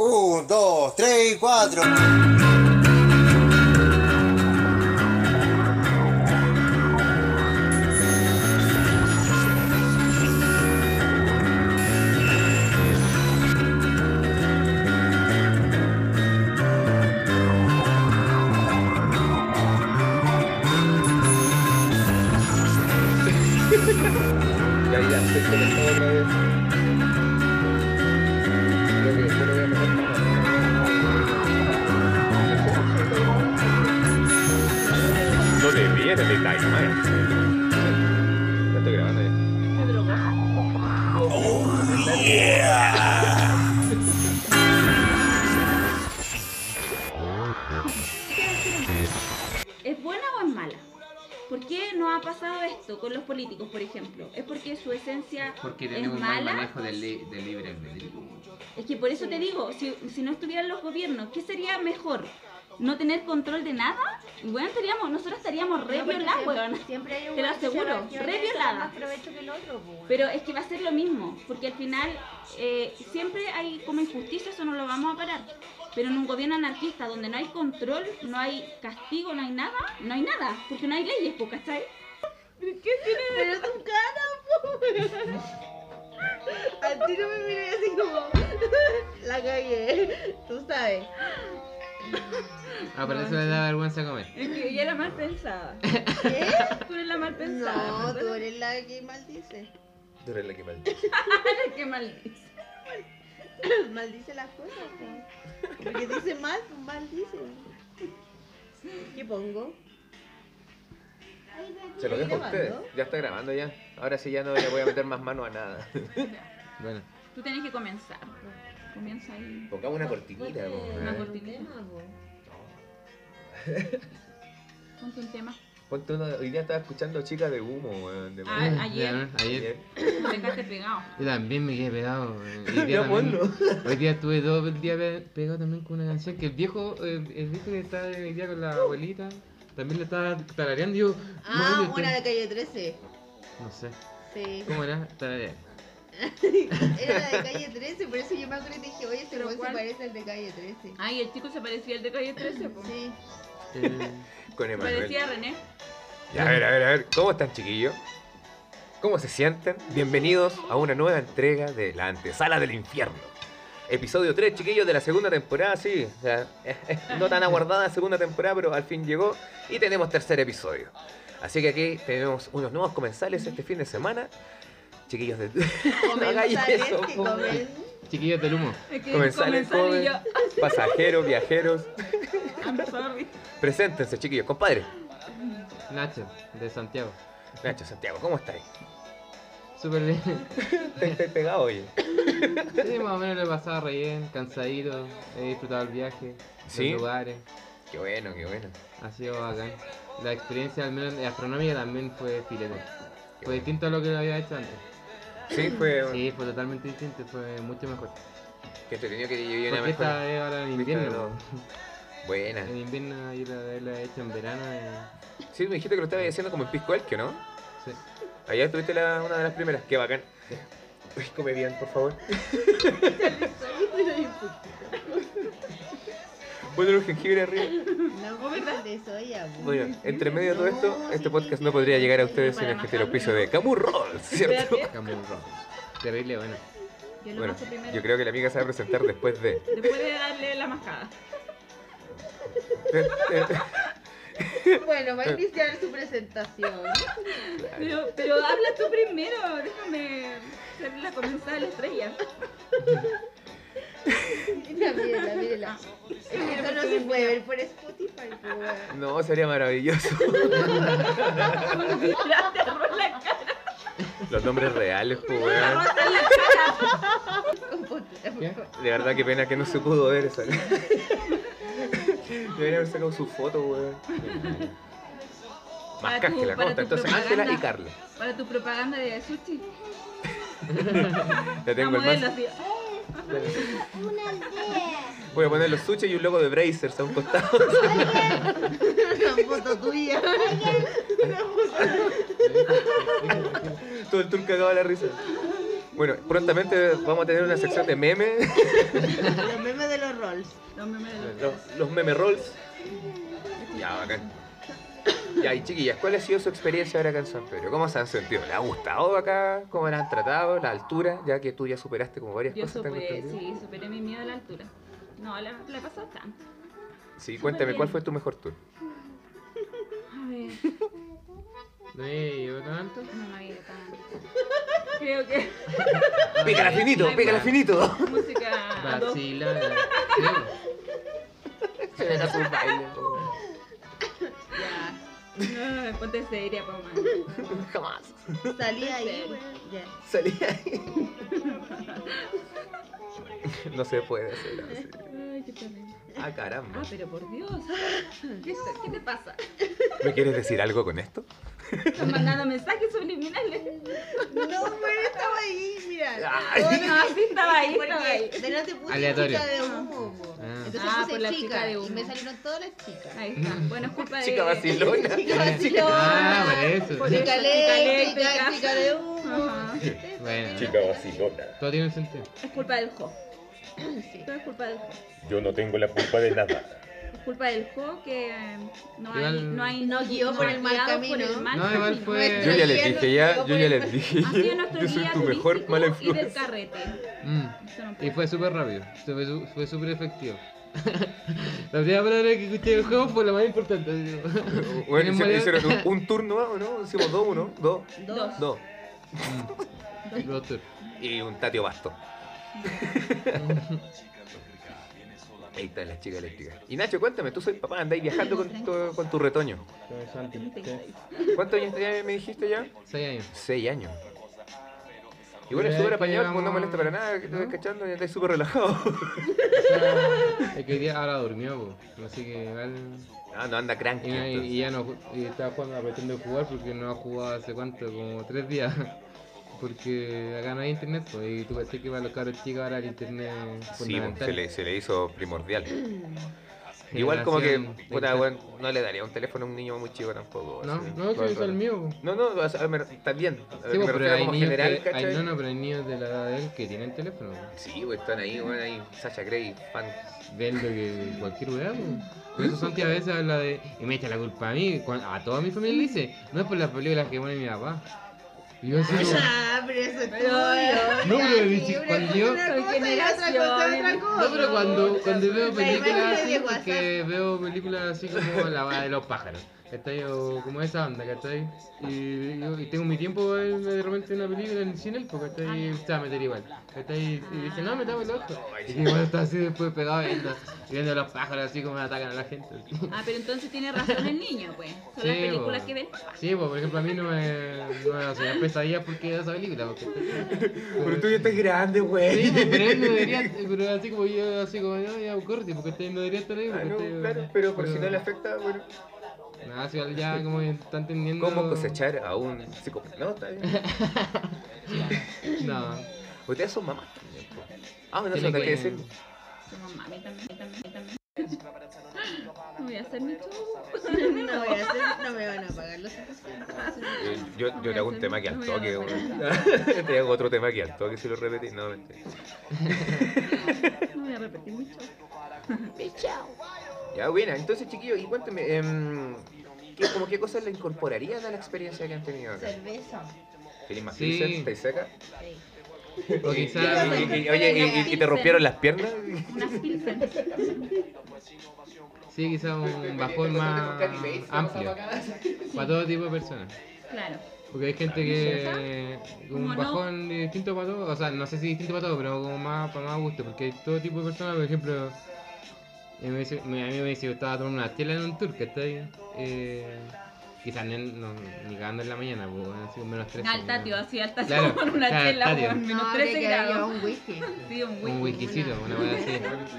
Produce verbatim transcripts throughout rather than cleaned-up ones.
Un, dos, tres y cuatro. Ya, ya, estoy conectado otra vez. Creo que después lo voy a meter. No debiera de Dynamite. Ya estoy grabando ya. ¿Qué droga? ¿Es buena o es mala? ¿Por qué no ha pasado esto con los políticos, por ejemplo? ¿Es porque su esencia Porque es tenemos un mal mala? manejo del, li del libre albedrío. Es que por eso te digo, si, si no estuvieran los gobiernos, ¿qué sería mejor? ¿No tener control de nada? Bueno, estaríamos, nosotros estaríamos re No, porque violadas, siempre- weón. Siempre hay un Te lo weón que se aseguro, va a querer re sacar violada. más provecho que el otro, po, weón. Pero es que va a ser lo mismo, porque al final eh, siempre hay como injusticia, eso no lo vamos a parar. Pero en un gobierno anarquista donde no hay control, no hay castigo, no hay nada, no hay nada, porque no hay leyes, po, ¿cachai? ¿Qué tiene? Pero es un cara, po. A ti no me miré así como la cagué, tú sabes. Ah, por eso le da vergüenza comer. Es que ella era mal pensada. ¿Qué? Tú eres la mal pensada. No, tú ¿verdad? eres la que maldice. Tú eres la que maldice. Qué maldice. Maldice las cosas, po. Porque dice mal, pues maldice. ¿Qué pongo? Se lo dejo a grabando? ustedes. Ya está grabando ya. Ahora sí ya no le voy a meter más mano a nada. Bueno, Tú tenés que comenzar. Comienza ahí. Pongamos una cortinita, po, Una ¿eh? cortinita. Ponte un tema. Ponte uno. Hoy día estaba escuchando Chica de Humo, weón. de- Ah, ayer. ya, ayer Te dejaste pegado. yo también me quedé pegado. eh, Hoy día, Ya, también- ponlo. hoy día estuve todo el día pe- pegado también con una canción que el viejo, eh, el viejo que estaba hoy día con la abuelita, también le estaba tarareando y yo, Ah, no, yo una de estoy- calle trece. no sé, Sí. ¿cómo era? Tararea. Era la de calle trece, por eso yo me acuerdo y dije, oye, ese ¿Pero weón se cuál? parece al de calle trece. Ay, el chico se parecía al de calle trece, po. Sí. Eh, Con Se Emanuel. parecía a René. Ya, a ver, a ver, a ver. ¿Cómo están, chiquillos? ¿Cómo se sienten? Bienvenidos a una nueva entrega de La Antesala del Infierno. Episodio tres, chiquillos, de la segunda temporada, sí. O sea, eh, eh, no tan aguardada segunda temporada, pero al fin llegó. Y tenemos tercer episodio. Así que aquí tenemos unos nuevos comensales este fin de semana. Chiquillos de... No hagáis Comensales eso, que po. comen. Chiquillos del humo. Es que Comensales, comenzar y yo. jóvenes, pasajeros, viajeros. I'm sorry. Preséntense, chiquillos. Compadre. Nacho, de Santiago. Nacho, Santiago, ¿cómo estáis? Súper bien. ¿Te estáis pegado, oye? Sí, más o menos lo he pasado re bien, cansadito, he disfrutado el viaje, ¿Sí? los lugares, Qué bueno, qué bueno. ha sido bacán. La experiencia, al menos astronómica, también fue filete. Fue distinto a lo que lo había hecho antes. Sí, fue... Sí, fue totalmente distinto, fue mucho mejor. Qué entretenido que yo vi una Porque mejor... esta es ahora en vista de invierno. todo. Buena. En invierno yo la, la he hecho en verano. eh, Sí, me dijiste que lo estabas haciendo como en Pisco Elquio, ¿no? sí. Allá tuviste la, una de las primeras. Qué bacán. Uy, come bien, por favor. Ponle un jengibre arriba. No comen de soya, po. Bueno, entre medio de todo esto, este podcast no podría llegar a ustedes sin el gentil auspicio de Camus Rolls, ¿cierto? Camus Rock. Terrible, bueno. Yo lo Bueno, paso primero. yo creo que la amiga se va a presentar después de... Después de darle la mascada. Bueno, va a iniciar su presentación. Pero, pero habla tú primero, déjame ser la comenzada de la estrella. Mira, mírala, mírala. Es que esto no se puede ver por Spotify, po, weón. No, sería maravilloso. Mira, te arroz la cara. Los nombres reales, pues, Te weón. arroz en la cara. Computadora, por ¿Qué? favor. De verdad, qué pena que no se pudo ver esa. Deberían haber sacado su foto, weón. Más Para tu- que la para conta. tu Entonces, propaganda. Ángela y Carla. Para tu propaganda de sushi. Ya tengo La el modelo más. así. Voy a poner los sushi y un logo de Brazers a un costado. Una foto tuya. Todo el tour cagado de la risa. Bueno, prontamente vamos a tener una sección de memes. Los memes de los rolls. Los memes de los- Los, los meme rolls. Ya, bacán. Ya, y chiquillas, ¿cuál ha sido su experiencia ahora acá en San Pedro? ¿Cómo se han sentido? ¿Les ha gustado acá? ¿Cómo les han tratado? ¿La altura? Ya que tú ya superaste como varias Yo cosas. tengo superé, entendido. sí, superé mi miedo a la altura. No, la, la he pasado tanto. Sí, cuéntame, ¿cuál fue tu mejor tour? A ver, ¿No he ido tanto? no me había ido tanto. Creo que ¡Pícala finito! ¡Pícala finito! música ad hoc. Vacila. Se ven a sus bailes. Ya. No, ponte seria, pa' man. Jamás. Salí ahí, serio. güey. Ya. Salí ahí. No se puede hacer así. Ay, qué terrible. Ah, caramba. Ah, pero por Dios. ¿Qué, te- qué te pasa? ¿Me quieres decir algo con esto? Estás mandando mensajes subliminales. No, pero estaba ahí, mira. Ay. Todo lo No, sí estaba ahí, Porque estaba ahí. delante puse Aleatorio. chica de humo, po. Ah. Entonces Ah, puse por la chica, chica de humo. y me salieron todas las chicas. Ahí está. Bueno, es culpa de... Chica vacilona. Chica vacilona. Ah, por eso. Por Chica eso, eléctrica, eléctrica. chica de humo. Ajá. Bueno, vacilona. todo tiene un sentido. Es culpa del Jo. Sí. Todo es culpa del Jo. Yo no tengo la culpa de nada. Es culpa del Jo que eh, no hay... Igual- No, hay, No guió por el mal guiado camino. por el mal No, igual camino. fue- Yo ya les Guía dije nos ya, llevó yo por ya el les mal- dije Ha sido ya. nuestro Yo soy guía tu mejor turístico mala y del influencia. carrete. Mm. Eso no Y puede. fue súper rápido, fue su- fue súper efectivo. La primera palabra que escuché del juego fue la más importante. digo. Bueno, ¿Tienen hicieron, varias? hicieron un, un turno más, ¿o no? Hicimos dos, uno, dos, Dos. dos. Mm. Los tours. Y un tatio basto. Ahí está la chica eléctrica. Y Nacho, cuéntame, tú soy papá, andáis viajando con tu, con tu retoño. ¿Cuántos años ya me dijiste ya? Seis años. Seis años. Y bueno, es Pero súper es que apañado, pues no vamos- molesta para nada, que te ¿no? vas cachando y estás súper relajado. O sea, es que hoy día ahora durmió, po. Así que igual. Ah, no anda cranky. Y, y- entonces. y ya no y estaba jugando, apretando jugar porque no ha jugado hace cuánto, como tres días. Porque acá no hay internet, pues, y tú pensás que para los cabros chicos ahora el internet es Sí, pues, fundamental. se le, se le hizo primordial. Igual como que, Generación puta, de- bueno, no le daría un teléfono a un niño muy chico tampoco. No, así, no, todo si el es el rato. mío. po. No, no, o sea, me- también. Sí, me po, refiero pero hay como niños, general, que, hay, ¿cachai? no, no, pero hay niños de la edad de él que tienen teléfono. po. Sí, pues están ahí, bueno, ahí, Sasha Grey, fan. Ven lo que cualquier weá, po. Por eso Santi a veces habla de. Y me echa la culpa a mí, cuando- a toda mi familia le dice, no es por las películas que pone mi papá. Y yo así como, Ah, pero eso es Pero- tuyo. No, ya, pero sí, dice, una cuando cosa yo- es una Soy cosa y otra cosa es otra generación. cosa. no, pero cuando, cuando veo La películas imagen así, de porque WhatsApp. veo películas así como la va de los pájaros, ¿cachai? O como esa onda, ¿cachai? Y, yo- y tengo mi tiempo para verme de repente una película en el cine, porque ¿cachai? Se va a meter igual, ¿cachai? Y dice, no, me tapo el ojo. Y que igual está así después pegado viendo, y viendo a los pájaros así como atacan a la gente. Ah, pero entonces tiene razón el niño, pues. Son las Sí, películas po. que ven. Sí, pues por ejemplo a mí no me, no me hacía pesadillas porque era esa película. Porque, Pero tú ya estás grande, güey. Sí, pues, pero él no debería, pero así como yo, así como yo, ya corte, porque este no debería estar ahí. Ah, Porque no, este- claro, pero por si no le afecta, bueno. Nada, si ya como que está entendiendo. ¿Cómo cosechar a un psicópata? No, está bien. No. Ustedes son mamás también, po. Ah, bueno, eso Tiene no hay que que- decirlo. Somos mami también, también, también. No voy a hacer mi show. No voy a hacer, no me van a pagar los setecientos. Eh, Yo, yo le hago un tema que al No voy a toque, hacer. güey. Te hago otro tema que al toque si lo repetís. No, mentira. No voy a repetir mi show. Ya, buena. Entonces, chiquillos, y cuéntame, em, ¿qué, como qué cosas le incorporarían a la experiencia que han tenido acá? Cerveza. ¿Querés más Sí. pilsen? ¿Estáis seca? Sí. O Y- y- quizás. y- y- Oye, ¿y- y, y te rompieron las piernas? Unas pilsen. Sí, quizás un bajón más amplio. Para todo tipo de personas. Claro. Porque hay gente que. Como Un no- bajón distinto para todo. O sea, no sé si distinto para todo, pero como más para más gusto. Porque hay todo tipo de personas, por ejemplo. eh, Me dice, me- a mí me dice que estaba tomando una tela en un tour, que está ahí. Eh, quizás ni, no, ni cagando en la mañana, pues, así con menos tres. Al tatio, así al tatio Claro, con una claro, chela, tatio. con menos No, trece habría que haber llevado grados. un whisky. Sí, un whisky. Un whiskycito, una wea así.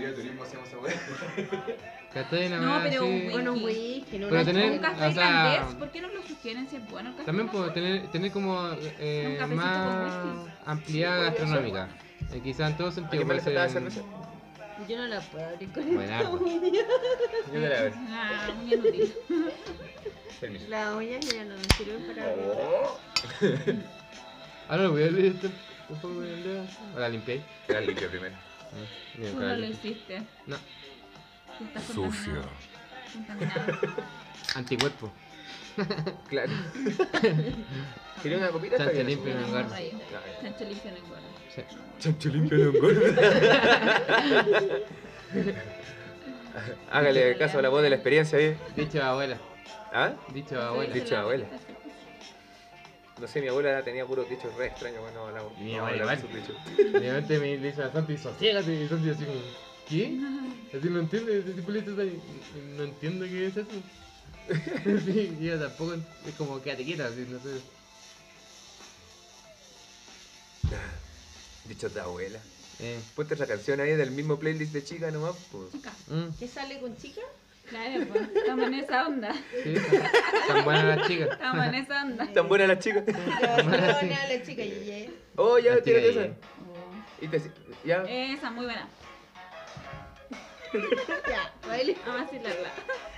¿Cachai? Una No, wea pero un así. whisky. Con un whisky, no Pero una tener- Un café o sea, irlandés, ¿por qué no lo sugieren si es bueno el café? También puedo tener, tener como eh, Un cafecito más con whisky. ampliada gastronómica. Eh, quizás en todo ¿A sentido. quién me le puede faltaba ser- cerveza? Yo no la puedo abrir con Buena, esta pues. uña. Yo te la veo. Ah, muy inútil. Permiso. La uña ya no me sirve para abrir. Oh. Ah, no, voy a abrir esto. un poco con el dedo. ¿O la limpié? Era limpio primero. Mm, bien, Tú con la no lo limpia. hiciste. No, Tú estás Sucio. contaminado. Contaminado. anticuerpo. Claro. ¿Quería una copita? Chancho Está bien. limpio en el lugar. Rayo. Ya, Chancho limpio en el gorro. Sí. Chancho limpio no engorda. Hágale caso a la voz de la experiencia ahí. Dicho abuela. ¿Ah? Dicho abuela. Dicho abuela. No sé, mi abuela tenía puros dichos re extraños cuando hablaba. Mi no, abuela hablaba igual. sus dichos. Mi mente me dice a Santi, sosiégate. Y Santi así como, ¿qué? Así no entiende. Ese tipo le dice así, no entiendo qué es eso. Sí, y yo tampoco. Es como, quédate quieta, así, no sé. Dichos de abuela. Eh. Ponte esa canción ahí del mismo playlist de chica nomás, pues. Chica. Mm, ¿Qué sale con chica? Claro, pues. Estamos en esa onda. sí, tan, tan buena la chica. Estamos en esa onda. Tan buena la chica. Buena la chica, Yeye. Oh, ya, La chica tírate ahí. esa. Y te, ya. Esa, muy buena. Ya, baile. Vamos a vacilarla.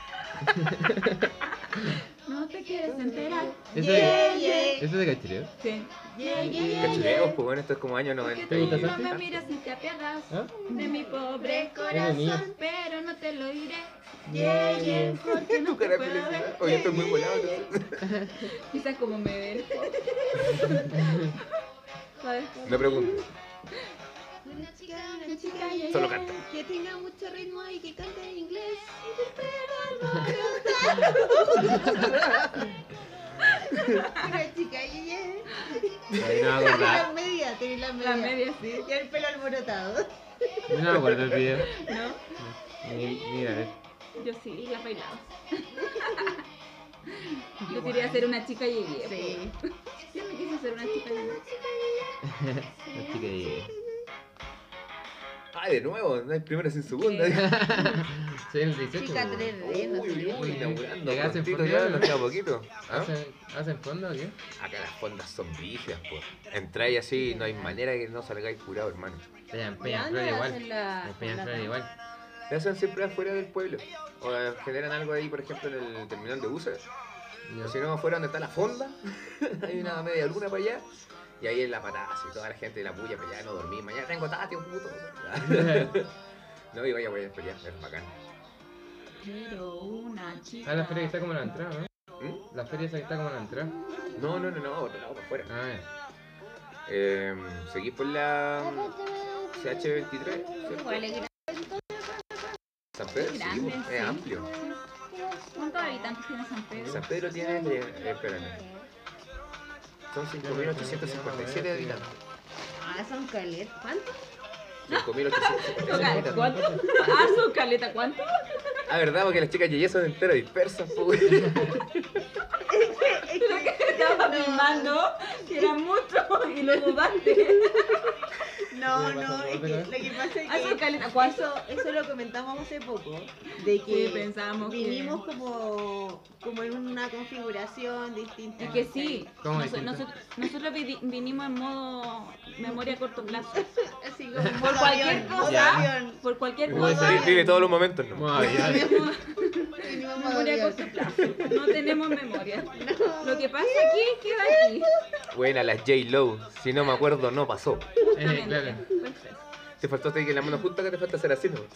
No te quieres enterar. ¿Eso Yeah, de, yeah. ¿eso de cachureo? Sí. Yeah, yeah. Cachureos, pues bueno, esto es como año noventa. ¿Te gusta y- No Santi? me miras ni te apiadas ¿Ah? de mi pobre Eres niña. corazón, pero no te lo diré. Yeah, yeah. Porque no Tu te cara de puedo felicidad. ver. Oye, estoy muy volado. ¿No? Quizás como me ve. ¿Sabes? No preguntes. Una chica, una chica, yeah, Solo yeah. canta. Que tenga mucho ritmo y que cante en inglés. Una chica, yeah, yeah. Ahí no me Tenés acordaba. las medias, tenés las medias. La media sí. Y el pelo alborotado. Yo no me acuerdo del video. ¿No? Ni- Mira, eh. Yo sí, la bailaba. Yo quería ser una chica y Sí. Siempre quise ser una chica y La chica de. Ay, de nuevo, no hay primera sin segunda. Soy el dieciocho. Chica po. tres D, no Uy, uy, sé. uy, inaugurando. Llegaste en prontito fondo, ya, ¿no? nos queda poquito. ¿Ah? ¿Hacen, ¿Hacen fondo o qué? Acá las fondas son brígidas, pues. Entráis así, no hay manera que no salgáis curado, hermano. Te en ¿Y Peña dónde Flor hacen igual. la- En Peña la- Flor igual. Le hacen siempre afuera del pueblo. O eh, generan algo ahí, por ejemplo, en el terminal de buses. O si no, afuera donde está la fonda, hay una media luna para allá. Y ahí en la patada, así toda la gente de la puya para allá, no dormí. Mañana tengo tatio, puto. No, y vaya, vaya, para allá, es bacán. Quiero una chica. Ah, la feria que está como en la entrada, ¿no? ¿Mm? La feria esa que está como en la entrada. No, no, no, no, otro lado, para afuera. Ah, ya. Eh, seguís por la C H veintitrés, Igual es ¿cierto? grande. San Pedro, sí, Grande, pues, sí. es amplio. ¿Cuántos habitantes tiene San Pedro? San Pedro tiene, eh, espérame, son cinco mil ochocientos cincuenta y siete habitantes. Ah, son caletas. ¿Cuánto? cinco mil ochocientos cincuenta y siete Toca- habitantes. ¿Cuánto? Ah, su caleta, ¿cuánto? Ah, ¿verdad? Porque las chicas yeyes son enteras dispersas, pues. Estaba filmando que era mucho y lo dudaste. No, ¿Qué le no, pasa, es que, Mónica? lo que pasa es Ah, son que caletas, ¿cuánto? eso, eso lo comentamos hace poco, de que Sí, pensamos que- vinimos como, como en una configuración distinta. Es que sí, ¿Cómo noso- distinto? nosotros, nosotros vi- vinimos en modo memoria a corto plazo. Así como Por modo cualquier avión, modo cosa, avión. por cualquier Uy, cosa, Sí, vive todos los momentos, ¿no? Vamos a ver. tenemos Vinimos modo memoria a avión. corto plazo. No tenemos memoria. No. Lo que pasa aquí, queda aquí. Buena, las J-Lo. Si no me acuerdo, no pasó. Eh, claro. Perfecto. Te faltó que la mano justa que te falta hacer así, ¿no?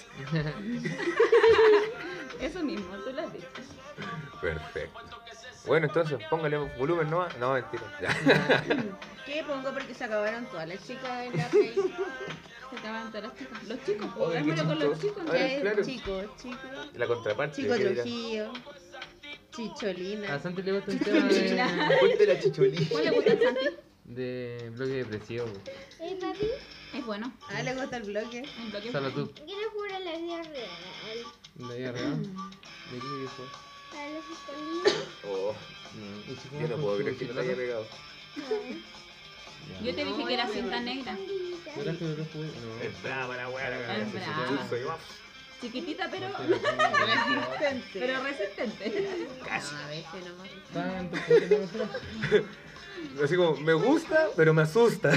Eso mismo, tú lo has dicho. Perfecto. Bueno, entonces, póngale volumen, ¿no? No, mentira. Ya. ¿Qué pongo? Porque se acabaron todas las chicas en la play. Se acaban todas las chicas. Los chicos, Oye, pues, qué dámelo con los chistoso. chicos. Ay, ¿no? Eh, claro. Chicos, chicos. La contraparte. Chico ¿qué dirá? Trujillo. Chicholina. A Santi le gusta un tema de, Ponte la chicholina. ¿Cuál le gusta al Santi? de bloque depresivo. Hey papi, Es bueno. Ah, le gusta el bloque. El bloque. Solo tú. quiero jugar a la vida real. ¿De ahí arriba? ¿De qué viejo? A los escondidos. Oh, No. ¿Y si yo jugamos no con puedo su creer que no te bicicleta? haya pegado. Ya. Yo te dije que era cinta negra. ¿Yo traje otro juguete? No. Es brava la weá, la Es weá. brava. Impulso y va. Chiquitita, pero, Resistente. pero resistente. Casi. A veces nomás. Tanto juguete no me traje. Así como, me gusta, pero me asusta.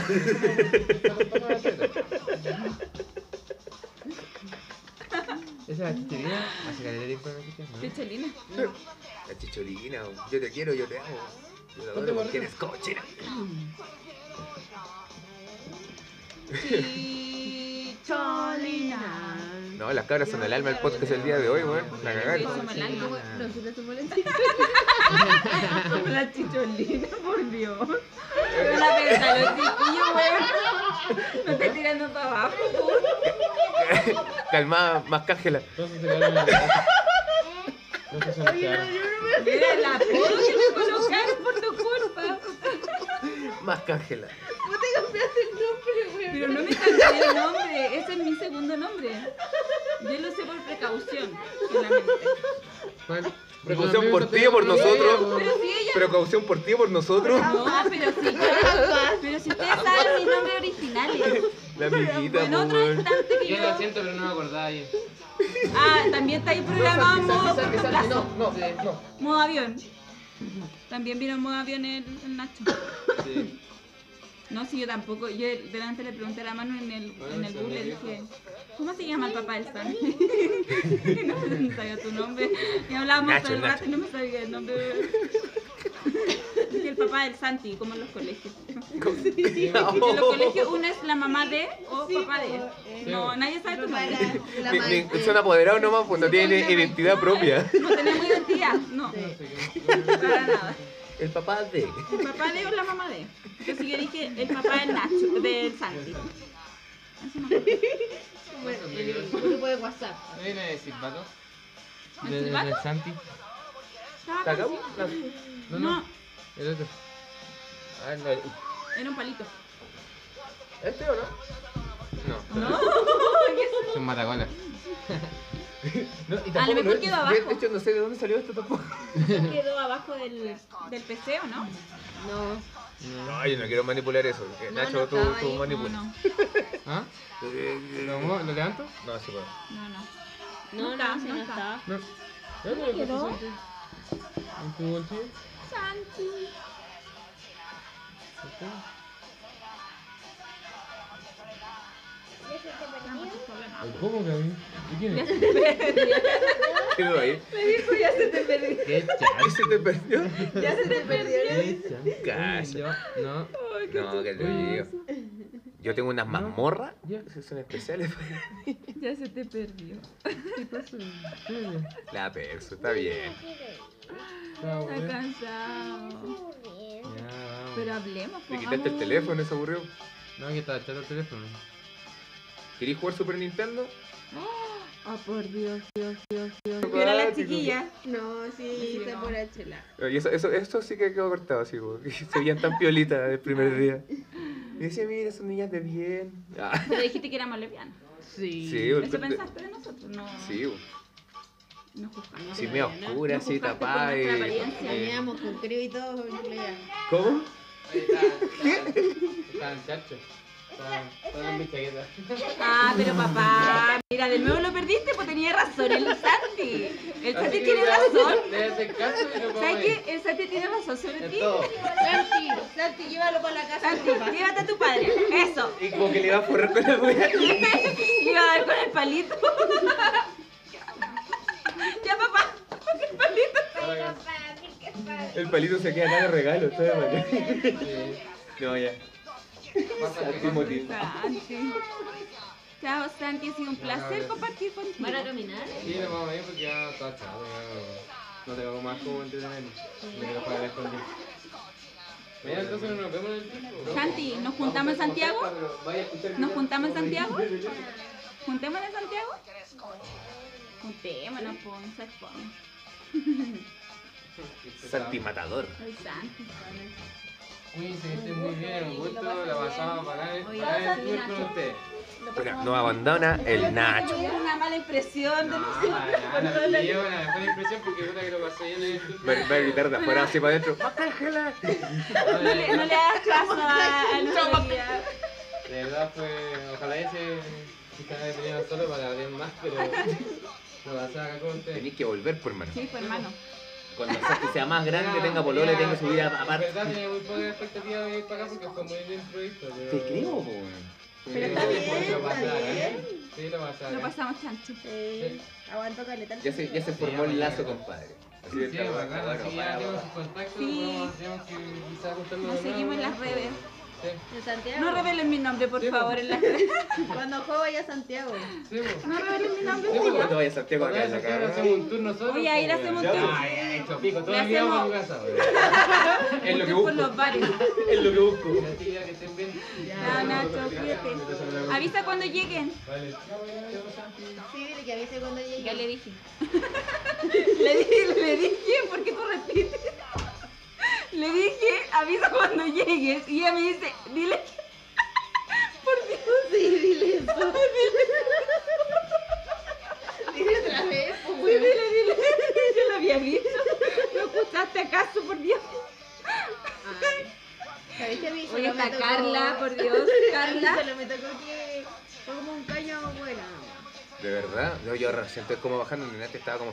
Esa es la chichería. Hace caleta de tiempo que no escuchas, ¿no? Chicholina. La chicholina, yo te quiero, yo te amo. Yo te Ponte adoro porque gorrito. eres cochina. Chicholina. No, las cabras son el alma del podcast el día de hoy, weón. La cagaron. Somos el alma. Nosotros somos las chicholina. Somos las chicholina, por Dios. Pero la verdad, los chiquillos, weón. No estoy tirando para abajo, weón. Calmada, más cángela. Entonces se quedaron en la casa. Entonces son Oye, no, caras. yo no me Mira el apodo que me colocaron por tu culpa. Más cángela. ¿Cómo te cambiaste el nombre, weón? Pero no me cambié el nombre, ese es mi segundo nombre. Yo lo sé por precaución, solamente. ¿Cuál? Precaución por ti o por nosotros. Pero si ella... Precaución por ti o por nosotros. No, pero si yo... Pero si ustedes saben mis nombres originales. La amiguita, En po, otro weón. instante que Yo yo... lo siento, pero no me acordaba yo. Ah, también está ahí programado en modo cortoplazo. No, no, no. Modo avión. También vino en modo avión el, el Nacho. Sí. No, si yo tampoco. Yo delante le pregunté a la mano en el, en el Google, le dije, ¿cómo se llama el papá del San? No me sabía tu nombre. Y hablábamos Nacho, todo el rato Nacho. y no me sabía el nombre. Dije el papá del Santi, como en los colegios. En los colegios uno es la mamá de o papá de. No, nadie sabe tu Papá nombre. de la Ni- maestra. ni- Son apoderados nomás, pues no tienen identidad propia. No tenemos identidad, no. Para nada. El papá de. El papá de o la mamá de. Entonces yo dije el papá del Nacho, del Santi. Eso me acuerdo. Como el el grupo de WhatsApp. ¿No viene de silbato? ¿El ¿De, de, silbato? de Santi? Estaba ¿Te acabo? consciente. No, No, no. El otro. Ah, no. era un palito. ¿Este o no? No. No, Es un matacola. No, y A lo tampoco- mejor no- quedó de- abajo. De hecho, no sé de dónde salió esto tampoco. quedó abajo del, del P C, ¿o no? No. No, yo no quiero manipular eso. que No, Nacho, no tú, estaba tú ahí. No, manipulas. no, ¿Ah? Eh, eh, ¿Lo, mo- lo levanto? No, sí, puedo. no, no. No, está, no, si no no está. está. No. ¿Dónde lo quedó? pusiste, Santi? ¿En tu bolsillo? Santi. ¿Está? Ay, ¿cómo que a mí? ¿Y quién Ya es? se te perdió. Quedó ahí. Me dijo, ya se te perdió. ¿Qué ¿Y chat? se te perdió? Ya se te perdió. ¿Qué chat? Calla. Yo, no. Ay, qué No, que te Oye. digo. Yo tengo unas mazmorras. Ya. Esas son especiales. Ya se te perdió. ¿Qué pasó? ¿Qué? La perso, está bien. Ah, Está bueno. cansado. Ya, vamos. Pero hablemos, Te po, quitaste el vamos. teléfono, se aburrió. No, que estaba echando el teléfono. ¿Querís jugar Super Nintendo? Oh, por Dios, Dios, Dios, Dios. Viola a la chiquilla. No, sí, está por la chela. Y eso, eso, eso sí que quedó cortado, así como que se veían tan piolitas el primer día. Y decía, mira, son niñas de bien. Ah, Pero dijiste que éramos lesbianas. Sí. sí, Eso porque- pensaste de nosotros, no. sí, No juzgamos. sí, medio oscura, así, tapada y... nuestra apariencia. eh, Planeamos con creo y todo. ya. ¿Cómo? Estaban chachos. Estaban estaban en mi chaqueta. Ah, pero papá, mira, de nuevo lo perdiste, pues tenía razón el Santi. El Santi Así que tiene le- razón. Le hace caso y lo ¿Sabes vamos a ir. qué? El Santi tiene razón sobre En ti. todo. Santi, Santi, llévalo para la casa. Santi, llévate a tu padre. Eso. Y como que le iba a forrar con la wea. Le iba a dar con el palito. Ya, papá, con el palito. El palito se queda acá de regalo, está de mal. Sí. No, ya. Pasa que Santi motivo. Santi. Chao, Santi, ha sido un placer compartir contigo. ¿Van a caminar? Sí, nos vamos a ir porque ya está chavo. Ya no, no tengo más como entretenerme. Me quiero jugar a escondido. Mira, entonces no nos vemos en el tiempo. Santi, ¿nos juntamos en Santiago? Vaya a escuchar ¿Nos juntamos en Santiago? ¿Juntémonos en Santiago? Juntémonos, pues, no seas fome. Santi Matador. Ay, Santi. Cuídense, que estén muy bien, un gusto, la pasamos para acá, Oye, para acá Santi, en con ustedes. Bueno, nos abandona el Nacho. Tuvieron una mala impresión de No, nosotros. para nada, me llevo una mejor impresión porque puta que lo pasé bien en el Va, va a gritar de afuera así para adentro. No le, no le hagas caso a, a nuestra guía. De verdad fue, ojalá ese quizás haya venido solo para ver más, pero lo pasé acá con ustedes. Tenéis que volver, por hermano. Sí, pues hermano. Cuando Santi sea más grande, tenga pololo y tenga su vida En aparte. verdad tenía muy poca expectativa de ir para acá porque fue muy bien previsto, pero... Te creo, po, weón. Pero está bien, Lo pasé está acá. bien. Sí, lo pasé Lo acá. pasamos chancho. Sí. Aguanto caleta. Ya se, ya se formó el lazo, compadre. Así de Sí, esta bacán, bueno, así para, ya tenemos para. sus contactos, Sí. vamos- tenemos que quizás juntarnos Nos de nuevo, seguimos en ¿no? las redes. Sí. De Santiago. No revelen mi nombre, por Sí, favor, po. en las redes. Cuando juego vaya a Santiago. Sí, po. No revelen mi nombre, Sí, sí, po. ya. Cuando vaya a Santiago acá en la Ahora cama. hacemos un tour nosotros. Oye, ahí le po, hacemos weón. un tour. Ay, ay, hecho pico, todo Le el día vamos a tu hacemos- casa, weón. Es lo que Por busco. los bares. Es lo que busco. Ya, tía, que estén bien. Ya, Nacho, cuídate. Avisa cuando lleguen. Vale. Sí, dile que avise cuando llegue. Ya le dije. le dije, le dije, ¿por qué tú repites? Le dije, avisa cuando llegues. Y ella me dice, dile. Por Dios. Sí, dile eso. Dile otra vez, pues, Sí, weón. dile, dile. Yo lo había dicho. ¿No escuchaste acaso, por Dios? Ay. ¿Sabes que a mí Oye, solo me está tocó- Carla, por Dios. A mí Carla. solo me tocó que fue como un caño bueno. De verdad, yo, yo recién estoy como bajando en el net, estaba como.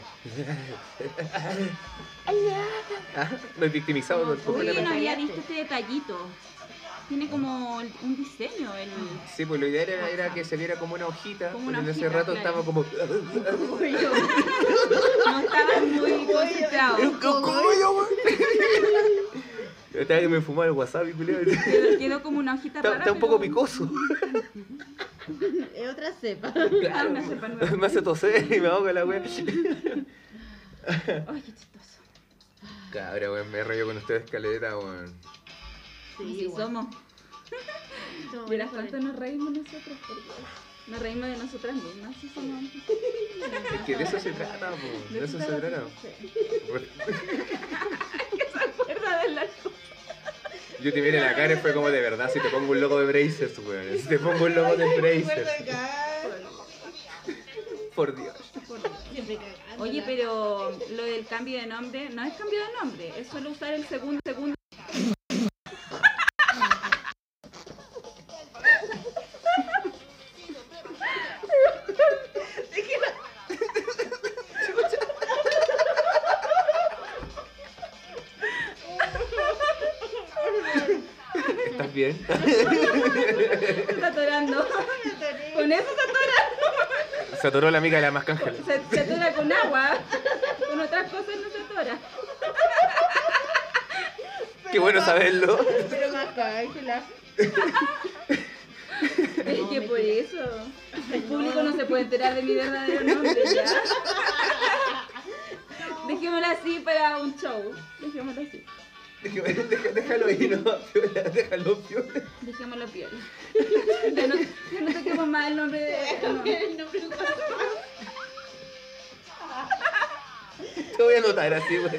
Lo he victimizado por Oye, completamente. no había visto este detallito. Tiene como un diseño. El... Sí, pues lo ideal era, era que se viera como una hojita, Como una pero en ese hojita, rato claro. estaba como. No estaba muy concentrado. Yo estaba que me fumaba el wasabi, culiao. Quedó, quedó como una hojita Está, rara. está un poco pero- picoso. Es otra cepa. Ah, una cepa nueva. Me hace toser y me ahoga la wea. Ay, qué chistoso. Cabra, weón, me rollo con ustedes caleta, weón. Así igual. somos. Somos Verás buenas cuánto nos reímos nosotros, por Dios. Nos reímos de nosotras mismas, sí somos. Es que de eso se trata, po. De eso se trata. ¿Qué se acuerda de las cosas? Yo te miré la cara y fue como de verdad, si te pongo un logo de Brazers, weón. Si te pongo un logo de Brazers. Por Dios. Siempre cagando. Oye, pero lo del cambio de nombre no es cambio de nombre, es solo usar el segundo segundo. ¿Estás bien? Se está atorando. Con eso se atora. Se atoró la amiga de la Mascángel. Se, se atora con agua. Con otras cosas no se atora. Qué bueno saberlo. Pero más Ángela. Es que por eso el público no se puede enterar de mi verdadero nombre ya. Dejémoslo así para un show. Dejémoslo así. Deja- Déjalo ahí, no, piola, déjalo, piola. Dejémoslo piola. Ya no, ya no toquemos más el nombre de. No. El nombre de Te voy a anotar así, güey.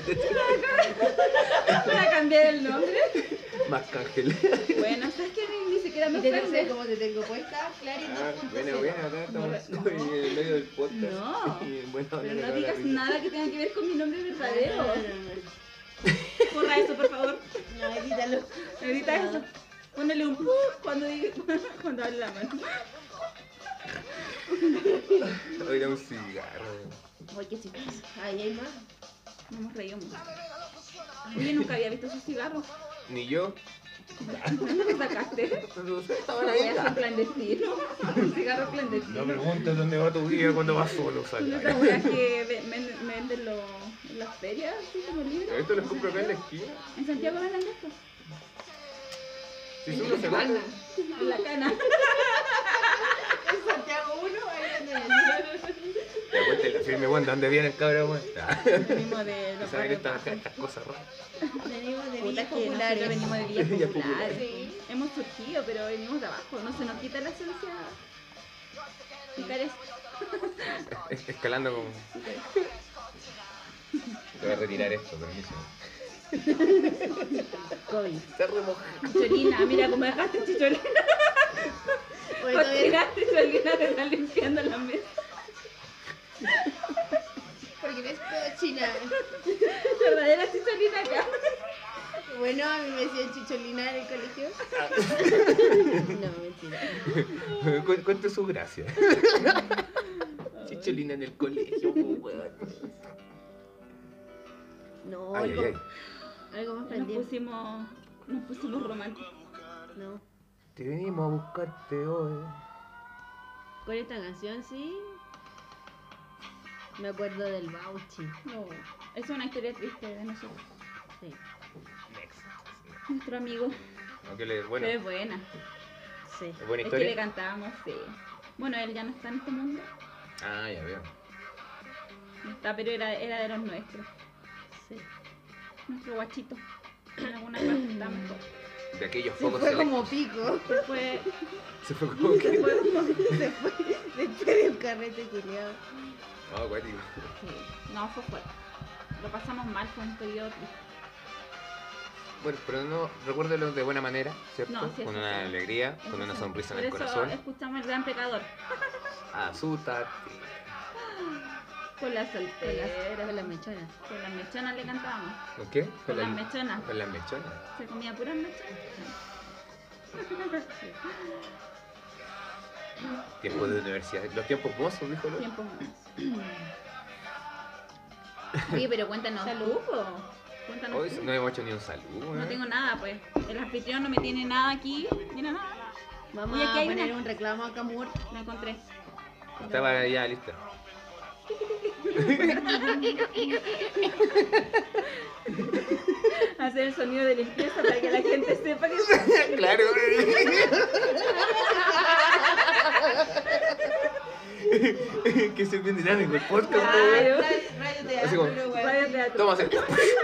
Para cambiar el nombre. Mascángel. Bueno, ¿sabes qué? Ni, ni siquiera me Y te no sé ofende. cómo te tengo puesta, clarito. Ah, bueno, bueno, acá estamos No. en el medio del podcast. No. Y bueno, Pero le no cago la digas risa. nada que tenga que ver con mi nombre verdadero. No, no, no. Borra eso, por favor. No, edítalo. Edita eso. Ponele un pu cuando diga, cuando hable la mano. Oiga, un cigarro. Ay, qué chistoso. Ahí hay más. No hemos reído mucho. Oye, nunca había visto esos cigarros. Ni yo. ¿Dónde los sacaste? No sé, estaban Voy ahí. a hacer clandestino. Un cigarro No clandestino. preguntes dónde va tu vida cuando vas solo, Son sal. esas weas que ve- ven- venden los- en las ferias, así como libros. Esto lo compro acá en la esquina. En Santiago venden esto. Si uno se va. En la cana. En Santiago uno, ahí venden el. Te cuenta la firme, weón, ¿de dónde vienen, cabrón, weón? Venimos de los Saben barrios estas bajos. estas cosas raras. Venimos de Puta, villas es que nosotros populares. venimos de villas Villas populares. Sí. Hemos surgido, pero venimos de abajo. No se nos quita la esencia picaresca. Es- Escalando como. Te voy a retirar esto, permiso. COVID. Se remoja. Chicholina, mira cómo dejaste chicholina. Oye, todavía- Tiraste chicholina, te están limpiando la mesa. Porque eres cochina. Verdadera chicholina acá. Bueno, a mí me decían chicholina en el colegio. No, mentira. Cu- Cuente su gracia. Chicholina en el colegio, pues, weón. No, Ay, ay, algo, ay. algo más Nos prendido. pusimos, nos pusimos románticos. No. Te venimos a buscarte hoy. Con esta canción, sí. Me acuerdo del Bauchi. No, es una historia triste de nosotros. Sí. Nuestro amigo. Aunque le, bueno, Pero es buena. Sí. es buena Es que le historia. cantábamos, sí. Bueno, él ya no está en este mundo. Ah, ya veo. No está, pero era, era de los nuestros. Sí. Nuestro guachito. En alguna parte está mejor. De aquellos Se focos fue selectos. como pico. Se fue. Se fue como Se que. fue como se fue después de un carrete culiado. No, guático. Sí. No, fue fuerte. Lo pasamos mal, fue un periodo triste. Bueno, pero no, recuérdelo de buena manera, ¿cierto? No, sí, con eso una sí. alegría, con Eso una sí. sonrisa en Por el eso corazón. escuchamos el gran pecador. Azúcar. Con la Con soltera. las, con las mechonas. Con las mechonas le cantábamos. ¿Con qué? Con las mechonas. Con las mechonas. Se comía puras mechonas. Tiempos de universidad. Los tiempos mozos, dijo Lolo. Tiempo más. Oye, pero cuéntanos. Salud, tú, po. Cuéntanos. Hoy tú. no hemos hecho ni un saludo. No ¿eh? tengo nada, pues. El anfitrión no me tiene nada aquí. Mira nada. Vamos Oye, aquí a hay poner una. un reclamo a Camur. Lo encontré. Estaba ya lista. Hacer el sonido de limpieza para que la gente sepa que. Claro. Que se bien dinámico el podcast, ¿no, güey? Claro. Radio Así como- teatro, weón. Radio teatro. Toma, así.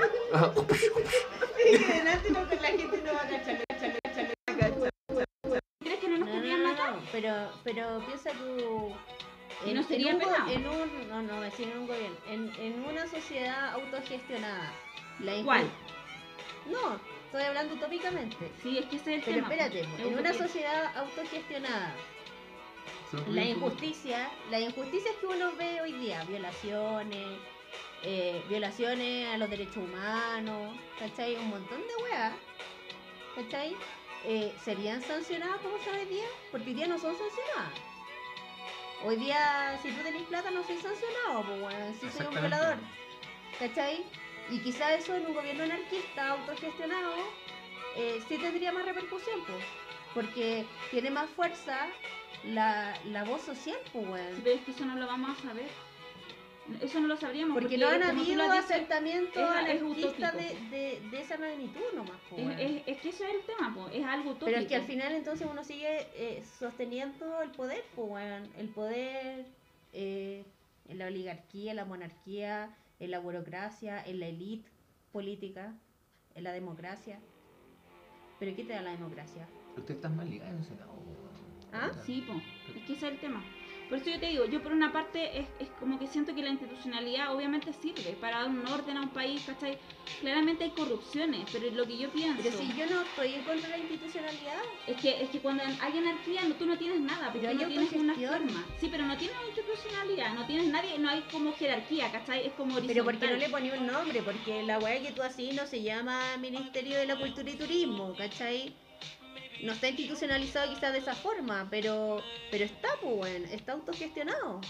Sí, que delante no, la gente no va a cachar, cachar, cachar. ¿Crees que no nos No, no, podían no, matar? no, pero, pero piensa tú. ¿Y no sería un, go- penado? en un, no, no, es en un gobierno, en, en una sociedad autogestionada. La inju- ¿Cuál? No, estoy hablando utópicamente. Sí, es que ese es el Pero tema. espérate, Es en una utopía. sociedad autogestionada, Son la muy- injusticia, las injusticias que uno ve hoy día, violaciones, eh, violaciones a los derechos humanos, ¿cachai? Un montón de weas, ¿cachai? Eh, ¿Serían sancionadas como son hoy día? Porque hoy día no son sancionadas. Hoy día, si tú tenés plata, no soy sancionado, pues bueno, si soy un Exactamente. violador, ¿cachai? Y quizá eso en un gobierno anarquista, autogestionado, eh, sí tendría más repercusión, pues, porque tiene más fuerza la, la voz social, pues, Sí, weón. pero es que eso no lo vamos a saber. Eso no lo sabríamos. Porque no han como tú habido lo has dicho, asentamientos es- es anarquistas de, utópico. de, de esa magnitud nomás, pues, Es, weón. es, es que eso es el tema, po. Es algo utópico. Pero es que al final entonces uno sigue eh, sosteniendo el poder, pues, weón. El poder eh, en la oligarquía, en la monarquía, en la burocracia, en la élite política, en la democracia. ¿Pero qué te da la democracia? Usted está más ligado en ese lado, weón. ¿Ah? Sí, po. Es que ese es el tema. Por eso yo te digo, yo por una parte es, es como que siento que la institucionalidad obviamente sirve para dar un orden a un país, ¿cachai? Claramente hay corrupciones, pero lo que yo pienso Pero si yo no estoy en contra de la institucionalidad, es que es que cuando hay anarquía no, tú no tienes nada, porque Pero hay no tienes una autogestión. forma. Sí, pero no tienes institucionalidad, no tienes nadie, no hay como jerarquía, ¿cachai? Es como horizontal. pero ¿por qué no le ponía un nombre? Porque la weá que tú así no se llama Ministerio de la Cultura y Turismo, ¿cachai? No está institucionalizado quizás de esa forma, pero pero está, pues, weón, está autogestionado.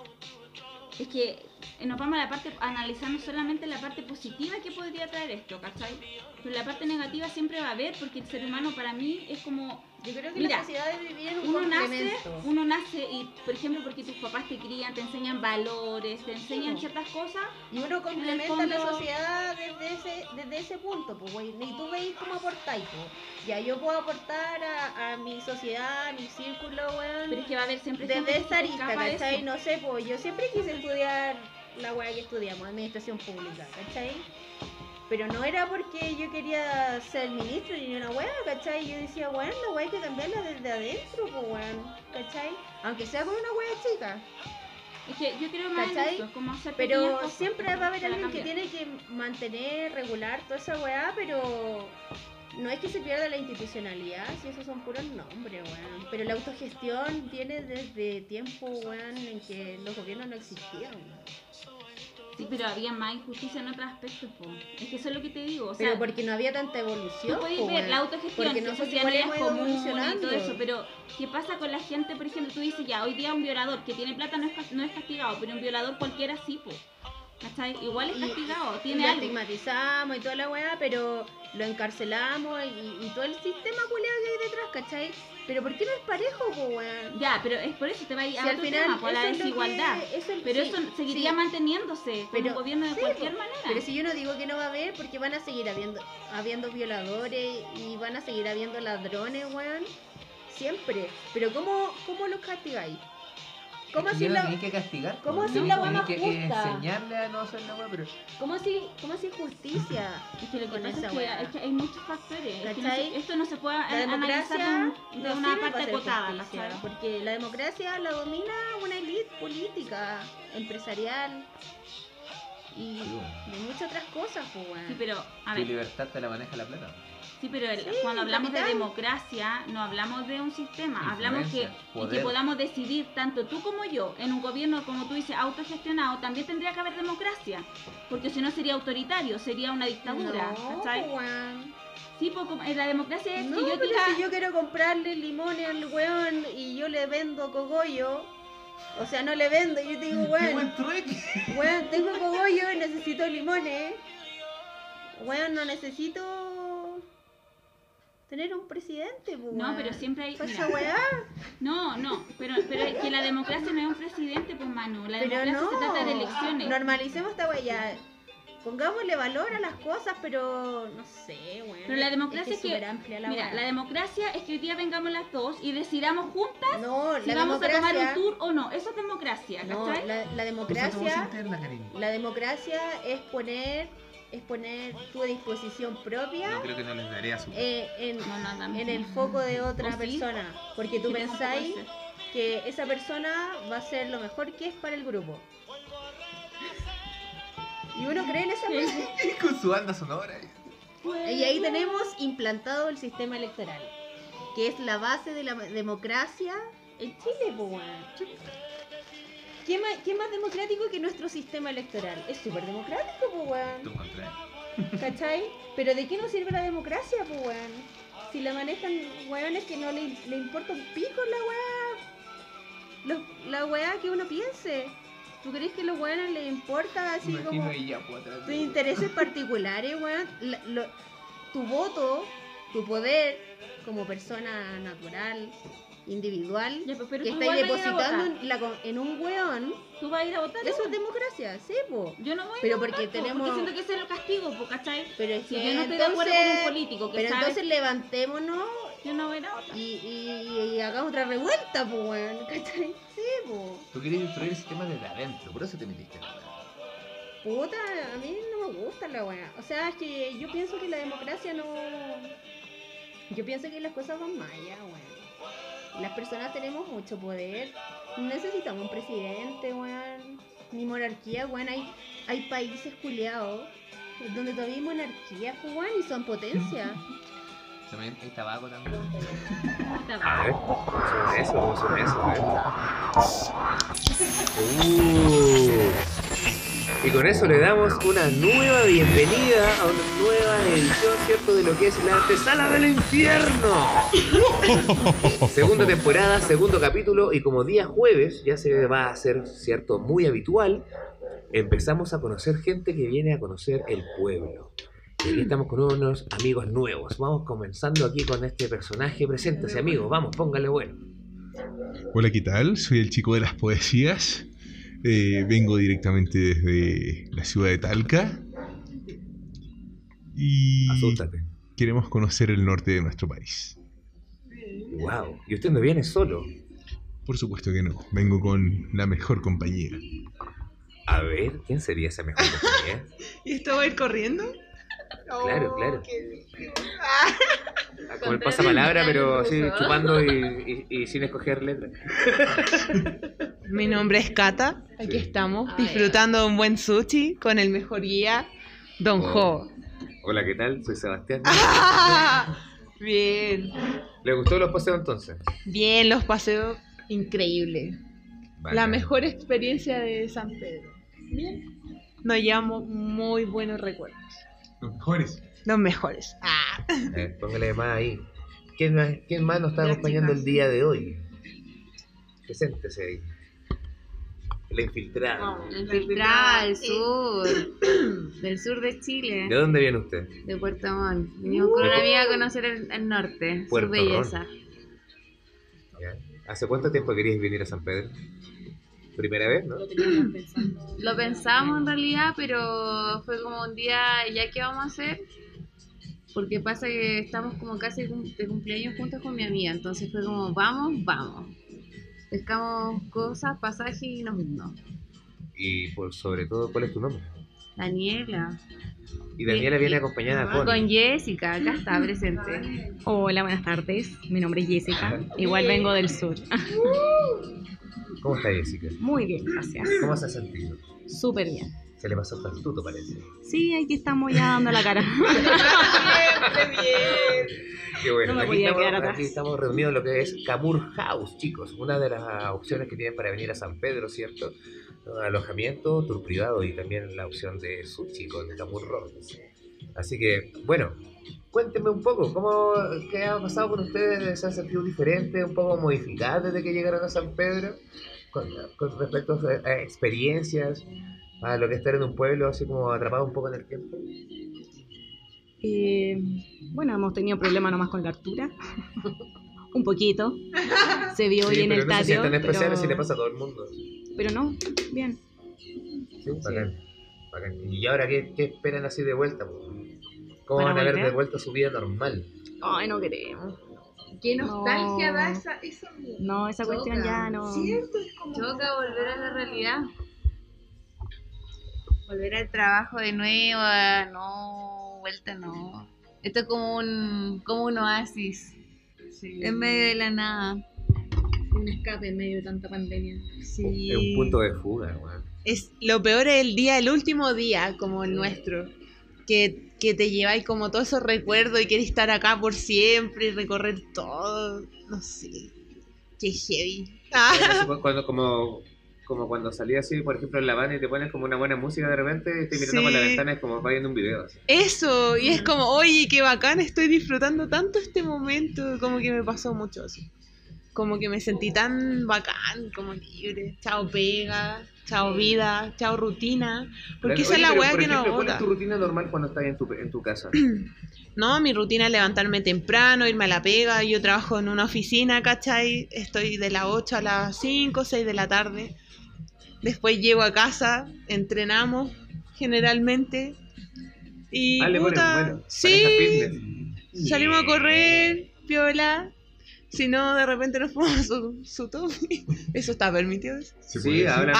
Es que eh, nos vamos a la parte, analizando solamente la parte positiva que podría traer esto, ¿cachai? Pero la parte negativa siempre va a haber, porque el ser humano para mí es como, Yo creo que Mira, la sociedad debe vivir en un uno nace, complemento. uno nace y, por ejemplo, porque tus papás te crían, te enseñan valores, te enseñan po. ciertas cosas, Y uno complementa fondo- la sociedad desde ese, desde ese punto, pues, güey. Y tú veis cómo aportáis, pues. Ya yo puedo aportar a, a mi sociedad, a mi círculo, weón. pero es que va a haber siempre gente Desde que esta se arista, escapa de ¿cachai? eso. No sé, pues yo siempre quise estudiar la weá que estudiamos, administración pública, ¿cachai? Pero no era porque yo quería ser ministro ni una weá, ¿cachai? Yo decía, weón, la weá hay que cambiarla desde adentro, pues, weón, ¿cachai? Aunque sea con una weá chica. Es que yo creo más en ¿Cachai? eso, como hacer pequeñas Pero cosas siempre va a haber para alguien que cambiar. tiene que mantener, regular toda esa weá, pero no es que se pierda la institucionalidad, si esos son puros nombres, weón. Pero la autogestión viene desde tiempo, weón, en que los gobiernos no existían. Sí, pero había más injusticia en otros aspectos, po. Es que eso es lo que te digo, o sea, Pero porque no había tanta evolución. tú puedes po, ver weón. la autogestión, Porque que nosotros social igual es hemos ido común y evolucionando. todo eso, pero ¿qué pasa con la gente, por ejemplo, tú dices ya, hoy día un violador que tiene plata no es, cas- no es castigado, pero un violador cualquiera sí, po. ¿Cachai? Igual es Y- castigado, Y tiene lo algo. estigmatizamos y toda la weá, pero lo encarcelamos y, y todo el sistema culiado que hay detrás, ¿cachai? Pero ¿por qué no es parejo, po, weón? Ya, pero es por eso te va a ir Si a al otro final tema, por la eso es lo que- desigualdad. eso es- Pero sí, eso seguiría sí. manteniéndose con Pero- un gobierno de sí, cualquier po. manera. Pero si yo no digo que no va a haber, porque van a seguir habiendo, habiendo violadores y van a seguir habiendo ladrones, weón. Siempre. Pero ¿cómo, cómo los castigáis? ¿Cómo Es que así ya no la, tenés que castigar. ¿cómo pues, así no, la tenés guama que justa? enseñarle a no hacer la weá, pero cómo así, cómo así justicia? Es que lo que con pasa esa es que, weá. es que hay muchos factores. Es que no ¿Cachai? se- esto no se puede La a- analizar de, democracia un- de no una sirve parte para hacer acotada, justicia, ¿cachai? porque la democracia la domina una élite política, empresarial y de muchas otras cosas, pues, weón. Sí, pero, a tu ver, libertad te la maneja la plata. sí, pero el- Sí, cuando hablamos de capital. democracia, no hablamos de un sistema, hablamos que, Influencia, y que poder. podamos decidir, tanto tú como yo, en un gobierno, como tú dices, autogestionado, también tendría que haber democracia, porque si no sería autoritario, sería una dictadura, No, ¿cachai? pues, weón. Sí, pues como- eh, la democracia es No, que yo pero diga, si yo quiero comprarle limones al weón y yo le vendo cogollo, o sea, no le vendo, yo te digo, weón, trueque! weón, tengo cogollo y necesito limones. Weón, no necesito tener un presidente, pues, no, weón. pero siempre hay, ¿Para mira, esa weá? no, no, pero, pero es que la democracia no es un presidente, pues Manu, la Pero democracia no. se trata de elecciones. Normalicemos esta weá ya. Pongámosle valor a las cosas, pero no sé, weón. Pero la democracia es es que, súper amplia la mira, weá. la democracia es que hoy día vengamos las dos y decidamos juntas No, si la vamos a tomar democracia. un tour o no. Eso es democracia, No, ¿cachai? la, la Esa tu voz democracia. interna, cariño. La democracia es poner, es poner tu disposición propia No creo que no les daré a su. eh, en, No, no, no, en el foco de otra ¿O sí? persona. Porque tú Sí, ¿cómo pensáis puede ser? que esa persona va a ser lo mejor que es para el grupo. Y uno cree en esa persona. Con su banda sonora. Y ahí tenemos implantado el sistema electoral, que es la base de la democracia en Chile, po, weón. ¿Qué más, ¿Qué más democrático que nuestro sistema electoral? Es súper democrático, po, Tu weón. contrario. ¿Cachai? Pero ¿de qué nos sirve la democracia, po, weón? Si la manejan weones que no le, le importa un pico la weá. Los- la weá que uno piense. ¿Tú crees que a los weones les importa así Imagino como ahí ya, pues, atrás tus de- intereses particulares, weón? La- lo- tu voto, tu poder como persona natural, individual, Ya, pero, pero que tú estáis igual vas a ir a depositando votar. en, la co- en un weón, Tú vas a ir a votar. eso ¿no? es democracia, sí, po. Yo no voy a Pero ir a porque votar, po, tenemos- porque siento que ese es el castigo, po, ¿cachai? Pero es Si que yo no estoy de acuerdo con un político que pero sabe, entonces levantémonos yo no voy a ir a votar. y, y, y hagamos otra revuelta, po, weón, ¿cachai? Sí, po. Tú querías destruir el sistema desde adentro, por eso te metiste en la weá. Puta, a mí no me gusta la weá. O sea, es que yo pienso que la democracia no. Yo pienso que las cosas van más allá, weón. Las personas tenemos mucho poder. No necesitamos un presidente, weón. Ni monarquía, weón. Hay, hay países culiados donde todavía hay monarquía, pues, weón, y son potencias. También hay tabaco también. A ver, ¿cómo suena eso? ¿Cómo suena eso? A ver. Uh. Y con eso le damos una nueva bienvenida a una nueva edición, ¿cierto? De lo que es la antesala del infierno. Segunda temporada, segundo capítulo, y como día jueves ya se va a hacer, ¿cierto? Muy habitual, empezamos a conocer gente que viene a conocer el pueblo. Y aquí estamos con unos amigos nuevos. Vamos comenzando aquí con este personaje. Preséntese, amigo. Vamos, póngale bueno. Hola, ¿qué tal? Soy el chico de las poesías. Eh, vengo directamente desde la ciudad de Talca. Y Asústate. queremos conocer el norte de nuestro país. Wow. ¿Y usted no viene solo? Por supuesto que no. Vengo con la mejor compañía. A ver, ¿quién sería esa mejor compañía? ¿Y esto va a ir corriendo? Claro, claro. qué- Como el pasapalabra, pero así chupando y, y- y sin escoger letras. Mi nombre es Cata. Aquí Sí. estamos disfrutando de un buen sushi con el mejor guía, Don Oh. Jo. Hola, ¿qué tal? Soy Sebastián. ¡Ah! Bien, ¿Le gustó los paseos entonces? bien, los paseos increíbles. La Bacán. mejor experiencia de San Pedro. Bien. Nos llevamos muy buenos recuerdos. Los mejores. Los mejores. Ah. Eh, póngale más ahí. ¿Quién más, quién más nos está Ya, acompañando chicas. el día de hoy? Preséntese ahí. La infiltrada. La infiltrada del sur, del sur de Chile, ¿De dónde viene usted? de Puerto Montt. Vinimos con una amiga a conocer el, el norte, Puerto su belleza. ¿Ya? ¿Hace cuánto tiempo querías venir a San Pedro? ¿Primera vez, no? Lo pensamos en realidad, pero fue como un día, ¿ya qué vamos a hacer? Porque pasa que estamos como casi de cumpleaños juntos con mi amiga, entonces fue como, vamos, vamos. Pescamos cosas, pasajes y nos fuimos. Y por sobre todo, ¿cuál es tu nombre? Daniela. Y Daniela viene acompañada con... Con Jessica, acá está presente. Hola, buenas tardes. Mi nombre es Jessica. Igual vengo del sur. ¿Cómo está Jessica? Muy bien, gracias. ¿Cómo se ha sentido? Súper bien. Se le pasó hasta el tuto, parece. Sí, aquí estamos ya dando la cara. Siempre bien. Qué bueno. No me aquí, podía estamos, quedar atrás. aquí estamos reunidos en lo que es Camur House, chicos. Una de las opciones que tienen para venir a San Pedro, ¿cierto? Alojamiento, tour privado y también la opción de sushi con Camur Rolls. Así que, bueno, cuéntenme un poco, ¿cómo, ¿qué ha pasado con ustedes? ¿Se han sentido diferentes, un poco modificadas desde que llegaron a San Pedro? Con, con respecto a, a experiencias, a lo que es estar en un pueblo así como atrapado un poco en el tiempo. Eh, bueno, hemos tenido problemas nomás con la altura. Un poquito. Se vio hoy Sí, en pero el no se patio. sientan especiales pero... si le pasa a todo el mundo. pero no, bien. Sí, bacán, bacán. ¿Y ahora qué, qué esperan así de vuelta? ¿Cómo ¿Para van a ver volver? de vuelta su vida normal? Ay, no queremos. Qué nostalgia No. da esa, esa No, esa cuestión ya no. ¿Cierto? Es como... Toca volver a la realidad. Volver al trabajo de nuevo, a- no, vuelta no. Esto es como un, como un oasis Sí. en medio de la nada. Un escape en medio de tanta pandemia. Sí. Es un punto de fuga, weón. Es, lo peor es el día, el último día, como el nuestro. Que, que te lleváis como todos esos recuerdos y quieres estar acá por siempre y recorrer todo. No sé. Qué heavy. Ah. Bueno, así cuando, como, como cuando salías así, por ejemplo, en la van y te pones como una buena música de repente, y estoy mirando por la Sí. ventana, es como va viendo un video. Así. Eso, y es como, oye, qué bacán, estoy disfrutando tanto este momento. Como que me pasó mucho así. Como que me sentí tan bacán, como libre. Chao pega, chao vida, chao rutina. Porque Oye, esa es la pero, weá por que no ejemplo, ¿cuál es agota. tu rutina normal cuando estás en tu, en tu casa? No, mi rutina es levantarme temprano, irme a la pega. Yo trabajo en una oficina, ¿cachai? Estoy de las ocho a las cinco, seis de la tarde. Después llego a casa, entrenamos generalmente. Y Ah, le ponen, puta, bueno, sí, pareja fitness. salimos a Yeah. correr, piola. Si no, de repente nos fumamos su, su topi. ¿Eso está permitido? ¿Se puede Sí, decir? hablan.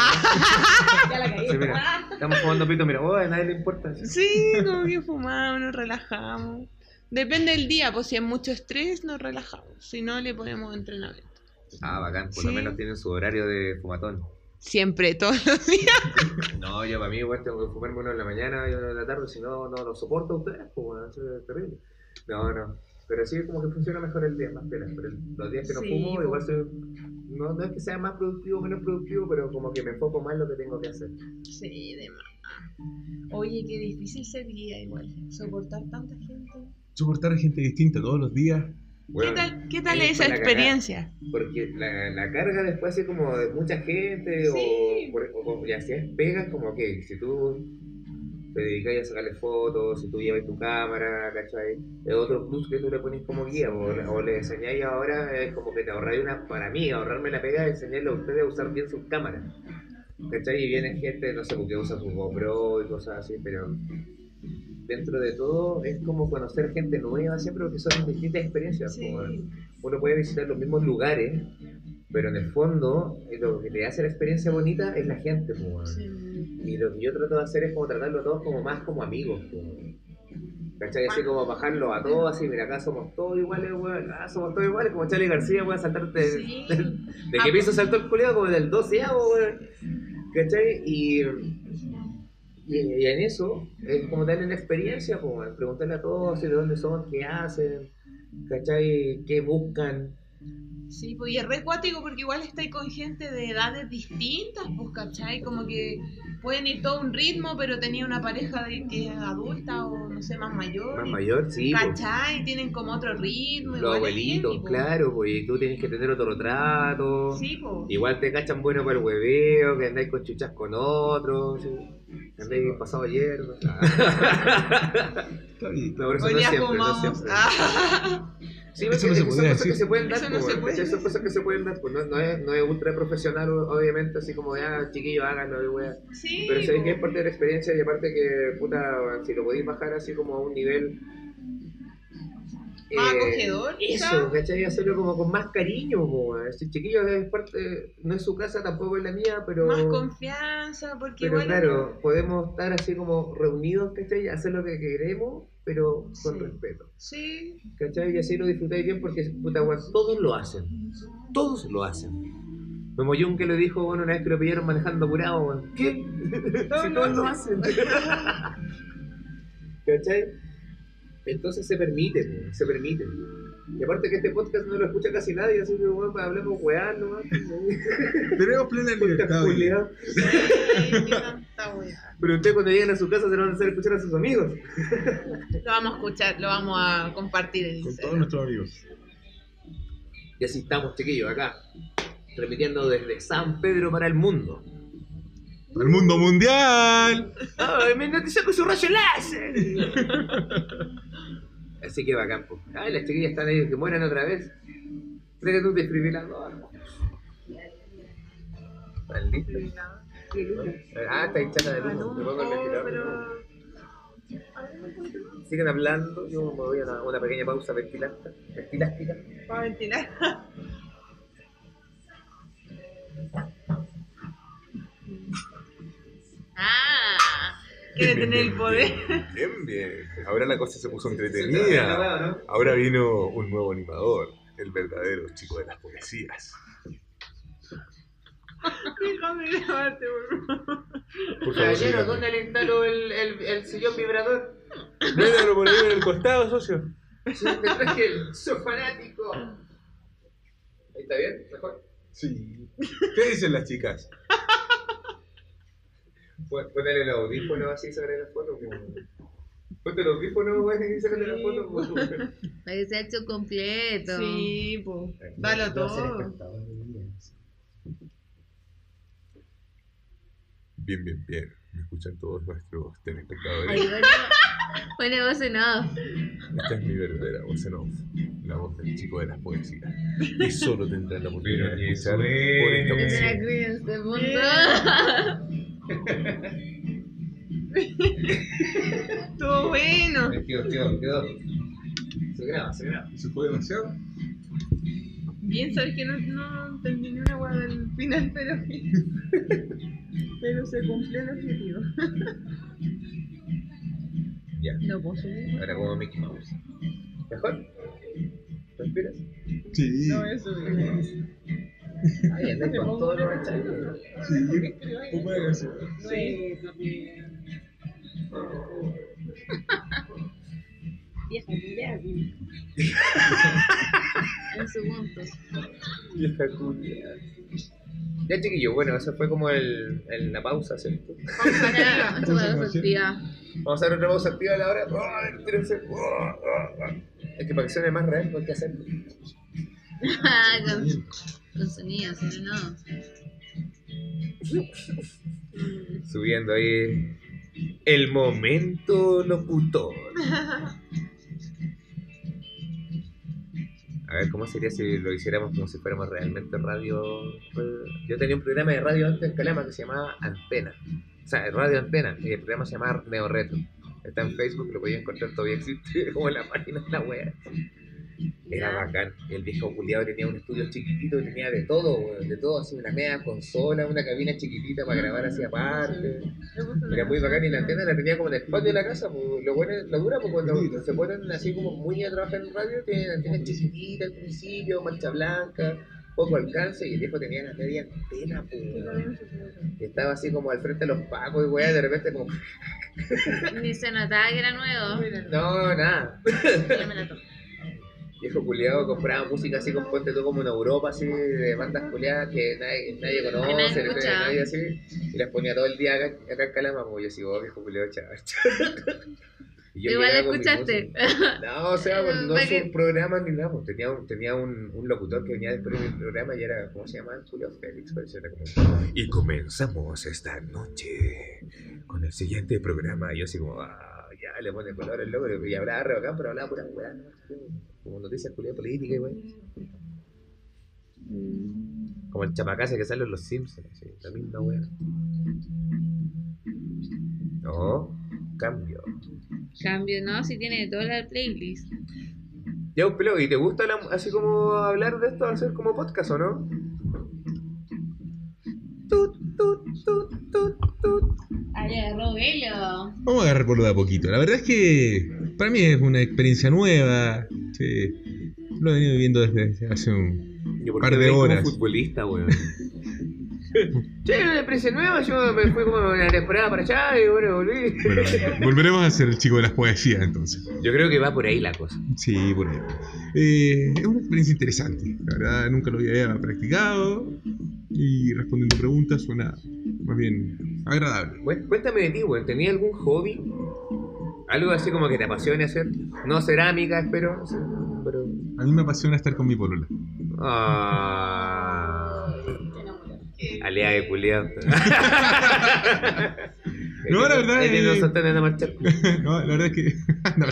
Ya la caí. Sí, mira, estamos fumando pito, mira, oh, a nadie le importa. Sí, como que fumamos, nos relajamos. Depende del día, pues si hay mucho estrés, nos relajamos. Si no, le ponemos entrenamiento. Ah, bacán, por Sí. lo menos tienen su horario de fumatón. Siempre, todos los días. No, yo para mí igual tengo que fumarme uno en la mañana y uno en la tarde, si no, no lo soporto a ustedes, pues bueno, eso es terrible. No, no. Pero sí, como que funciona mejor el día, más pena. Pero los días que no Sí, fumo, po. igual soy. No, no es que sea más productivo o menos productivo, pero como que me enfoco más en lo que tengo que hacer. Sí, de más. Oye, qué difícil sería igual soportar tanta gente. Soportar a gente distinta todos los días. Bueno, ¿Qué tal, qué tal es esa para cagar. experiencia? Porque la, la carga después así como de mucha gente Sí. o, por, o, o ya si es pegas como que si tú te dedicas a sacarle fotos, si tú llevas tu cámara, ¿cachai? Es otro plus que tú le pones como guía o, o le enseñáis ahora, es como que te ahorráis una, para mí, ahorrarme la pega es enseñarle a ustedes a usar bien sus cámaras, ¿cachai? Y viene gente, no sé, porque usa su GoPro y cosas así, pero dentro de todo es como conocer gente nueva siempre porque son distintas experiencias. Sí. Como, uno puede visitar los mismos lugares, pero en el fondo eh, lo que te hace la experiencia bonita es la gente. Pues, Sí. y lo que yo trato de hacer es como tratarlo a todos como más como amigos. Pues. ¿Cachai? Así como bajarlo a todos, así, mira, acá somos todos iguales, weón, ah, somos todos iguales, como Charlie García, weón, saltarte del- Sí. del- ¿de qué piso saltó el culiado? Como del doceavo, weón, ¿cachai? Y, y, y en eso, es como darle la experiencia, pues, weón, preguntarle a todos de dónde son, qué hacen, ¿cachai? ¿Qué buscan? Sí, pues y es re cuático porque igual estáis con gente de edades distintas, pues, ¿cachai? Como que pueden ir todo a un ritmo, pero tenía una pareja de, que es adulta o no sé, más mayor. Más y- mayor, sí. po. ¿Cachai? Tienen como otro ritmo. Los igual es abuelitos, heavy, po. claro, pues, y tú tienes que tener otro trato. Sí, po. Igual te cachan bueno para el hueveo, que andáis con chuchas con otros, sí. Que andáis pasado ayer. ¿no? Está bien. No, pero eso Hoy no día siempre, no fumamos. siempre. Ah. Sí, Eso porque no se son podría cosas que decir. se pueden dar, Eso no pues, se puede. ¿cachai? Son cosas que se pueden dar, pues no, no es, no es ultra profesional, obviamente, así como de, ah, chiquillos, háganlo, y wea. Sí, Pero sabéis po. que es parte de la experiencia y aparte que, puta, si lo podéis bajar así como a un nivel... Más eh, acogedor, Eso, quizá. ¿cachai? Hacerlo como con más cariño, po. Este chiquillo es parte, no es su casa, tampoco es la mía, pero... Más confianza, porque Pero igual claro, podemos estar así como reunidos, ¿cachai? Hacer lo que queremos, pero con Sí. respeto. Sí, ¿Cachai? Y así lo disfrutáis bien porque, puta, weón, todos lo hacen. Todos lo hacen. Memo Jung que lo dijo, bueno, una vez que lo pillaron manejando apurado, weón. ¿Qué? Si todos lo hacen. ¿Cachai? Entonces se permite, weón, se permite. Y aparte que este podcast no lo escucha casi nadie, así que, weón, hablemos weá nomás. Tenemos plena libertad. hoy. Culeado. sí, qué tanta wea. Pero ustedes cuando lleguen a su casa se lo van a hacer escuchar a sus amigos. Lo vamos a escuchar, lo vamos a compartir en Con Instagram. todos nuestros amigos. Y así estamos, chiquillos, acá. Transmitiendo desde San Pedro para el mundo. ¡El mundo mundial! ¡Ay, me noticia con su rayo láser! Así que bacán, po. Ay, las chiquillas están ahí que mueran otra vez. Tráigate un desfibrilador. ¿Están listos? Ah, está hinchada de luz. Me pongo el ventilador. Siguen hablando, yo me voy a una, una pequeña pausa ventilástica. Ventilástica. Para ventilar. Ah, Quiere tener el poder. Bien, bien. Ahora la cosa se puso La entretenida. hueá, ¿no? Ahora vino un nuevo animador, el verdadero chico de las poesías. Déjame grabarte, por favor. Por favor, Caballero, dígame. ¿dónde le instalo el, el, el sillón vibrador? Métalo por ahí en el costado, socio. Sí, te traje el sofanático. ¿Ahí está bien? ¿Mejor? Sí. ¿Qué dicen las chicas? Pon- Ponele el audífono así sobre la foto. como- Ponte el audífono, güey, y sácate la foto. como- para que sea hecho completo. Sí, pues. Dalo todo. Bien, bien, bien. Me escuchan todos nuestros Ay, telespectadores. bueno, bueno, vos no. Esta es mi verdadera voz en off, la voz del chico de las poesías. Y solo tendrán la oportunidad de escuchar por esta Es ocasión. una queen este mundo. Estuvo bueno. Quedó, quedó, quedó. Se graba, se graba. ¿Se fue demasiado? Bien, sabes que no, no entendí ni una hueá del final, pero pero se cumplió el objetivo. Ya. No puedo subir. Ahora como Mickey Mouse. ¿Mejor? ¿Respiras? Sí. No, eso. Ahí andas con todo lo rechazado. Sí. ¿Cómo puede ser? Vieja culiada. En su punto. Vieja culia. Ya, chiquillo, bueno, eso fue como el, el- la pausa, ¿cierto? Para tu activa. Vamos a hacer otra pausa activa a la hora. ¡Oh, tírense! ¡Oh, oh, oh! Es que para que suene más real, no hay que hacerlo. con, con sonido, si no, no. Subiendo ahí el momento locutor. A ver, ¿cómo sería si lo hiciéramos como si fuéramos realmente radio? Yo tenía un programa de radio antes en Calama que se llamaba Antena. O sea, Radio Antena. Y el programa se llamaba Neo Retro. Está en Facebook, lo podía encontrar, todavía existe como en la página de la web. Era bacán. El viejo culiado tenía un estudio chiquitito, tenía de todo, weón, de todo, así una media consola, una cabina chiquitita para grabar así aparte. Era muy bacán y la antena la tenía como en el patio de la casa, pues, lo bueno, lo dura, pues cuando se ponen así como muy a trabajar en radio, tienen antenas chiquititas al principio, mancha blanca, poco alcance, y el viejo tenía la media antena, pues. Y estaba así como al frente de los pacos y weá, de repente como, Ni se notaba que era nuevo. no, nada. Ya me la tomo. viejo culiado compraba música así con ponte todo como en Europa, así, de bandas culiadas que nadie, nadie conoce, nadie nadie, escucha. nadie así, y las ponía todo el día acá, acá en Calama, como yo sigo, oh, viejo culiado, chaval. Y yo Igual llegaba con mi escuchaste. música. No, o sea, pues, no ¿Para son qué? programas ni nada, pues, tenía, un, tenía un, un locutor que venía después de mi programa y era, ¿cómo se llama? Julio Félix, parece, era como... Y comenzamos esta noche con el siguiente programa, y yo así como, ah, ya, le pone color al loco, y hablaba re bacán, pero hablaba pura weá, ¿no? Como noticias culiadas políticas y weá. Como el chapacase que sale en los Simpsons, así, la misma weá. No, cambio. Cambio, ¿no? Si tiene toda la playlist. Ya, un pelo, ¿y te gusta la- así como hablar de esto, hacer como podcast o no? Tut, tut, tut, tut, tut. Ay, agarró velo. Vamos a agarrar por lo de a poquito. La verdad es que para mí es una experiencia nueva. Sí. Lo he venido viviendo desde hace un ¿Y por par qué de veis como horas. futbolista, weón? Che, una experiencia nueva, yo me fui como una temporada para allá y bueno, volví. Bueno, volveremos a ser el chico de las poesías entonces. Yo creo que va por ahí la cosa. Sí, por ahí. Eh, es una experiencia interesante. La verdad, nunca lo había practicado. Y respondiendo preguntas suena más bien agradable. Bueno, cuéntame de ti, weón. ¿Tenías algún hobby? Algo así como que te apasione hacer. No cerámica, espero. Sí, pero... A mí me apasiona estar con mi polola. Ah. Alea de culiao. No, la verdad es que no es- son tan a marchar. No, la verdad es que. No,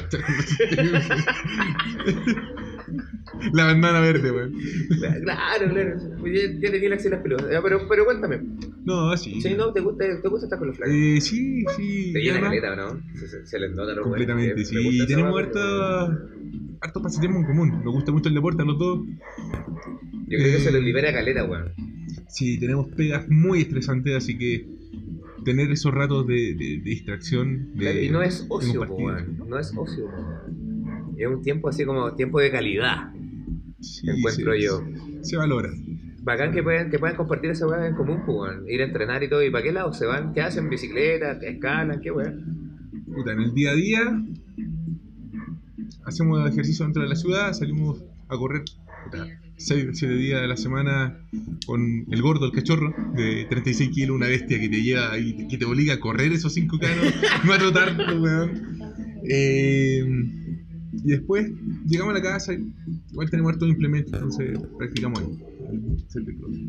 la bandana verde, weón. Claro, claro. Pues ya, ya le di la axila peluda. Ya, Pero, pero cuéntame. No, sí. Sí, ¿no? ¿Te gusta, te gusta estar con los flacos? Eh, sí, sí. ¿Te y llena además- caleta o no? Se, se, se les nota a los Completamente, güeyes que les sí. gusta Y esa tenemos weá, hartos hartos pasatiempos en común. Nos gusta mucho el deporte a los dos. Yo creo que Eh, se les libera caleta, weón. Sí, tenemos pegas muy estresantes, así que tener esos ratos de, de- de distracción. De, Claro, y no es de un ocio, po, partido. weón. No es ocio, po, weón. Es un tiempo así como tiempo de calidad. Sí, encuentro se, yo. Se valora. Bacán que puedan, que puedan compartir esa weá en común, po, weón. Ir a entrenar y todo. ¿Y para qué lado se van? ¿Qué hacen? ¿Bicicleta? ¿Qué escalan? ¿Qué weón? Puta, en el día a día hacemos ejercicio dentro de la ciudad, salimos a correr puta, seis, siete días de la semana con el gordo, el cachorro, de treinta y seis kilos, una bestia que te lleva y que te obliga a correr esos cinco canos, no a trotar, weón. Eh, y después llegamos a la casa, y igual tenemos hartos implementos, entonces practicamos ahí. Set de cross.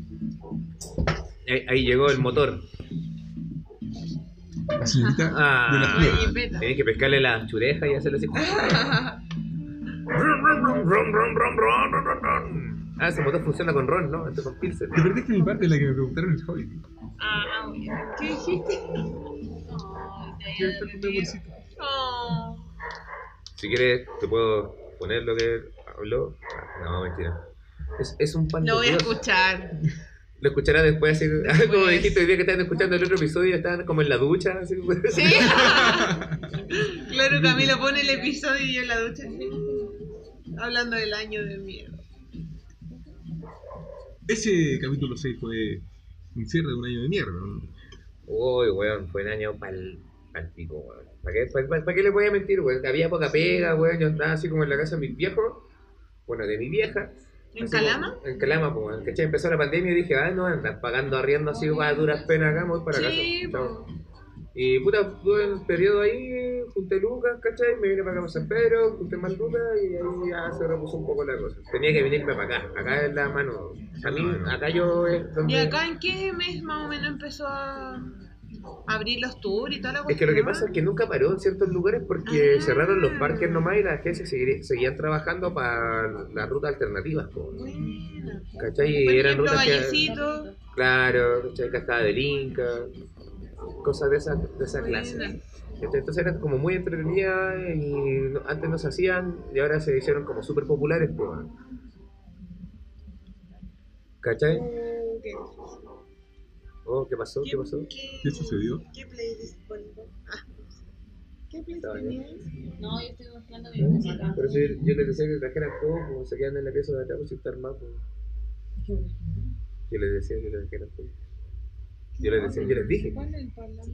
Ahí, ahí llegó el motor. La señorita de las Ah, flores. tenés que pescarle la chureja y hacerle así. Ah, ese motor funciona con ron, ¿no? Este con Pilsen. Te perdiste mi parte en la que me preguntaron el hobby. Ah, ¿qué dijiste? Quiero estar con mi bolsito. Oh. Si quieres, te puedo poner lo que habló. Ah, no, mentira. Es, es un pan Lo voy de a Dios. escuchar. Lo escucharás después, así como dijiste hoy día que estaban escuchando el otro episodio, estaban como en la ducha, así. Sí. Claro, Camilo pone el episodio y yo en la ducha. Hablando del año de mierda. Ese capítulo seis fue un cierre de un año de mierda, ¿no? Uy, weón, fue un año pal, pal pico, weón. ¿Para qué, pa- pa- pa' qué le voy a mentir, weón? Había poca pega, weón. Yo estaba así como en la casa de mis viejos, bueno, de mi vieja. ¿En Así Calama? como- En Calama, pues, weón. ¿Cachai? Empezó la pandemia y dije, ah, no, andan pagando arriendo así, va a duras penas acá, me voy para Sí, casa. Chao. Y puta, tuve un periodo ahí, junté lucas, ¿cachai? Me vine para acá para San Pedro, junté más lucas y ahí ya se repuso un poco la cosa. Tenía que venirme para acá, acá es la mano. A mí, acá yo es donde... ¿Y acá en qué mes más o menos empezó a abrir los tours y toda la Es que lo que cuestión? pasa es que nunca paró en ciertos lugares porque Ah. cerraron los parques nomás y las agencias segui- seguían trabajando para las rutas alternativas, po. Buena. ¿Cachai? Y Por eran ejemplo, rutas que... Vallecito. Claro, ¿cachai? Cascada del Inca, cosas de esa, de esa clase. Buena. Entonces eran como muy entretenidas y no- antes no se hacían y ahora se hicieron como súper populares, pues. ¿Cachai? ¿Qué, Oh, ¿qué pasó? ¿Qué pasó? qué, ¿Qué sucedió? qué playlist pongo? Ah, ¿qué playlist Estaba bien. tenías? No, yo estoy mezclando mi música. Por eso yo, yo les decía que trajeran todo, como se quedan en la pieza de acá, pues sin estar más, pues. Yo les decía que trajeran todo. Yo les decía, yo les dije. ¿Cuál es el parlando?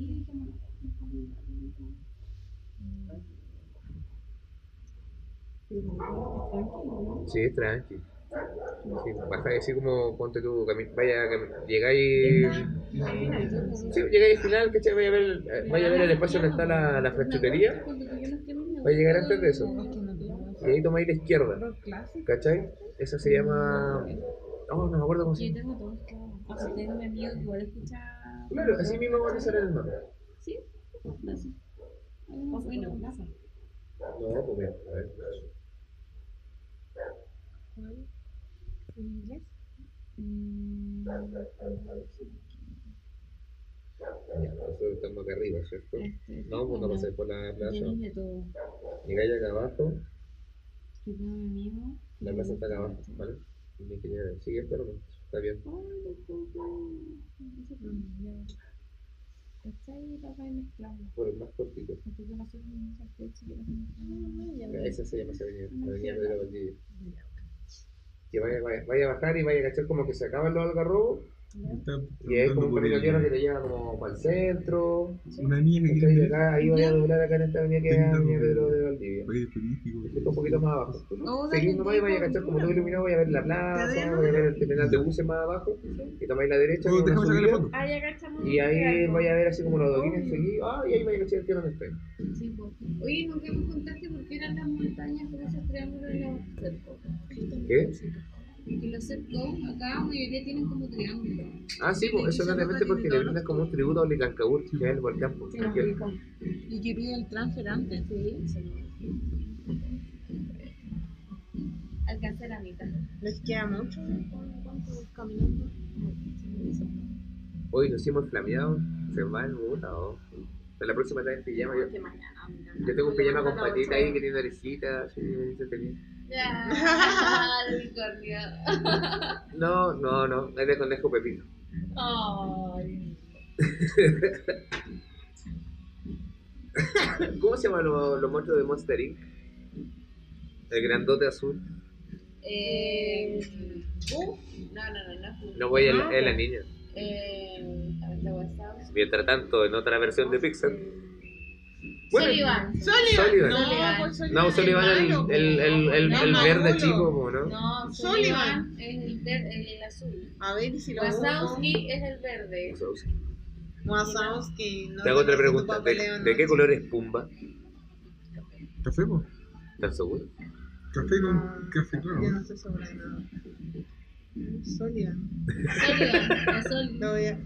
Sí, es tranqui. Sí, bajáis así como, ponte tú, cami- vaya, cami- llegáis... Sí, llegáis al final, ¿cachai? Vaya a ver, el- vaya a ver el espacio donde está la, la fracturería. Vaya a llegar antes de eso. Y ahí tomáis la izquierda, ¿cachai? Eso se llama... Oh, no me acuerdo cómo se Yo llama. tengo todos los O sea, tengo mi amigo que igual escucha. Claro, así mismo va a ser el mapa. ¿Sí? No sé. Algo más bueno. No, pues mira, a ver. ¿En inglés? Ya, nosotros estamos acá arriba, ¿cierto? Este, No, pues no pasé por la plaza. Tienes de todo. Llegáis acá abajo, Yo tengo a mi amigo. la plaza está acá abajo, ¿vale? Tienes que llegar, sigue esto, no, está bien. ¿Cachai? Papá mezclando. Por el más cortito. Entonces nosotros vamos al techo y las Esa se llama esa avenida, la avenida Pedro Valdivia. Que vaya, vaya, vaya a bajar y vaya a cachar como que se acaban los algarrobos. Y hay como un camino tierra que te lleva como para el centro. Una niña que ¿Cachai? Y acá, ahí vaya a doblar acá en esta avenida que es la avenida Pedro de Valdivia. Oye, específico. Está un poquito más abajo. Oh, Seguís nomás y vaya a cachar como todo iluminado, vaya a ver la plaza, vaya a ver el terminal de buses más abajo. Y tomáis la derecha. Oh, con una déjame sacar la subida, foto. Ah, ya cachamos. y ahí vaya a ver así como los adoquines seguidos. Ah, y ahí vaya a cachar el tierra donde está. Sí, pues. Oye, nunca me contaste por qué eran las montañas con esos triángulos en los cercos. ¿Qué? Que los cercos acá la mayoría tienen como triángulos. Ah, sí, pues eso es realmente porque le brindas como un tributo a Licancabur, que es el volcán. Pues, que- Y que pide el transfer antes. Alcancé la mitad. ¿Les queda mucho? ¿Cuánto caminando? Hoy nos hicimos flameados, se va el botado. La próxima está en pijama. Yo, yo tengo un pijama con patita ahí que tiene orejitas, así, entretenido. Ya, unicornio. No, no, no, es de conejo Pepito. Ay. ¿Cómo se llaman los, los monstruos de Monster incorporated? El grandote azul. Eh. ¿Buff? No, no, no, no. No voy a la, es la niña. Eh. A ver, la WhatsApp. Mientras tanto, en otra versión de Pixar. Bueno, Sullivan. Sullivan. No, Sullivan. pues Sullivan No, Sullivan el, malo, el, el, el, No, el verde Manolo. chico, po, ¿no? No, Sullivan. Sullivan es el, ver- el azul. A ver, y si lo busco. Wazowski es el verde. Wazowski. No Te hago otra sé tu pregunta. ¿De, papeleo, de no. qué color es Pumba? ¿Café, po? ¿Estás seguro? Café con Ah, café, Yo claro. no sé sobre nada. Sullivan. Sullivan, azul. Lo voy a...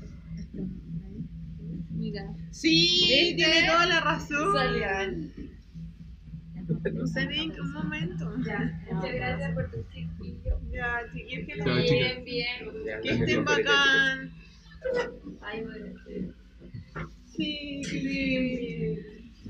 Mira. Sí, ¿Viste? tiene toda la razón. Sullivan. No sé ni en qué momento. Ya. Muchas gracias por tu chiquillo. Ya, chiquillos, que Chao, la... chicas. Bien, bien. Ya, Que gracias, estén compadre, bacán. Ay, bueno, sí. Sí, qué bien.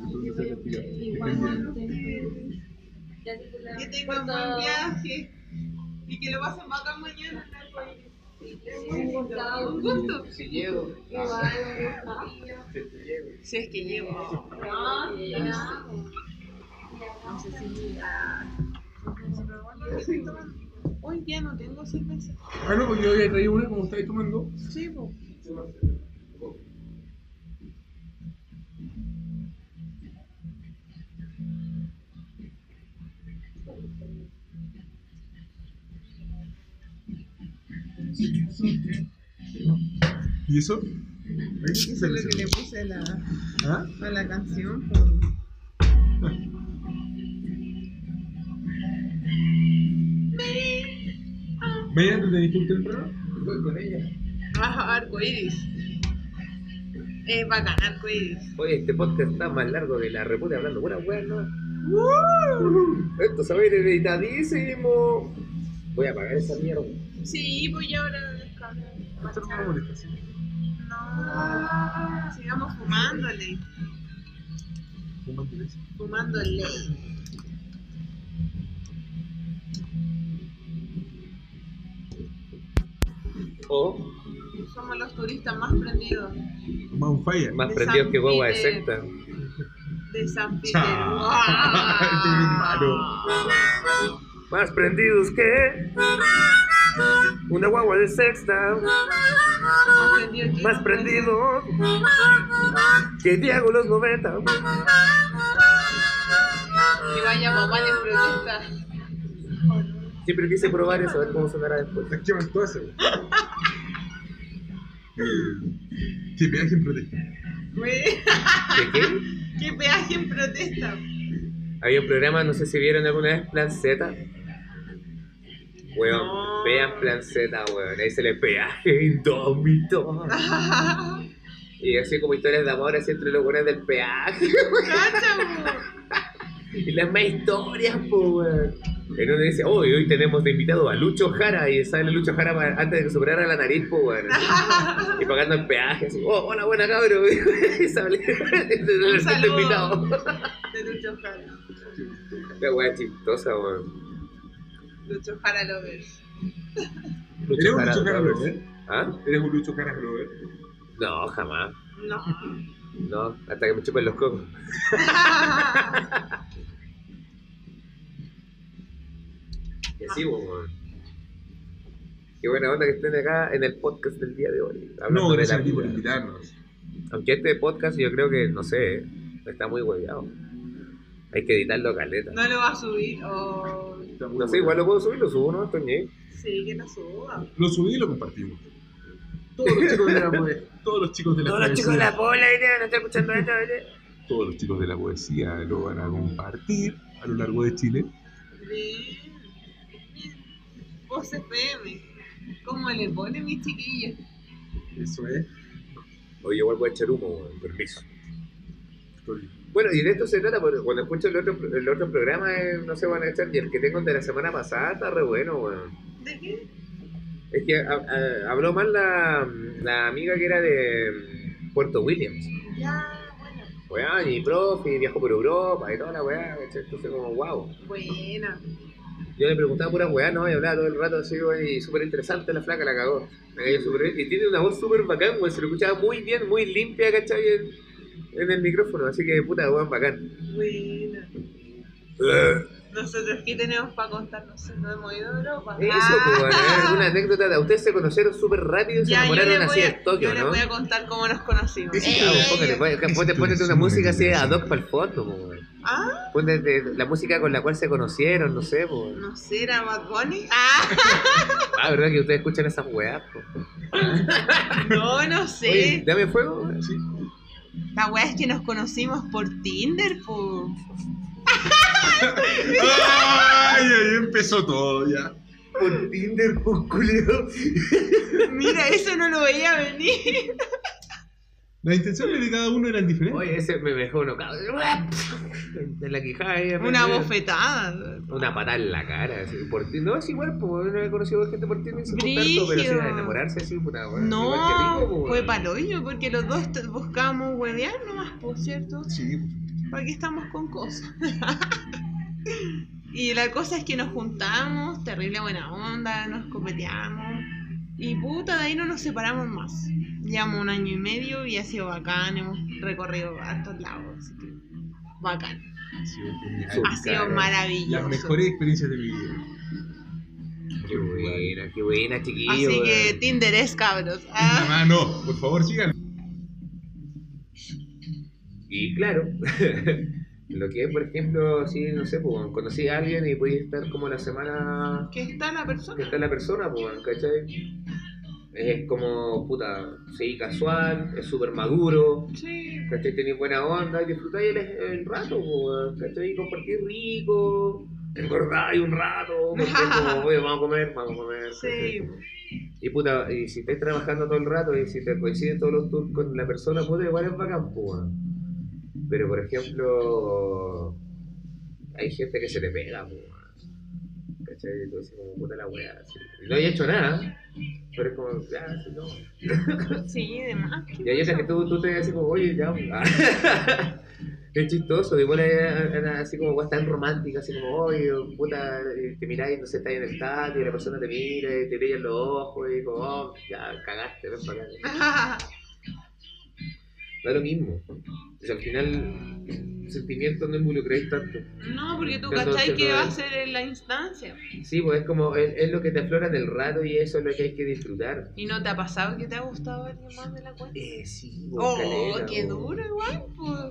Igualmente. Ya te cuidado. Que tengan buen viaje. Y que lo pasen bacán mañana en el país. Un gusto. Si llego. Igual, un gusto. Si llego. Si es que llego. No, sí, ya. No sé si ya. Hoy día no tengo cerveza. Ah, no, pues yo había traído una como estáis tomando. Sí, pues. ¿Y eso? Eso es lo que le puse a la, ¿Ah? a la canción. Pues. ¿Mañana te tenés que ir temprano? Voy con ella. Ajá, arcoiris. Es bacán, arcoiris. Oye, este podcast está más largo que la reputa hablando buena weá, ¿no? Esto se va a ir editadísimo. Voy a apagar esa mierda. Sí, voy ahora descargar. Esto no me molesta, sí. No, sigamos fumándole. Fumando eso. Fumándole. O Somos los turistas más prendidos Más un falla. más De prendidos San que guagua de Peter. secta. de San Chao. Petersburgo. Este es bien malo. Más prendidos que una guagua de sexta. Más prendidos que Diego los noventa. Que vaya mamá en protesta. Siempre quise probar eso, a ver cómo sonará después. Las queman todas esas. ¿Qué peaje en protesta? ¿Qué qué? ¿Qué peaje en protesta? Había un programa, no sé si vieron alguna vez, Plan Z. Weón, No. vean Plan Z, weón. Ahí se le peaje indómito. Y así como historias de amor así entre los weones del peaje. Y las más historias, po, weón. En uno dice, oh, y hoy tenemos de invitado a Lucho Jara. Y sale Lucho Jara pa- antes de que superara la nariz, po, weón. Y pagando el peaje, así, oh, hola, buena cabrón. Y sale el saludo. invitado. De Lucho Jara. La weá chistosa, weón. Lucho Jara Lovers. ¿Eres un Jara Lucho Jara Lovers. Lover? ¿Ah? ¿Eres un Lucho Jara Lover? No, jamás. No. No, hasta que me chupen los cocos. Y así, weón. Qué buena onda que estén acá en el podcast del día de hoy. hablando No, de gracias la a ti por vida. invitarnos. Aunque este podcast yo creo que, no sé, está muy hueveado. Hay que editarlo caleta. No lo va a subir. Oh, No sé, igual lo puedo subir, lo subo, ¿no? Estoy ni ahí. sí, que lo suba. Lo subí y lo compartimos. Todos los chicos de la poesía. Todos los chicos de la Todos los poesía. chicos de la pola ahí deben estar escuchando esto, ¿vale? Todos los chicos de la poesía lo van a compartir a lo largo de Chile. Bien. Voz F M. ¿Cómo le pone mi chiquillo? Eso es. Oye, igual voy a echar humo, weón, permiso. Bueno, y de esto se trata, porque cuando escucho el otro, el otro programa, eh, no sé, van a echar, y el que tengo de la semana pasada está re bueno, weón. ¿De qué? Es que a- a- habló mal la, la amiga que era de Puerto Williams. Ya, bueno. Weón, y profe, y viajó por Europa y toda la weá, ¿cachai? Entonces como, wow. Buena. Yo le preguntaba pura weá, ¿no? Y hablaba todo el rato así, weón, y súper interesante la flaca, la cagó. Me cayó súper bien. Y tiene una voz súper bacán, weón, se lo escuchaba muy bien, muy limpia, ¿cachai? En, en el micrófono, así que puta, weón, bacán. Buena. Nosotros, ¿qué tenemos para contar? No sé, no hemos ido a Europa. Eso, Ah. pues, bueno, a ver, alguna anécdota de ustedes se conocieron súper rápido y se Ya, yo enamoraron les así voy a- en Tokio, yo les ¿no? voy a contar cómo nos conocimos. Sí, Eh, claro, póngale, póngale, ponte, ponte una música así ad hoc para el fondo, po, weón. Ah, Ponte de- la música con la cual se conocieron, no sé, po. no sé, era Bad Bunny. Ah, Ah, ¿verdad que ustedes escuchan esas weas, po? no, no sé. Oye, dame fuego, weón. Sí. La wea es que nos conocimos por Tinder, po. ¡Ay! Ahí empezó todo ya. Por Tinder, po, culero. Mira, eso no lo veía venir. Las intenciones de cada uno eran diferentes. Oye, ese me dejó uno en la quijada ahí. Una aprendí. bofetada. Una patada en la cara, así, por Tinder. No, es igual, pues, no he conocido gente por Tinder sin tanto, pero así Brígido. a enamorarse así, puta, weón. Igual que No, rico, po, fue weón. paloyo, porque los dos t- buscábamos huevear nomás, por cierto. Sí. ¿Para qué estamos con cosas? Y la cosa es que nos juntamos, terrible buena onda, nos copeteamos. Y puta, de ahí no nos separamos más. Llevamos un año y medio y ha sido bacán, hemos recorrido a estos lados, así que bacán. Ha sido genial. Su Ha sido cara. maravilloso. Las mejores experiencias de mi vida. Qué buena, qué buena, chiquillo. Así que weón. Tinder es, cabros. Ah, Ah, no, por favor, sigan. Y claro, lo que es, por ejemplo, si, no sé, pues, conocí a alguien y podéis estar como la semana ¿qué está la que persona? está la persona, pues, ¿cachai? Es como, puta, sí, casual, es súper maduro, Sí. ¿cachai? Tenéis buena onda, disfrutáis el, el rato, pues, ¿cachai? Compartir rico, engordáis un rato, porque es como, oye, vamos a comer, vamos a comer. ¿cachai? Sí. Y puta, y si estáis trabajando todo el rato y si te coinciden todos los tours con la persona, puta, igual es bacán, pues, weón. Pero por ejemplo, hay gente que se le pega, pues, weón. ¿Cachai? Y tú dices como, puta la weá, así. Y no he hecho nada, pero es como, ya, sí, no. Sí, de más. Y hay otras que tú, tú te así como, oye, ya, ah. Es chistoso, igual es así como weas tan románticas, así como, oye, puta, y te miráis, no sé, estáis en el estadio y la persona te mira y te brillan los ojos y como, oh, ya, cagaste, ven para acá. Da lo mismo. O sea, al final, sentimientos no involucráis tanto. No, porque tú Entonces, cachai que no va a es- ser en la instancia. Sí, pues es como, es, es lo que te aflora en el rato y eso es lo que hay que disfrutar. ¿Y no te ha pasado que te ha gustado alguien más de la cuenta? Eh, sí, pues, Oh, caleta, qué pues. duro igual, pues.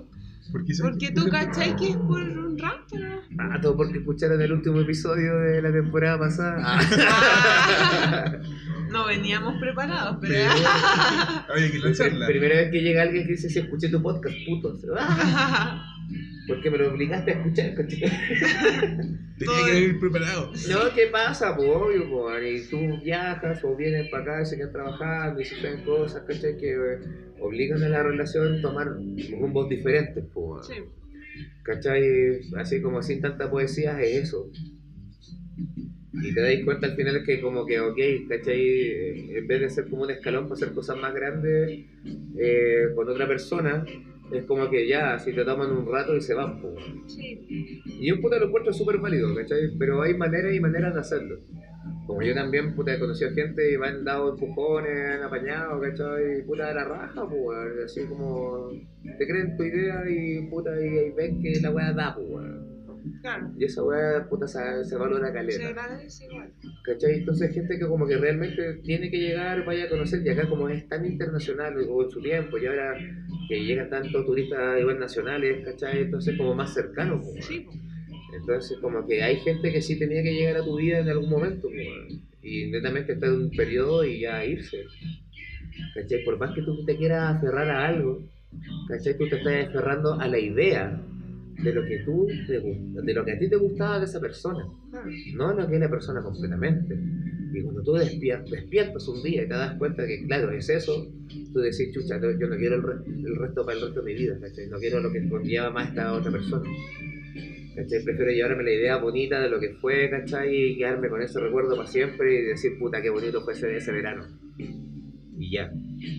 Porque, ¿sabes Porque qué? tú Por ejemplo, cachai que es por un rato, ¿no? Ah, todo porque escucharon el último episodio de la temporada pasada. Ah, no veníamos preparados, pero... Pero había que lanzarla. Primera vez que llega alguien que dice, si escuché tu podcast, puto. Porque me lo obligaste a escuchar, ¿cachai? Tenía que haber preparado. No, ¿qué pasa? Pues obvio, pues, y tú viajas o vienes para acá y se quedan trabajando y se hacen cosas, ¿cachai? Que eh, obligan a la relación a tomar rumbos diferentes, pues. Sí. ¿Cachai? Así como sin tanta poesía es eso. Y te das cuenta al final que como que, ok, ¿cachai? En vez de ser como un escalón para hacer cosas más grandes eh, con otra persona, es como que ya, si te toman un rato y se van, pues. Sí. Y un puta lo encuentro súper válido, ¿cachai? Pero hay maneras y maneras de hacerlo. Como yo también, puta, he conocido gente y me han dado empujones, han apañado, ¿cachai? Y puta de la raja, pues, así como te creen tu idea y puta, y, y ven que la weá da, pues, Claro. y esa weá, puta, se, se valora Se caleta, agradece igual. ¿cachai? Entonces gente que como que realmente tiene que llegar, vaya a conocer, y acá como es tan internacional, o en su tiempo, y ahora que llegan tantos turistas igual nacionales, ¿cachai? Entonces como más cercano, pues. Sí, po. Entonces como que hay gente que sí tenía que llegar a tu vida en algún momento, pues, y netamente estar en un periodo y ya irse, ¿cachai? Por más que tú te quieras aferrar a algo, ¿cachai? Tú te estás aferrando a la idea de lo que tú te gusta, de lo que a ti te gustaba de esa persona, no lo que es la persona completamente. Y cuando tú despiertas, despiertas un día y te das cuenta que claro, es eso, tú decís, chucha, yo no quiero el, re el resto para el resto de mi vida, ¿cachai? No quiero lo que conlleva más esta otra persona, ¿cachai? Prefiero llevarme la idea bonita de lo que fue, ¿cachai? Y quedarme con ese recuerdo para siempre y decir, puta, qué bonito fue ese, ese verano. Y ya.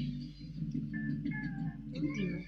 Íntimo.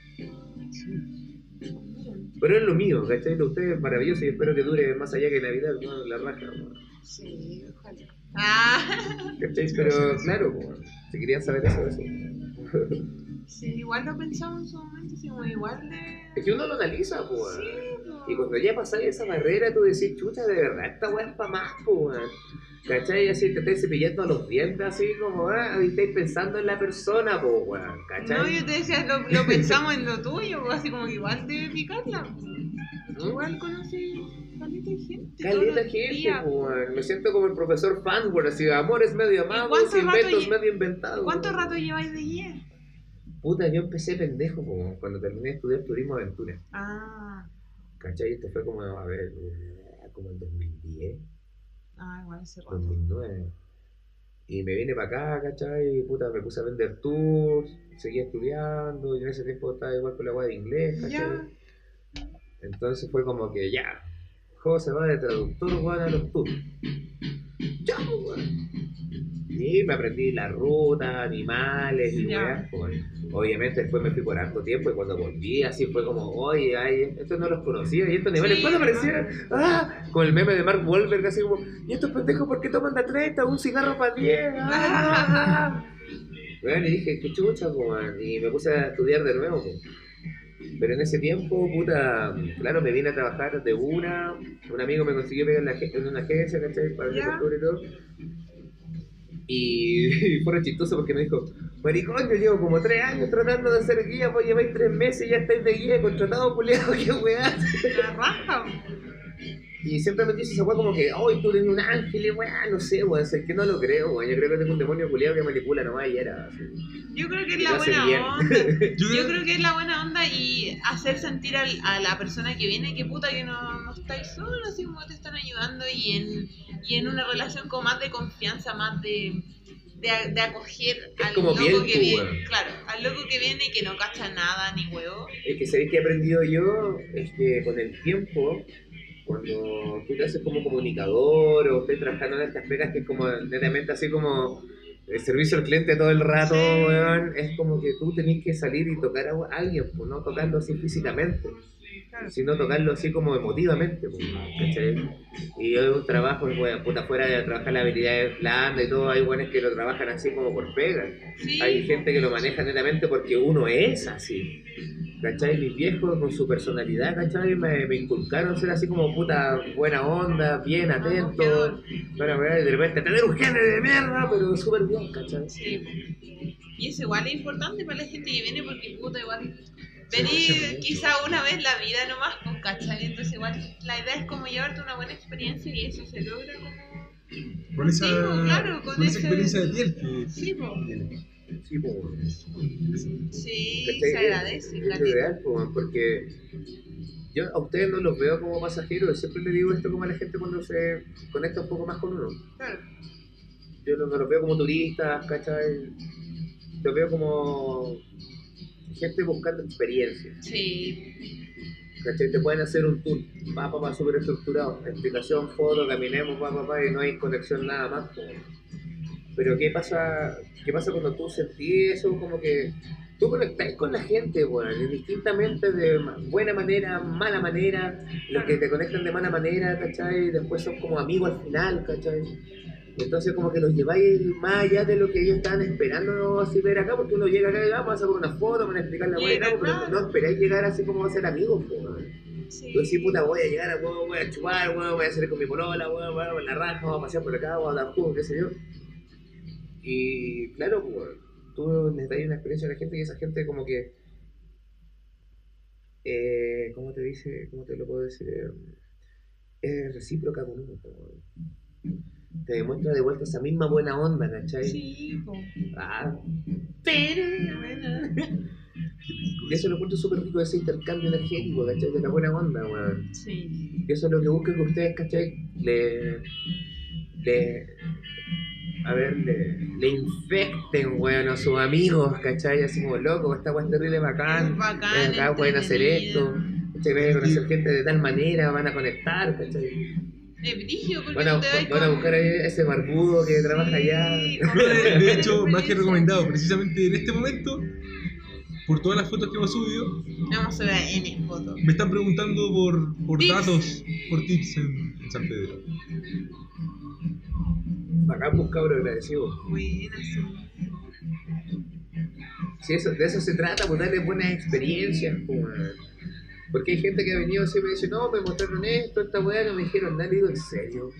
Pero es lo mío, ¿cachai? Lo de ustedes es maravilloso y espero que dure más allá que Navidad, ¿no? La raja, ¿no? Sí, ojalá. Ah. ¿Cachai? Pero claro, pues, si querían saber eso, eso. Sí, igual lo pensamos en su momento, sí, como igual de... Es que uno lo analiza, pues. Sí, po. Y cuando ya pasáis esa barrera, tú decís, chucha, de verdad, esta weá es pa' más, pues. ¿Cachai? Así te estáis cepillando los dientes, así como, ah, y estáis pensando en la persona, pues, weón. ¿Cachai? No, yo te decía, lo, lo pensamos en lo tuyo, po, así como que igual debe picarla. ¿Mm? Igual conocí caleta de gente. Caleta todos los gente, días. pues, weón. Me siento como el profesor Farnsworth, así, amores medio amados, cuánto rato inventos lle- medio inventados. ¿Cuánto weón. rato lleváis de guía? Puta, yo empecé pendejo, pues, cuando terminé de estudiar turismo aventura. Ah, ¿Cachai? Esto fue como, a ver, como en dos mil diez, ah, igual hace rato. dos mil nueve. Y me vine para acá, ¿cachai? Y puta, me puse a vender tours, seguía estudiando, y en ese tiempo estaba igual con la guay de inglés, ¿cachai? Ya. Entonces fue como que ya, José va de traductor, weón, a los tours. Ya, pues, weón. Y me aprendí la ruta, animales y Ya. weas, pues. Obviamente después me fui por harto tiempo y cuando volví así fue como, oye, ay, estos no los conocía y estos animales, Sí, ¿cuándo ¿no? aparecieron? Ah, con el meme de Mark Wahlberg así como, ¿y estos pendejos por qué toman de treinta? Un cigarro para diez. Ah, bueno, y dije, qué chucha, weón. Y me puse a estudiar de nuevo, pues. Pero en ese tiempo, puta, claro, me vine a trabajar de una, un amigo me consiguió pegar en, la, ag- en una agencia, ¿cachai? Para el Ya. cultura y todo. Y, y fue chistoso porque me dijo, maricón, yo llevo como tres años tratando de hacer guía, vos lleváis tres meses y ya estáis de guía, contratado, culiado, qué weá. La raja. Y siempre me dice esa weá como que, oh, tú eres un ángel, y weá, no sé, weón, es que no lo creo, weón, yo creo que tengo un demonio culiado que manipula nomás y era así. Yo creo que es Y la lo hace buena bien. onda. Yo Yo creo que es la buena onda y hacer sentir al- a la persona que viene que puta que no, no estáis solos, así como te están ayudando y en, y en una relación con más de confianza, más de, de, de acoger Es al como loco piel, que pues, viene, weón. claro, al loco que viene y que no cacha nada ni huevo. Es que sabéis que he aprendido yo, es que con el tiempo, cuando tú te haces como comunicador o estás trabajando en estas pegas que es como netamente así como el servicio al cliente todo el rato, Sí. weón, es como que tú tenés que salir y tocar a alguien, pues no tocarlo así físicamente, Claro. sino tocarlo así como emotivamente, pues, ¿cachai? Y yo un trabajo, pues, puta, fuera de trabajar la habilidad blanda y todo, hay buenos que lo trabajan así como por pega. Sí, Hay gente que lo maneja netamente porque uno es así, ¿cachai? Mis viejos con su personalidad, ¿cachai? Me, me inculcaron ser así como puta buena onda, bien atento, bueno, bueno, y de repente tener un género de mierda, pero súper bien, ¿cachai? Sí. Y eso igual es importante para la gente que viene porque puta igual venir quizá una vez la vida nomás, pues, ¿cachai? Entonces igual la idea es como llevarte una buena experiencia y eso se logra como... Con esa, Sí, pues, claro, con con esa ese- experiencia de piel que Sí, pues. Sí, pues. Sí, ¿Cachai? se agradece, Es caleta. ideal, pues, porque yo a ustedes no los veo como pasajeros, siempre le digo esto como a la gente cuando se conecta un poco más con uno. Claro. Yo no, no los veo como turistas, ¿cachai? Los veo como gente buscando experiencias. Sí. ¿Cachai? Te pueden hacer un tour, pa, pa, pa, súper estructurado, explicación, foto, caminemos, pa, pa, pa, y no hay conexión nada más. Po. Pero ¿qué pasa, qué pasa cuando tú sentís eso? Como que tú conectás con la gente, bueno, indistintamente de ma- buena manera, mala manera, los que te conectan de mala manera, ¿cachai? Después son como amigos al final, ¿cachai? Entonces como que los lleváis más allá de lo que ellos estaban esperando así ver acá, porque uno llega acá y vamos a sacar una foto, van a explicar la buena, Llega, pero claro. no esperáis llegar así como a ser amigos, po, weón. Sí. Tú decís, puta, voy a llegar a huevo, voy a chupar, huevo, voy a salir con mi polola, huevo, huevo, en la raja, vamos a pasear por acá, vamos a dar jugo, qué sé yo. Y claro, pues, tú necesitas una experiencia de la gente y esa gente como que... Eh, ¿Cómo te dice? ¿Cómo te lo puedo decir? Eh, Es recíproca con uno, pues, weón. Te demuestra de vuelta esa misma buena onda, ¿cachai? Sí, po. Ah, Pero, bueno. y eso lo encuentro súper rico, ese intercambio energético, ¿cachai? De la buena onda, weón. Sí. Y eso es lo que busco que ustedes, ¿cachai? Le, le, a ver, le, le infecten, weón, a sus amigos, ¿cachai? Así como, loco, esta weá es terrible bacán, Bacán, ven acá pueden hacer entretenido. esto, ¿cachai? Van a conocer gente de tal manera, van a conectar, ¿cachai? Es brígido porque Van a, no te das van a buscar ahí a ese barbudo que trabaja allá. de, de hecho, más que recomendado, precisamente en este momento, por todas las fotos que hemos subido, Vamos a ver N fotos. me están preguntando por, por Tips. datos, por tips en, en San Pedro. Bacán, pues, cabrón, agradecido. Buena, sí. Sí, eso, de eso se trata, pues darle buenas experiencias, pues, weón. Porque hay gente que ha venido así y me dice, no, me mostraron esto, esta weá, no me dijeron nada, le digo, ¿en serio?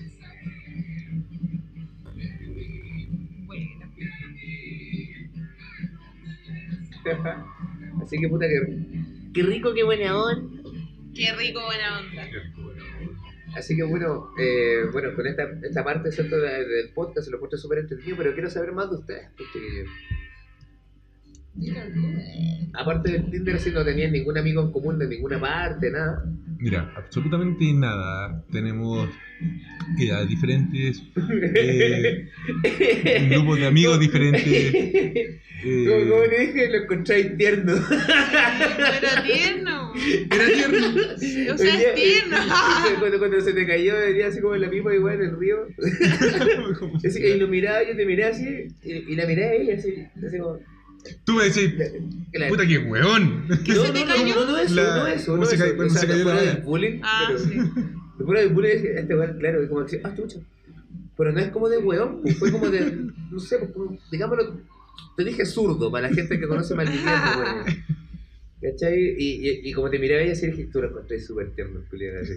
Buena. Así que puta que qué rico, qué buena onda. Qué rico, buena onda. Así que bueno, eh, bueno, con esta, esta parte ¿cierto? de- del podcast se lo encuentro súper entretenido, pero quiero saber más de ustedes, porque aparte del Tinder, si no tenían ningún amigo en común de ninguna parte, nada. Mira, absolutamente nada. Tenemos edades diferentes, eh, grupos de amigos diferentes. eh, Como, como le dije, lo encontráis tierno. Era tierno. Era tierno. O sea, es tierno. Cuando, cuando se te cayó, venía así como en la pipa, igual en el río. Así, y lo miraba, yo te miré así, y, y la miré a ella así, así como... Tú me decís, Claro. puta que hueón. No, se no, te no, cayó? no, no eso, La- no eso, ¿cómo no se eso. cayó- cuando O sea, se cayó fuera la del bala? bullying, Ah, pero sí. fuera del bullying, este weón, claro, como que, ah, chucha. Pero no es como de weón, pues, fue como de, no sé, pues, como, digámoslo, te dije zurdo, para la gente que conoce mal inglés, pues, ¿cachai? Y, y, y como te miraba ella, así dije, tú lo encontré súper tierno, Julián, así.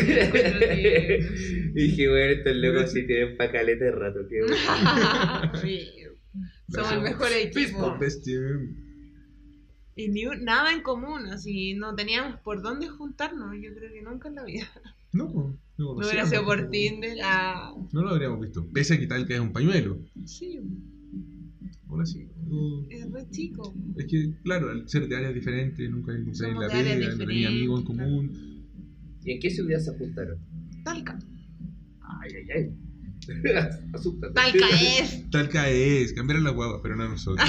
Y dije, weón, estos locos así tienen pa' caleta de rato, qué weón. Somos el mejor equipo. Bestia. Y ni un- nada en común, así no teníamos por dónde juntarnos. Yo creo que nunca en la vida. No, no, No hubiera sido por Tinder. Ah, No lo habríamos visto. Pese a que tal que es un pañuelo. sí, Aún así. no- es re chico. Es que, claro, al ser de áreas diferentes, nunca encontré en Somos la de áreas pega, no tenía amigos en diferentes, común. ¿Y en qué ciudad se ajustaron? Talca. Ay, ay, ay. Asústate. Talca es. Talca es, cambiaron la guagua, pero no nosotros.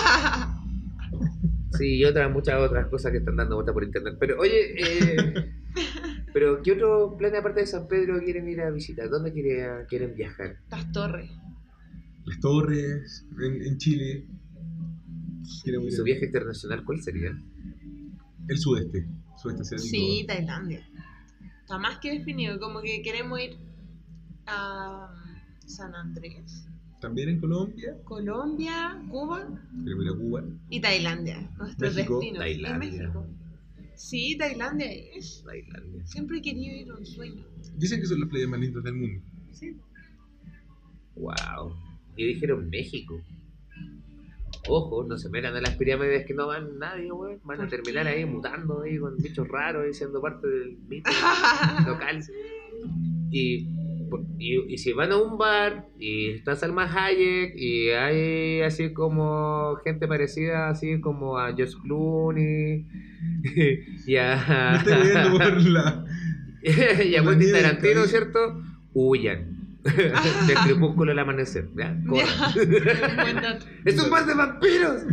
Sí, y otras, muchas otras cosas que están dando vuelta por internet. Pero, oye, eh, pero ¿qué otros planes aparte de San Pedro quieren ir a visitar? ¿Dónde quiere- quieren viajar? Las torres. Las Torres, en, en Chile. Queremos ir ¿Su al- viaje internacional cuál sería? El sudeste. Sudeste asiático. Sí, Tailandia. Está más que definido. Como que queremos ir a San Andrés, También en Colombia. Colombia, Cuba Queremos ir a Cuba. y Tailandia. Nuestros México. destinos. Tailandia. Y México. Sí, Tailandia es. Tailandia. Siempre he querido ir a un sueño. Dicen que son las playas más lindas del mundo. Sí. Wow. Y dijeron México. Ojo, no se metan a las pirámides que no van nadie, weón. Van a ¿Por terminar qué? ahí mutando ahí con bichos raros y siendo parte del mito local. Y, y, y si van a un bar y está Salma Hayek y hay así como gente parecida así como a George Clooney y Me a, estoy viendo por la. y a por la Quentin nieve del Tarantino, cabello. ¿cierto? Huyan. Del crepúsculo al amanecer. Ya, corran. Buen dato. ¡Es un bar de vampiros!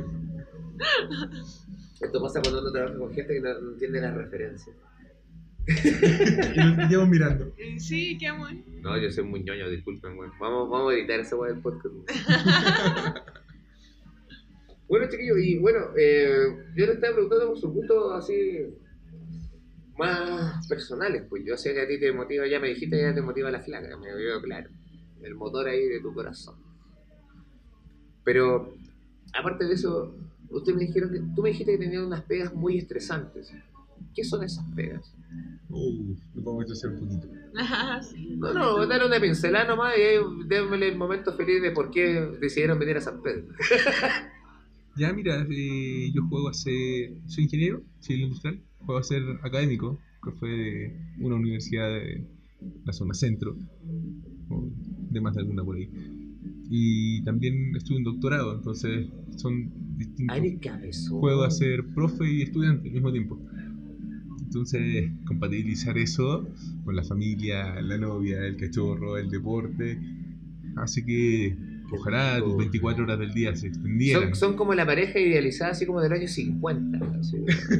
Esto pasa cuando uno trabaja con gente que no, no entiende las referencias. Y nos quedamos mirando. Eh, Sí, qué amor. No, yo soy muy ñoño, disculpen, güey. Vamos, vamos a editar esa weá del podcast. güey. Bueno, chiquillos, y bueno, eh, yo le estaba preguntando por sus gustos así más personales, pues yo sé que a ti te motiva, ya me dijiste que ya te motiva la flaca, me veo claro. El motor ahí de tu corazón. Pero, aparte de eso, ustedes me dijeron que, tú me dijiste que tenían unas pegas muy estresantes. ¿Qué son esas pegas? Uh, lo vamos a hacer un poquito. Ajá, sí. No, no, dale una pincelada nomás y ahí démosle el momento feliz de por qué decidieron venir a San Pedro. Ya, mira, eh, yo juego a ser. Soy ingeniero civil industrial. Juego a ser académico, que fue de una universidad de la zona centro, o de más de alguna por ahí. Y también estuve en doctorado, entonces son distintos. Ay, cabezón. Juego a ser profe y estudiante al mismo tiempo. Entonces, compatibilizar eso con la familia, la novia, el cachorro, el deporte. Así que ojalá tus veinticuatro horas del día se extendieran. Son, son como la pareja idealizada, así como del año cincuenta. Así.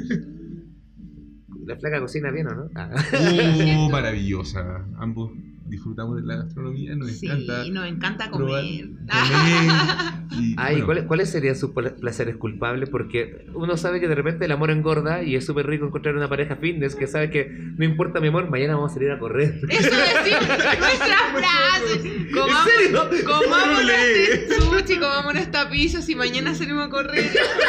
La flaca cocina bien, ¿o no? Ah. Oh, maravillosa. Ambos disfrutamos de la gastronomía, nos Sí, encanta. nos encanta probar, comer. comer. Y, Ay, bueno, ¿cuáles, ¿cuáles serían sus pla- placeres culpables? Porque uno sabe que de repente el amor engorda y es súper rico encontrar una pareja fitness que sabe que no importa mi amor, mañana vamos a salir a correr. Eso decimos, nuestra frase. Comamos, ¿En serio? comamos Ole. este sushi, comamos esta pizza si mañana salimos a correr.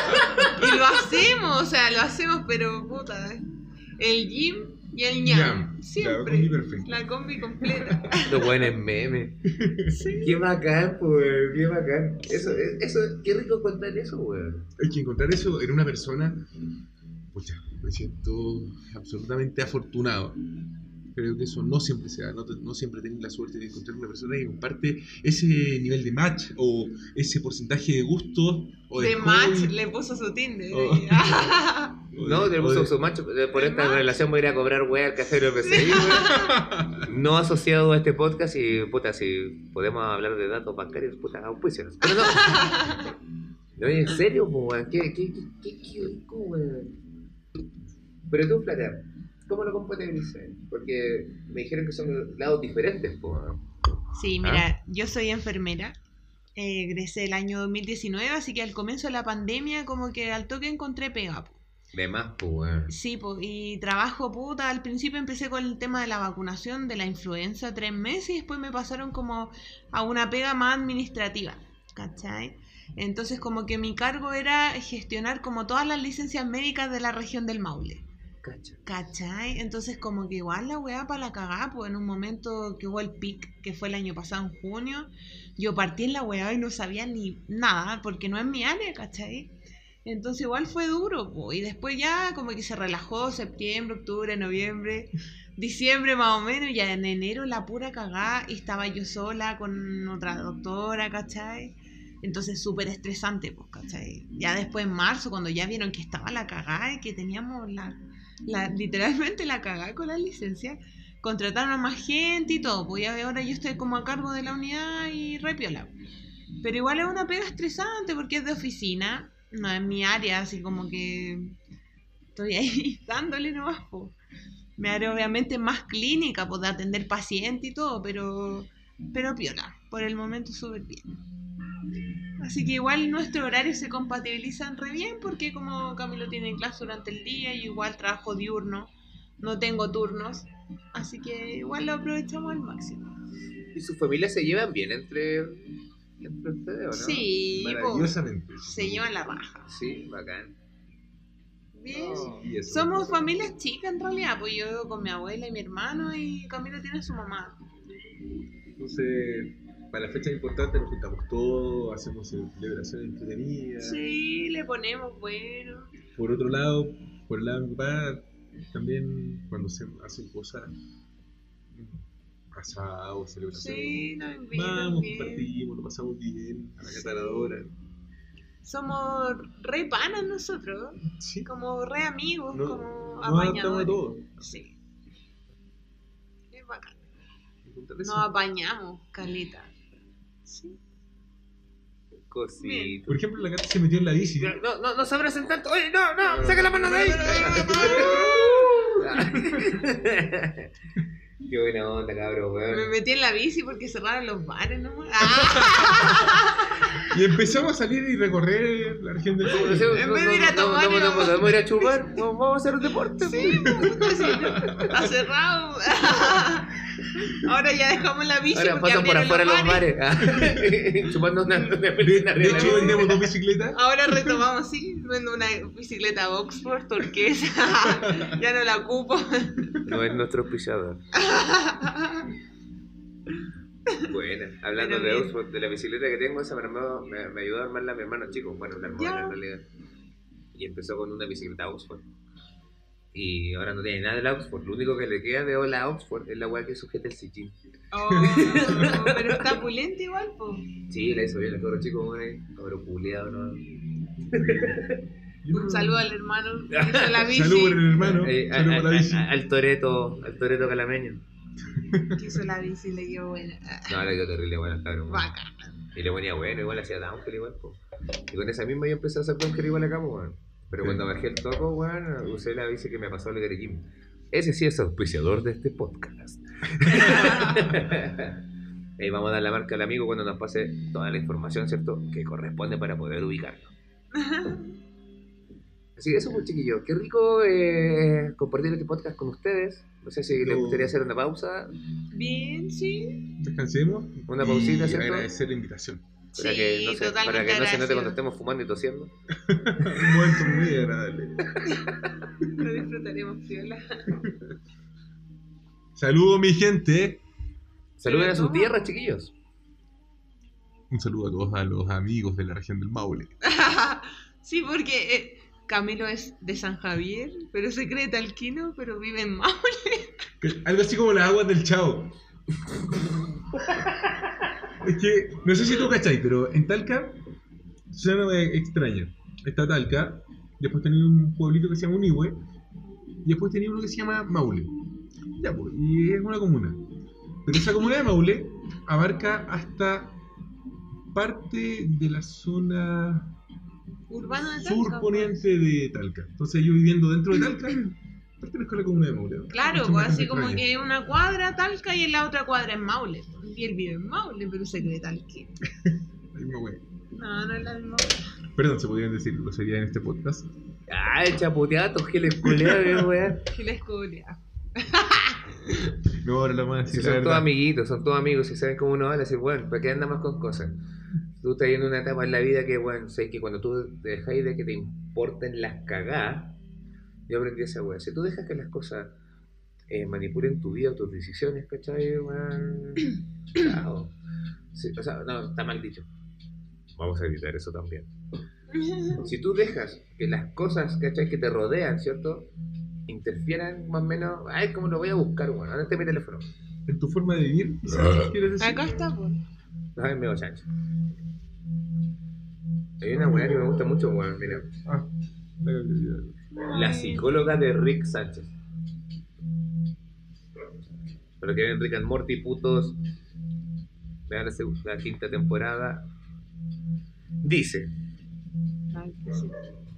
Y lo hacemos, o sea, lo hacemos, pero puta. El gym y el ñam. ñam, la Siempre. combi perfecta. La combi completa. Lo bueno es meme. Sí. Qué bacán, pues, qué bacán. Eso, eso, qué rico contar eso, weón. hay que encontrar eso en una persona. Pucha, me siento absolutamente afortunado. Creo que eso no siempre se da, no, no siempre tenés la suerte de encontrar una persona que comparte ese nivel de match o ese porcentaje de gusto o de, De match hobby, le puso su Tinder. Oh. o No, de- te o puso de- su macho. Por esta macho. relación voy a ir a cobrar weá al café del P C I, weón. No asociado a este podcast y, puta, si podemos hablar de datos bancarios, puta, auspícianos. Pero no. No, en serio, pues, weón. ¿Qué, qué, qué, qué, qué rico, weón. Pero tú, Flaca, ¿cómo lo compatibilizas? Porque me dijeron que son lados diferentes, pues, weón. Sí, mira, yo soy enfermera. Eh, egresé el año dos mil diecinueve, así que al comienzo de la pandemia, como que al toque encontré pega. po. De más, pues, weón. Sí, po, y trabajo puta. Al principio empecé con el tema de la vacunación de la influenza, tres meses, y después me pasaron como a una pega más administrativa, ¿cachai? Entonces, como que mi cargo era gestionar como todas las licencias médicas de la región del Maule. Cacha. ¿Cachai? Entonces como que igual la weá para la cagá, pues en un momento que hubo el pic, que fue el año pasado en junio, yo partí en la weá y no sabía ni nada, porque no es mi área, ¿cachai? Entonces igual fue duro, po. Y después ya como que se relajó septiembre, octubre, noviembre, diciembre más o menos, y ya en enero la pura cagá, y estaba yo sola con otra doctora, ¿cachai? Entonces súper estresante, pues, ¿cachai? Ya después en marzo, cuando ya vieron que estaba la cagá y que teníamos la... La, literalmente la cagada con la licencia, contrataron a más gente y todo, pues ya ahora yo estoy como a cargo de la unidad y repiola. Pero igual es una pega estresante porque es de oficina, no es mi área, así como que estoy ahí dándole nomás, pues. Mi área obviamente es más clínica, pues de atender paciente y todo, pero, pero piola, por el momento súper bien. Así que igual nuestros horarios se compatibilizan re bien porque como Camilo tiene clase durante el día y igual trabajo diurno, no tengo turnos, así que igual lo aprovechamos al máximo. ¿Y sus familias se llevan bien entre, entre ustedes, o no? Sí, po, Maravillosamente. se llevan la raja. Sí, bacán. Bien. Y eso. Somos familias chicas en realidad, pues yo con mi abuela y mi hermano y Camilo tiene a su mamá. Entonces, para las fechas importantes nos juntamos todos, hacemos celebraciones entretenidas. Sí, le ponemos bueno. Por otro lado, por el lado de mi papá, también cuando se hacen cosas, asados, celebraciones, Sí, nos invitan vamos, bien. compartimos, lo pasamos bien, a la cataladora. Somos re panas nosotros. Sí. Como re amigos, No, como nos adaptamos a apañadores. todo. Sí. Es bacán. Encontrar Nos eso. apañamos, Calita. Sí. Cosito. Por ejemplo, la Cata se metió en la bici. No, no, no se abracen tanto. Oye, no, no, saca la mano de ahí. Qué buena onda, cabrón, Me weón. metí en la bici porque cerraron los bares nomás. ¡Ah! Y empezamos a salir y recorrer la región del sur. No sé, En no, vez no, de ir a no, tomar, no, no, íbamos- no podemos ir a chupar. Vamos a hacer un deporte. Sí, puta, sí, está cerrado. Ahora ya dejamos la bici Ahora porque pasan por abrieron afuera los bares. bares. Ah, chupando una, una De, piscina de hecho, arriba. vendemos dos bicicletas. Ahora retomamos, sí, vendo una bicicleta Oxford turquesa. Ya no la ocupo. No es nuestro auspiciador. Bueno, hablando Pero de bien. Oxford, de la bicicleta que tengo, esa me, armó- me, me ayudó a armarla mi hermano chico. Bueno, la armó él, Ya. en realidad. Y empezó con una bicicleta Oxford. Y ahora no tiene nada de la Oxford. Lo único que le queda de la Oxford es la weá que sujeta el sillín. Oh, pero está pulente igual, po. Sí, la hizo bien, el cabro chico, güey. Cabro puleado, ¿no? Un saludo al hermano que hizo la bici. Salud por el hermano. Eh, a- Salud a- por la bici. a- al Toreto, al Toreto calameño. Que hizo la bici, le quedó buena. No, le quedó terrible bueno al cabrón. güey. Bacana. Y le ponía bueno, igual hacía downhill igual, po. Y con esa misma yo empecé a hacer downhill igual acá, po, weón. Pero cuando bajé el toco, weón, usé la bici que me pasó el Jim. Ese sí es auspiciador de este podcast. Y vamos a dar la marca al amigo cuando nos pase toda la información, ¿cierto? Que corresponde para poder ubicarlo. Así que eso, pues, chiquillos. Qué rico eh, compartir este podcast con ustedes. No sé si les Yo- gustaría hacer una pausa, Bien, sí. Descansemos. Una pausita, y ¿cierto? agradecer la invitación. para Sí, que no se, para totalmente que no se note agradecido. cuando estemos fumando y tosiendo. Un momento muy agradable. Lo disfrutaremos, piola. Saludos, mi gente. Saluden a sus ¿cómo? tierras, chiquillos. Un saludo a todos a los amigos de la región del Maule. Sí, porque eh, Camilo es de San Javier, pero se cree talquino, pero vive en Maule. Que- Algo así como las aguas del Chavo. Es que, no sé si tú cachai, pero en Talca suena eh, extraño. Está Talca, después tenía un pueblito que se llama Unihue, y después tenía uno que se llama Maule. Ya, pues, y es una comuna. Pero esa comuna de Maule abarca hasta parte de la zona Urbano de Talca. surponiente de Talca. Entonces yo viviendo dentro de Talca, pertenezco a la comuna de Maule. Claro, Mucho pues más así como extraño. que una cuadra Talca y en la otra cuadra es Maule. Y él vive en Maule, pero se cree talquino. La misma wea. No, no es la misma wea. Perdón, se podrían decir groserías en este podcast. Ay, chaputeatos, que les culea, weón. Que les culia. No, ahora lo más Si decir la son todos verdad. amiguitos, son todos amigos, si saben cómo uno va, le decir, bueno, ¿para qué andamos con cosas? Tú estás en una etapa en la vida que, bueno, sé que cuando tú dejáis de que te importen las cagadas, yo aprendí esa weá. Si tú dejas que las cosas eh, manipulen tu vida o tus decisiones, ¿cachai? Weón? Chao. Sí, o sea, no, está mal dicho. Vamos a evitar eso también. Si tú dejas que las cosas, ¿cachai? Que te rodean, ¿cierto? Interfieran más o menos. Ay, ¿cómo lo voy a buscar, weón? ¿Dónde está mi teléfono? En tu forma de vivir, ¿sabes qué quieres decir? Acá está, pues. Ay, medio chancho. Hay una weá que me gusta mucho, weón, mira. Ah, La psicóloga de Rick Sánchez. Para que vean Rick and Morty, putos. Vean la, seg- la quinta temporada. Dice: Ay, qué sí.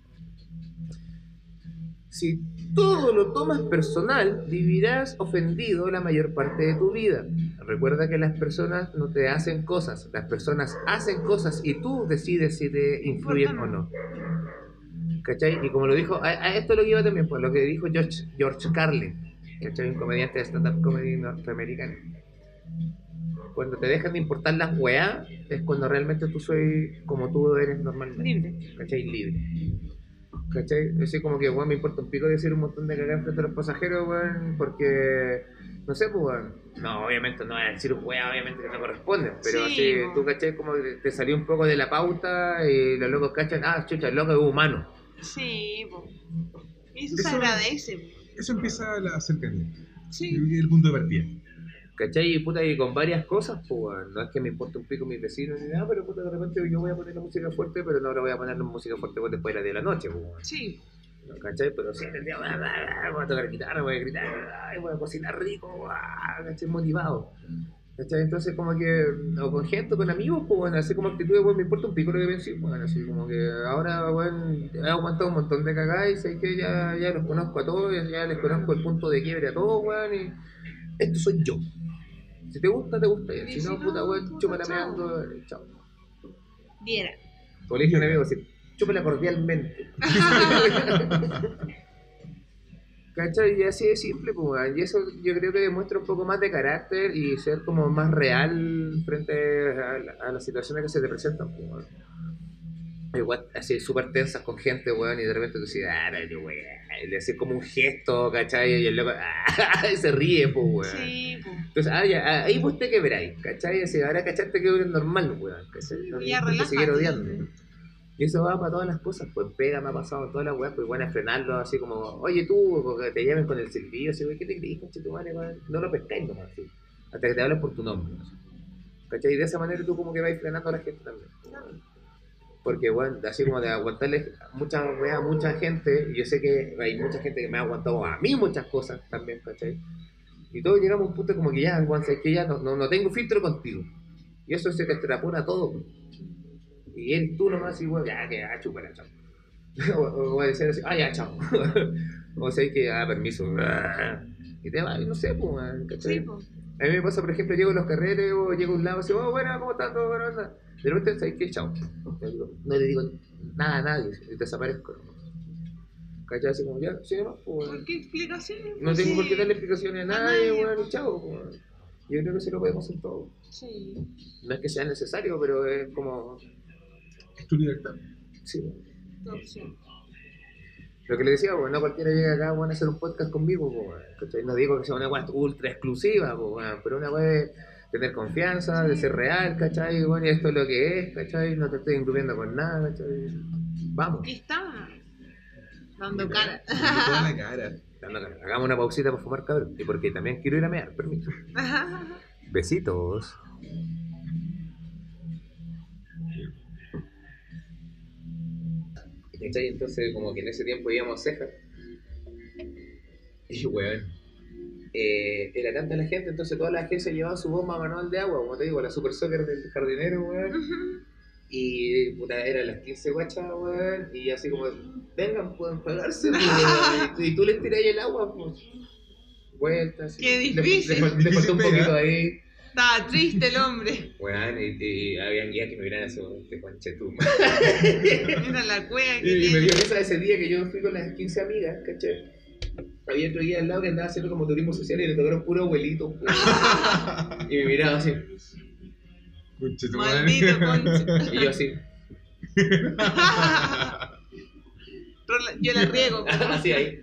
si todo lo tomas personal, vivirás ofendido la mayor parte de tu vida. Recuerda que las personas no te hacen cosas, las personas hacen cosas y tú decides si te influyen o no. ¿Cachai? Y como lo dijo, a, a esto lo lleva también, por lo que dijo George, George Carlin, ¿cachai? Un comediante de stand-up comedy norteamericano. Cuando te dejan de importar las weá, es cuando realmente tú soy como tú eres normalmente. Libre. ¿Cachai? Libre. ¿Cachai? Así como que, weón, me importa un pico decir un montón de cagadas frente a los pasajeros, weón, porque, no sé, pues, weón. No, obviamente no voy a decir weón, obviamente que no corresponde, pero Sí, así, po. tú, ¿cachai? Como que te salió un poco de la pauta y los locos cachan, ah, chucha, el loco es humano. Sí, po. Y eso, Eso- se agradece. po. Eso empieza la cercanía. Sí. Creo que es el punto de partida. ¿Cachai? Y puta, y con varias cosas, pues, weón. No es que me importe un pico mis vecinos ni nada, pero puta, de repente yo voy a poner la música fuerte, pero no ahora voy a poner la música fuerte pues, después de las diez de la noche, pues, weón. Sí. ¿No? ¿Cachai? Pero sí, en el día bla, bla, bla, voy a tocar guitarra, voy a gritar, ay, voy a cocinar rico, guau, ¿cachai? Motivado. ¿Cachai? Entonces, como que, o con gente, con amigos, pues, bueno, así como actitudes, bueno, me importa un pico lo que pienso, bueno, así como que ahora, bueno, he aguantado un montón de cagadas y sé que ya, ya los conozco a todos, ya, ya les conozco el punto de quiebre a todos, weón, y esto soy yo. Si te gusta, te gusta, y si no, puta, weón, chúpala meando, chao. Viera. Como le dije a un amigo, así, chúpala cordialmente. ¿Cachai? Y así de simple, pues, weón. Y eso yo creo que demuestra un poco más de carácter y ser como más real frente a, la- a las situaciones que se te presentan, pues, weón. Igual, así súper tensas con gente, weón, y de repente tú dices, ah, no, weón, y le haces como un gesto, ¿cachai? Y el loco, ah, y se ríe, pues, weón. Sí, po. Entonces, ah, ya, ah, ahí vos te quebráis, ¿cachai? Así, ahora cachaste que eres normal, weón, ¿cachai? No ya tienes por qué relájate. seguir odiando. Y eso va para todas las cosas, pues pega, me ha pasado todas las weas, pues bueno, frenarlo así como, oye tú, porque te llamen con el silbido, así, güey, ¿qué te crees, conche tu madre, weón? No lo pescáis nomás, así, hasta que te hablen por tu nombre, ¿no? ¿Cachai? Y de esa manera tú como que vais frenando a la gente también. Porque, bueno, así como de aguantarle muchas weas a mucha gente, y yo sé que hay mucha gente que me ha aguantado a mí muchas cosas también, ¿cachai? Y todos llegamos a un punto como que ya, Juan, sabes que ya no, no, no tengo filtro contigo. Y eso se te extrapola todo. Y él, tú nomás, y weón, ya, que ya, chúpala, chao. O, o a decir así, ah, ya, chao. O sea, que, ah, permiso. Y te va, y no sé, pues, man, ¿cachai? Sí, po. A mí me pasa, por ejemplo, llego a los carretes o llego a un lado y digo, oh, bueno, ¿cómo estás? ¿Todo bueno? Onda? De repente, ¿sabes qué? Chao. No, digo, no le digo nada a nadie, y desaparezco. ¿Cachai? Así como, ya, sí, no, pues. ¿Por qué explicaciones? No tengo Sí. por qué darle explicaciones a nadie, nadie, weón, pues. y chao, weón. Yo creo que sí lo podemos hacer todo. Sí. No es que sea necesario, pero es como. Es tu libertad. Sí, weón. Tu opción. Lo que le decía, bueno, no cualquiera llega acá weón, a hacer un podcast conmigo, po, weón, ¿cachai? No digo que sea una weá ultra exclusiva, po, weón, pero una weá de tener confianza, de ser real, ¿cachai? Bueno, y esto es lo que es, ¿cachai? No te estoy incluyendo con nada, ¿cachai? Vamos. Aquí estamos. Dando cara. Toda la cara. Dando cara. Hagamos una pausita para fumar, cabrón. Y porque también quiero ir a mear, permiso. Besitos. ¿Cachai? Entonces, como que en ese tiempo íbamos cejas. Y, weón, eh, era tanta la gente, entonces toda la gente llevaba su bomba manual de agua, como te digo, la super soccer del jardinero, weón. Y, puta, eran las quince guachas, weón. Y así como, vengan, pueden pagarse, weón. Y, y tú les tirás el agua, pues. Vueltas. Qué Le- difícil. Le, le, le faltó un poquito ahí. Estaba triste el hombre. Weón, y, y habían guías que me miran así, weón, este conchetum. Era la cueva que Y, y me tiene. dio risa ese día que yo fui con las quince amigas, ¿cachai? Había otro guía al lado que andaba haciendo como turismo social y le tocaron puro abuelito. weón. Y me miraba así. Conche tu madre. Maldito concha. Y yo así. Rola- Yo la riego. Así ahí.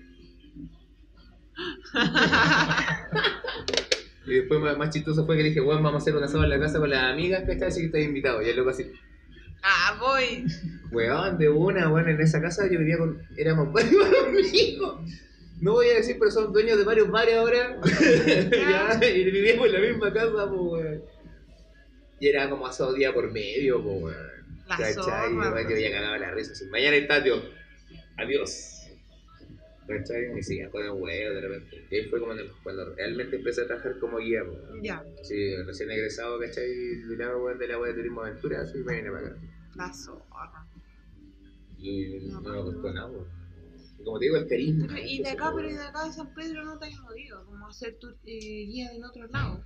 Y después más, más chistoso fue que le dije, weón, vamos a hacer una asado en la casa con las amigas, ¿cachai? Así que estás invitado. Y el loco así, Ah, voy. weón, de una, weón, en esa casa yo vivía con, éramos varios amigos. No voy a decir, pero son dueños de varios bares ahora. Ya, y vivíamos en la misma casa, pues, weón. Y era como asado día por medio, pues, weón. La ¿Cachai? zorra, Y weón, weón. yo ya cagaba la risa así. Mañana está, tío. Adiós. ¿Cachai? Y seguía con el huevo de repente. Y ahí fue como cuando realmente empecé a trabajar como guía, pues. Ya, Sí, recién egresado, ¿cachai? De la weón de la wea de turismo aventura, así me vine para acá. la zorra. Y no me costó nada, weón. Y como te digo, el carisma. Pero, y de acá, pero y de acá de San Pedro no te has movido, como hacer tu eh, guía en otro lado.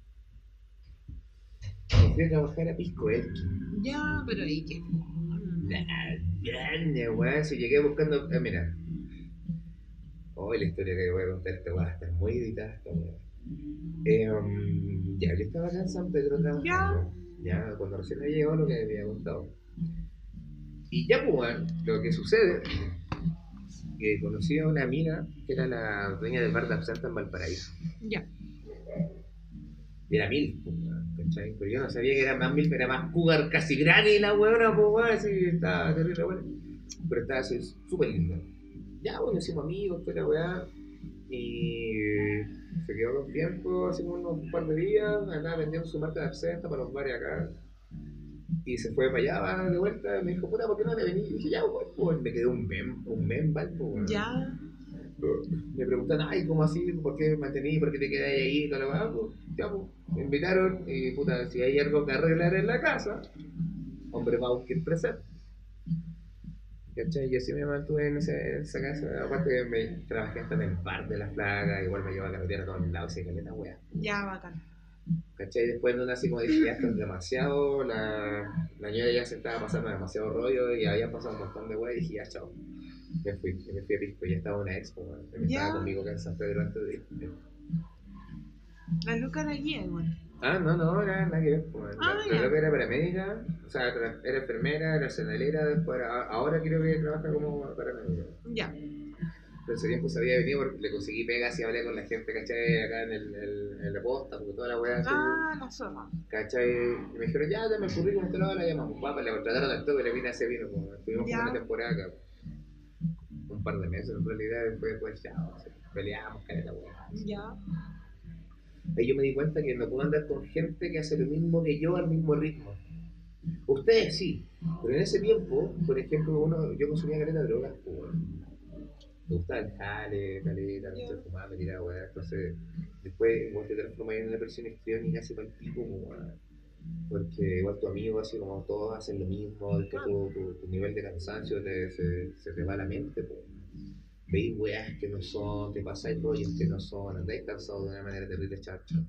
Fui a trabajar a Pisco Elqui. Ya, pero ahí que. Grande, weón. Si llegué buscando. Eh, mira. Oh, la historia que voy a contar esta weá está muy editada esta weá. Eh, um, ya, yo estaba acá en San Pedro trabajando. Ya, cuando recién había llegado lo que me había contado. Y ya, pues, weón, lo que sucede que conocí a una amiga que era la dueña del bar de absenta en Valparaíso. Ya. Y era mil, ¿cachai? Pero yo no sabía que era más mil, era más cougar casi granny la huevona, pues weón, así estaba terrible, weón. Pero estaba así súper linda. Ya, bueno, hicimos amigos, toda la weá. Y se quedó con tiempo, así como unos par de días, andaba vendiendo su marca de absenta para los bares acá. Y se fue para allá, va de vuelta, me dijo, puta, ¿por qué no te venís? Y dije, ya, pues, pues, me quedé un mem, un mem, ¿vale? Pues, Ya. me preguntan, ay, ¿cómo así? ¿Por qué me mantení? ¿Por qué te quedáis ahí? Y toda la weá, pues, ya, pues, me invitaron y, puta, si hay algo que arreglar en la casa, hombre, va a buscar presente. ¿Cachai? Y así me mantuve en, ese, en esa casa. Aparte, me trabajé hasta en el bar de las plagas, igual me llevaba a carretera a todos lados, y caleta, weá. Ya, bacán. ¿Cachai? Después de una así como dije, ya esto es demasiado, la, la ñora ya se estaba pasando demasiado rollo y había pasado un montón de weas y dije, ya, chao. Me fui, me fui a Pisco, ya estaba en una expo, man. Ya. Estaba conmigo acá en San Pedro antes de ir. La Luca era guía igual. Ah, no, no, era nada que ver, pues. Ah, La, la ya. loca era paramédica, o sea, tra- era enfermera, era senalera, después era- ahora creo que trabaja como paramédica. Ya. Pero ese tiempo se había venido porque le conseguí pegas y hablé con la gente, ¿cachai? Acá en, el, el- en la posta, porque toda la weá así, Ah, la zorra. ¿cachai? Y me dijeron, ya, dame el currículum, te lo la llamamos. Papá, le contrataron al toque y la mina se vino, pues. Estuvimos Ya. como una temporada acá. Un par de meses en realidad, después, pues, ya, o sea, peleamos, caleta, weá. Ya. Ahí yo me di cuenta que no puedo andar con gente que hace lo mismo que yo al mismo ritmo. Ustedes sí, pero en ese tiempo, por ejemplo, uno, yo consumía caleta de drogas, pues, weón. Me gustaba el jale, caleta, me gustaba fumar, me tiraba, weón. Entonces, después, vos te transformas en una persona histriónica casi para el pico, weón. Porque igual tu amigo, así como todos hacen lo mismo, es que tu, tu, tu nivel de cansancio te, se, se te va a la mente, pues. Veis weas que no son, te pasáis rollos que no son, andáis cansados de una manera terrible charcha.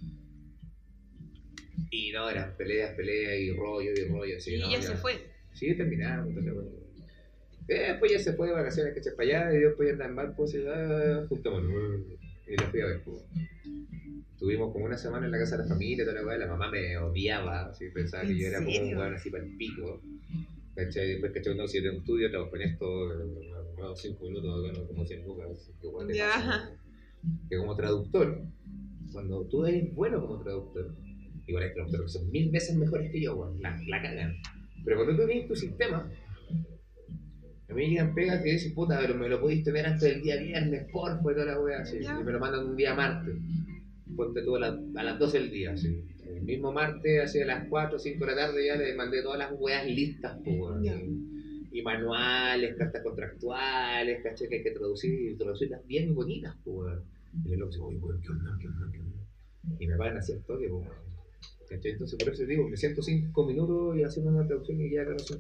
Y no, eran peleas, peleas y rollo y rollo, así, Y no, ya se fue. Sí, terminamos, entonces, bueno. Eh, después ya se fue de vacaciones, que se para allá, y después ya andaba en barco, así, ah, juntémonos, y la fui a ver, pues. Estuvimos como una semana en la casa de la familia, toda la wea, la mamá me odiaba, así, pensaba que ¿En yo era como un serio? weón así para el pico. ¿Cachai? Después, ¿cachai? No, si era un estudio, trabajo en esto, no, cinco minutos, gano como cien lucas, que igual te Ya. pasa, que como traductor, cuando tú eres bueno como traductor, igual hay traductores que son mil veces mejores que yo, weón, la, la cagan. Pero cuando tú tienes tu sistema, a mí llegan pegas que dicen, puta, pero me lo podéis tener antes del día viernes, porfa, y toda la wea, así, Ya. y me lo mandan un día martes, ponte tú a, la, a las doce del día, así. El mismo martes, así a las cuatro o cinco de la tarde, ya le mandé todas las weas listas, pues, weón. Ya. Y, y manuales, cartas contractuales, ¿cachai? Que hay que traducir y traducirlas bien y bonitas, pues, weón. Y el loco dice, oye, weón, ¿qué onda? ¿Qué onda? ¿Qué onda? Y me pagan así al toque, pues, weón. ¿Cachai? Entonces, por eso te digo, me siento cinco minutos y haciendo una traducción y ya acá no sé.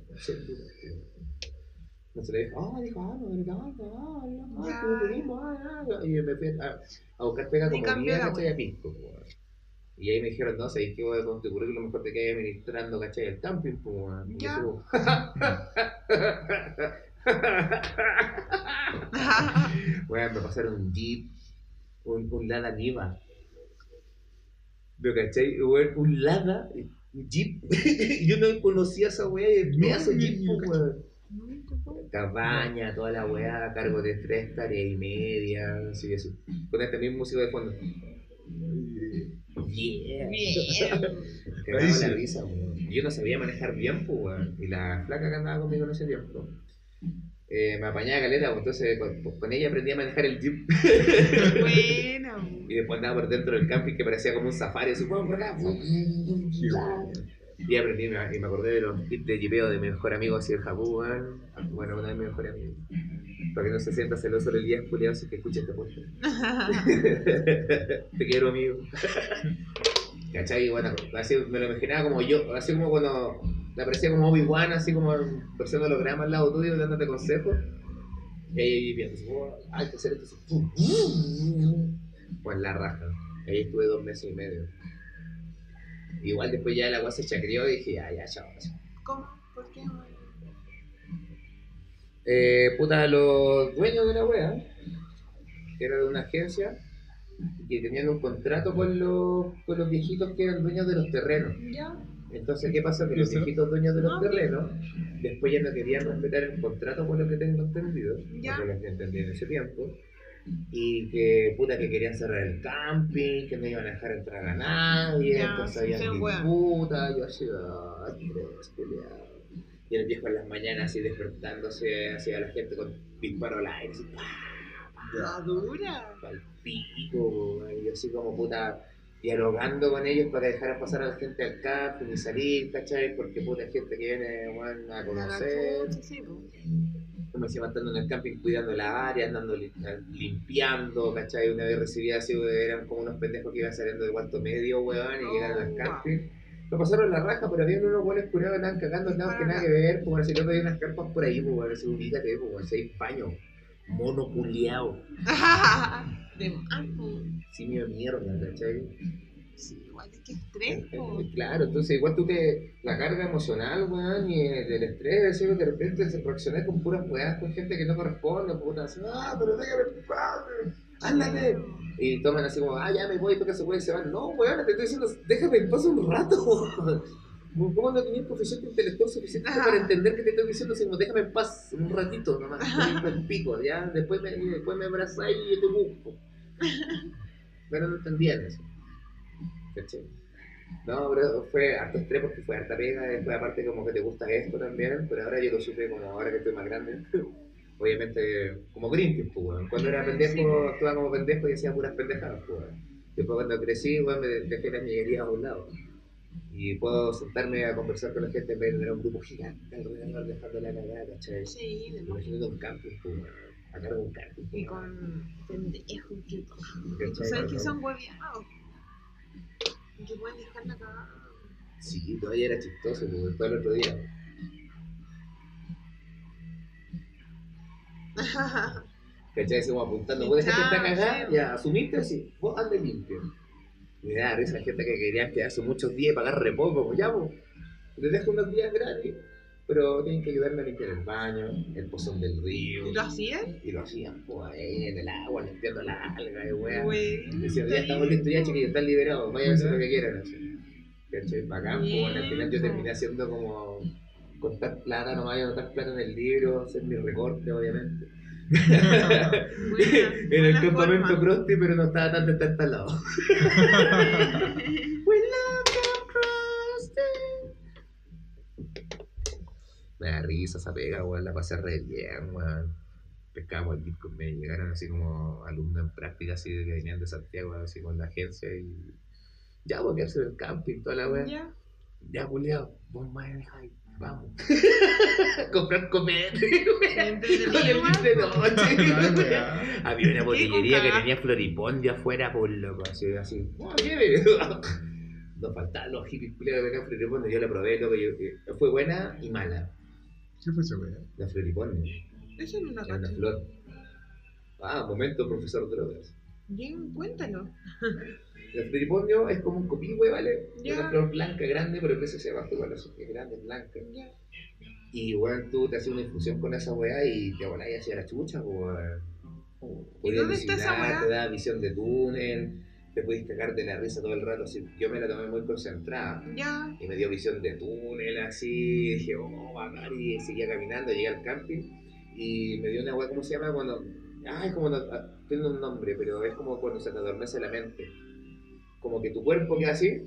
No se le dijo, ah, dijo, ah, no, verdad, ah, ah, Ya. ah, que turismo, ah, ah. Y me fui a, a buscar pega Y como cambió guía, la ¿cachai? wea. A Pisco, pues, weón. Y ahí me dijeron, no, sabéis que voy con tu currículum, mejor te quedas administrando, ¿cachai? El camping, pues, weón. Y yo Ya. así como, weón, me pasaron un Jeep, un, un Lada Niva. ¿Lo cachai? Weón, un Lada, un Jeep. Yo no conocía esa weá y el pedazo de Jeep, pues, weón. Cabaña, toda la weá, a cargo de tres hectáreas y media, así, así. Con este mismo músico de fondo. Yeah. Bien. Que me daba la risa, weón. Yo no sabía manejar bien, pues, weón. Y la flaca que andaba conmigo en ese tiempo, eh, me apañaba caleta, pues, entonces con, con ella aprendí a manejar el jeep. Bueno. Y después andaba por dentro del camping que parecía como un safari, así, weón, por acá. Y aprendí, y me acordé de los tips de jipeo de mi mejor amigo, así el Japú, weón. Bueno, uno de mis mejores amigos. Para que no se sienta celoso el día culiado si que escucha este podcast. Te quiero, amigo. ¿Cachai? Bueno, así me lo imaginaba como yo, así como cuando le aparecía como Obi-Wan, así como en versión de holograma al lado tuyo, dándote consejos. Y ahí viendo, así, oh, hay que hacer esto así. Pues la raja. Ahí estuve dos meses y medio. Igual después ya el agua se chacreó y dije, ya, ya, chao. ¿Cómo? ¿Por qué? Eh, puta, los dueños de la wea, que era de una agencia, que tenían un contrato con los, con los viejitos que eran dueños de los terrenos. Ya. Entonces, ¿qué pasó? Que los viejitos dueños de los terrenos después ya no querían respetar el contrato, por lo que tengo entendido, Ya. porque lo que entendí en ese tiempo, y que puta que querían cerrar el camping, que no iban a dejar entrar a nadie, Ya, entonces sí, habían sí, weón. disputas, yo así, ay, tres, culiao. Y el viejo en las mañanas así despertándose hacia la gente con disparo al aire, así, La dura. pa'l pico, y yo así como puta dialogando con ellos para que dejaran pasar a la gente al camping y salir, ¿cachai? Porque puta hay gente que viene bueno, a conocer. Sí, po. Como decía, estando en el camping cuidando la área, andando li- limpiando, ¿cachai? Una vez recibía así, eran como unos pendejos que iban saliendo de cuarto medio, weón, y llegaron al Oh, camping. Lo pasaron la raja, pero había unos buenos curados que estaban cagando, nada que nada que ver, pues así que había unas carpas por ahí, pues así, ubícate, pues seis paños, mono culiao, De más, po. simio de mierda, ¿cachai? Sí, igual es que estrés, po. Eh, Claro, entonces igual tú te, la carga emocional, weón, y el, el estrés, así, de repente se reaccionar con puras weas, con gente que no corresponde, puta, así, ah, pero déjame en paz, ándate. Y toman así como, ah, ya me voy, porque se puede y se van. No, weón, te estoy diciendo, déjame en paz un rato. ¿Cómo no tenías coeficiente intelectual suficiente para entender que te estoy diciendo? Sino, déjame en paz un ratito, nomás, el pico, ya, después me, después me abrazás y yo te busco. Pero no entendían eso. ¿Cachai? No, pero fue harto estrés porque fue harta pega, después aparte como que te gusta esto también, pero ahora yo lo supe como ahora que estoy más grande. Obviamente, como Greenpeace, pues, weón. Cuando era pendejo, actuaba como pendejo y hacía puras pendejadas, pues, weón. Después cuando crecí, weón, me dejé las ñeñerías a un lado. Y puedo sentarme a conversar con la gente en vez de tener un grupo gigante alrededor dejando la cagada, ¿cachai? Sí, de más. Imagínate un camping, pues, weón. A cargo de un camping. Y con pendejos que tú ¿Cachai? sabes que son hueviados. Que pueden dejar la cagada. Sí, todavía era chistoso, pues, todo el otro día. ¿Cachai? Así como apuntando, vos dejaste esta cagada, ya asumiste así, vos andes limpio. Y me da risa gente que querían quedarse muchos días y pagar re poco, pues ya, pues, les dejo unos días gratis, pero tienen que ayudarme a limpiar el baño, el pozón del río. ¿Y lo hacían? Y lo hacían, pues, ahí en el agua, limpiando la alga, y weá. Güey. Decían, ya estamos listos, ya chiquillos, están liberados, vayan a hacer lo que quieran, así. ¿Cachai? Bacán, pues, al final yo terminé haciendo como contar plata, no vaya a anotar plata en el libro, hacer mi recorte, obviamente. En el campamento Krusty, pero no estaba tan destartalado. We love you, Krusty. Me da risa esa pega, weón, la pasé re bien, weón. Pescábamos el disco, me llegaron así como alumnos en práctica, así que venían de Santiago, así con la agencia y... Ya, voy a hacer el camping, toda la weá. Ya. Ya, culiao, vos me dejáis, vamos. Comprar comete, weón. Con el kit de noche. Había una botillería que tenía floripondio afuera, por loco, así, así. ¡Oh, lleve! Nos faltaban los hippies culiados que acá floripondio, yo la probé, loco, yo, yo- fue buena y mala. ¿Qué fue esa weá? La floripondio, Eso no lo era una cacho. flor. Ah, momento, profesor Drogas. Bien, cuéntalo. El floripondio es como un copihue, ¿vale? Ya. Una flor blanca grande, pero el precio se baja igual, así que es grande, es blanca. Ya. Y bueno, tú te haces una infusión con esa weá y te volás hacia la chucha, weón. ¿Y dónde está esa weá? Te da visión de túnel, te puedes cagarte la risa todo el rato, así. Yo me la tomé muy concentrada. Ya. Y me dio visión de túnel, así, dije, oh, bacán, y seguía caminando, llegué al camping, y me dio una weá, ¿cómo se llama? Cuando, ah, es como, ah, tiene un nombre, pero es como cuando se te adormece la mente. Como que tu cuerpo queda así,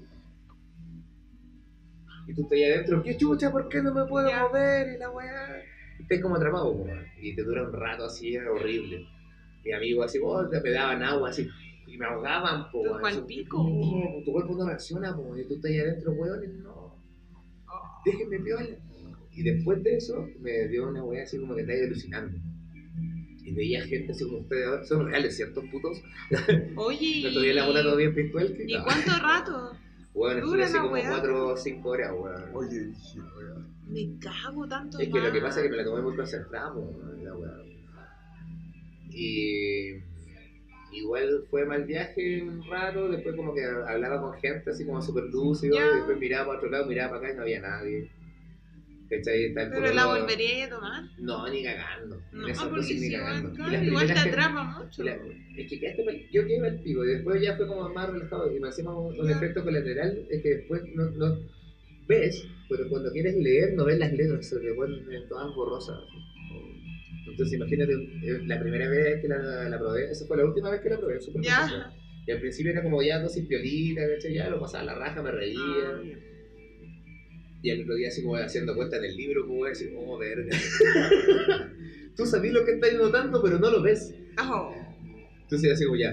y tú estás ahí adentro, ¿qué chucha? ¿Por qué no me puedo Ya. mover? Y la weá, y estás como atrapado, weón, y te dura un rato así, es horrible. Mi amigo así, oh, me daban agua así, y me ahogaban, po, Tú weón. pa'l Eso- pico. No, tu cuerpo no reacciona, po, y tú estás ahí adentro, weón, y no. Déjenme piola. Y después de eso, me dio una weá así como que estaba alucinando. Y veía gente así como ustedes ahora, son reales, ¿ciertos putos? Oye. No todavía la bola todavía virtual. Que, ¿Y no. cuánto rato? Weón, estuve dura así la como weá? cuatro o cinco horas, weón. Oye, dije, weón. Me cago tanto. Es que lo que más. pasa es que me la tomé muy concentrada, weón, la weá. Y igual fue mal viaje un rato, después como que hablaba con gente así como súper lúcido, Ya. y después miraba para otro lado, miraba para acá y no había nadie. ¿Cachai? Está el ¿Pero puro- la volvería a tomar? No, ni cagando. No, En esa porque cosa si ni igual, cagando. Y claro, las igual te primeras que- atrapa mucho. y la- es que quedaste mal- yo quedé al pico y después ya fue como más relajado y me hacía un, un Ya. efecto colateral, es que después no, no ves, pero cuando quieres leer no ves las letras, se te vuelven todas borrosas. Entonces imagínate, eh, la primera vez que la, la probé, esa fue la última vez que la probé, súper Ya. profesional. Y al principio era como ya dosis piolita, ¿cachai? Ya lo pasaba a la raja, me reía. Ah, Y al otro día así como haciendo cuenta en el libro, como así, oh, verga. Tú sabes lo que estás notando, pero no lo ves. Oh. Entonces así como ya.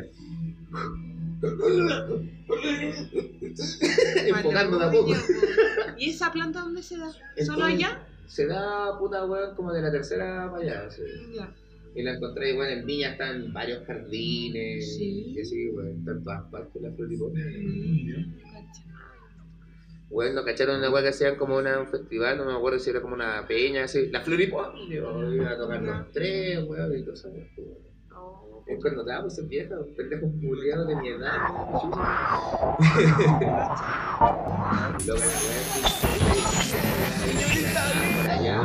Enfocando de a poco. ¿Y esa planta dónde se da? ¿Solo Entonces, allá? Se da puta weón como de la tercera para allá. Sí. Ya. Y la encontré igual en Viña, está en varios jardines. Sí. Y así, weón, está en todas partes la floripona. Cacha. Weón, nos cacharon una weá que hacían como una, un festival, no me acuerdo si era como una peña, así. La floripona, yo iba a tocar los tres, weón, y cosas, weón. Oh. Es cuando te vas a ser vieja, pendejos culiados de mi edad. Lo que por allá.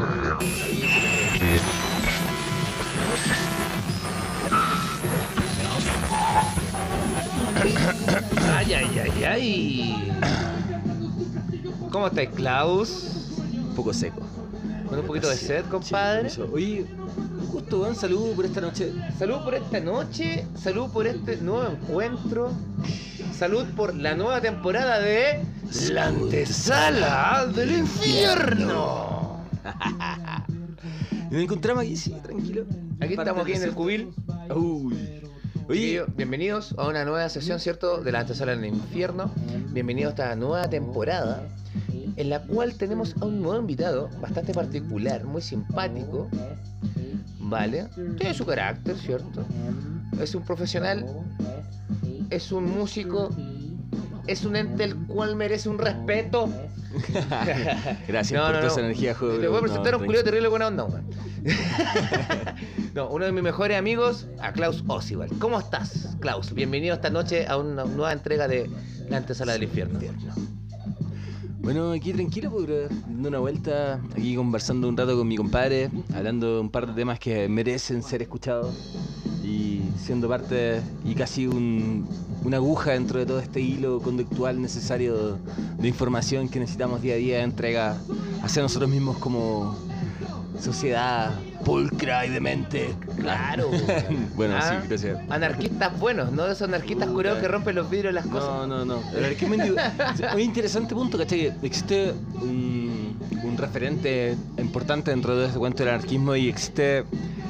Ay, ay, ay, ay. ¿Cómo estáis, Klaus? Un poco seco. Con un poquito de sed, compadre. Sí, oye, justo, weón, salud por esta noche. Salud por esta noche, salud por este nuevo encuentro, salud por la nueva temporada de La Antesala del Infierno. Y nos encontramos aquí, sí, tranquilo. Aquí estamos aquí en el cubil. Uy. Oye, Chiquillos, bienvenidos a una nueva sesión, ¿cierto? De La Antesala del Infierno. Bienvenidos a esta nueva temporada en la cual tenemos a un nuevo invitado bastante particular, muy simpático, ¿vale? Tiene su carácter, ¿cierto? Es un profesional, es un músico, es un ente el cual merece un respeto. gracias No, por no, toda esa no. energía, joven. Te voy a presentar a un No, culiao terrible buena onda, weón. No, uno de mis mejores amigos, a Klaus Osivald. ¿Cómo estás, Klaus? Bienvenido esta noche a una nueva entrega de La Antesala del Infierno. Bueno, aquí tranquilo, pues, brother, dando una vuelta, aquí conversando un rato con mi compadre, hablando de un par de temas que merecen ser escuchados y siendo parte y casi un, una aguja dentro de todo este hilo conductual necesario de información que necesitamos día a día, entrega hacia nosotros mismos como sociedad pulcra y demente. Claro. Bueno, Ah, sí, gracias. Anarquistas buenos, no de esos anarquistas Puta. curados que rompen los vidrios de las cosas. No, no, no. El anarquismo individual. Un interesante punto, ¿cachai? Existe un, un referente importante dentro de este cuento del anarquismo y existe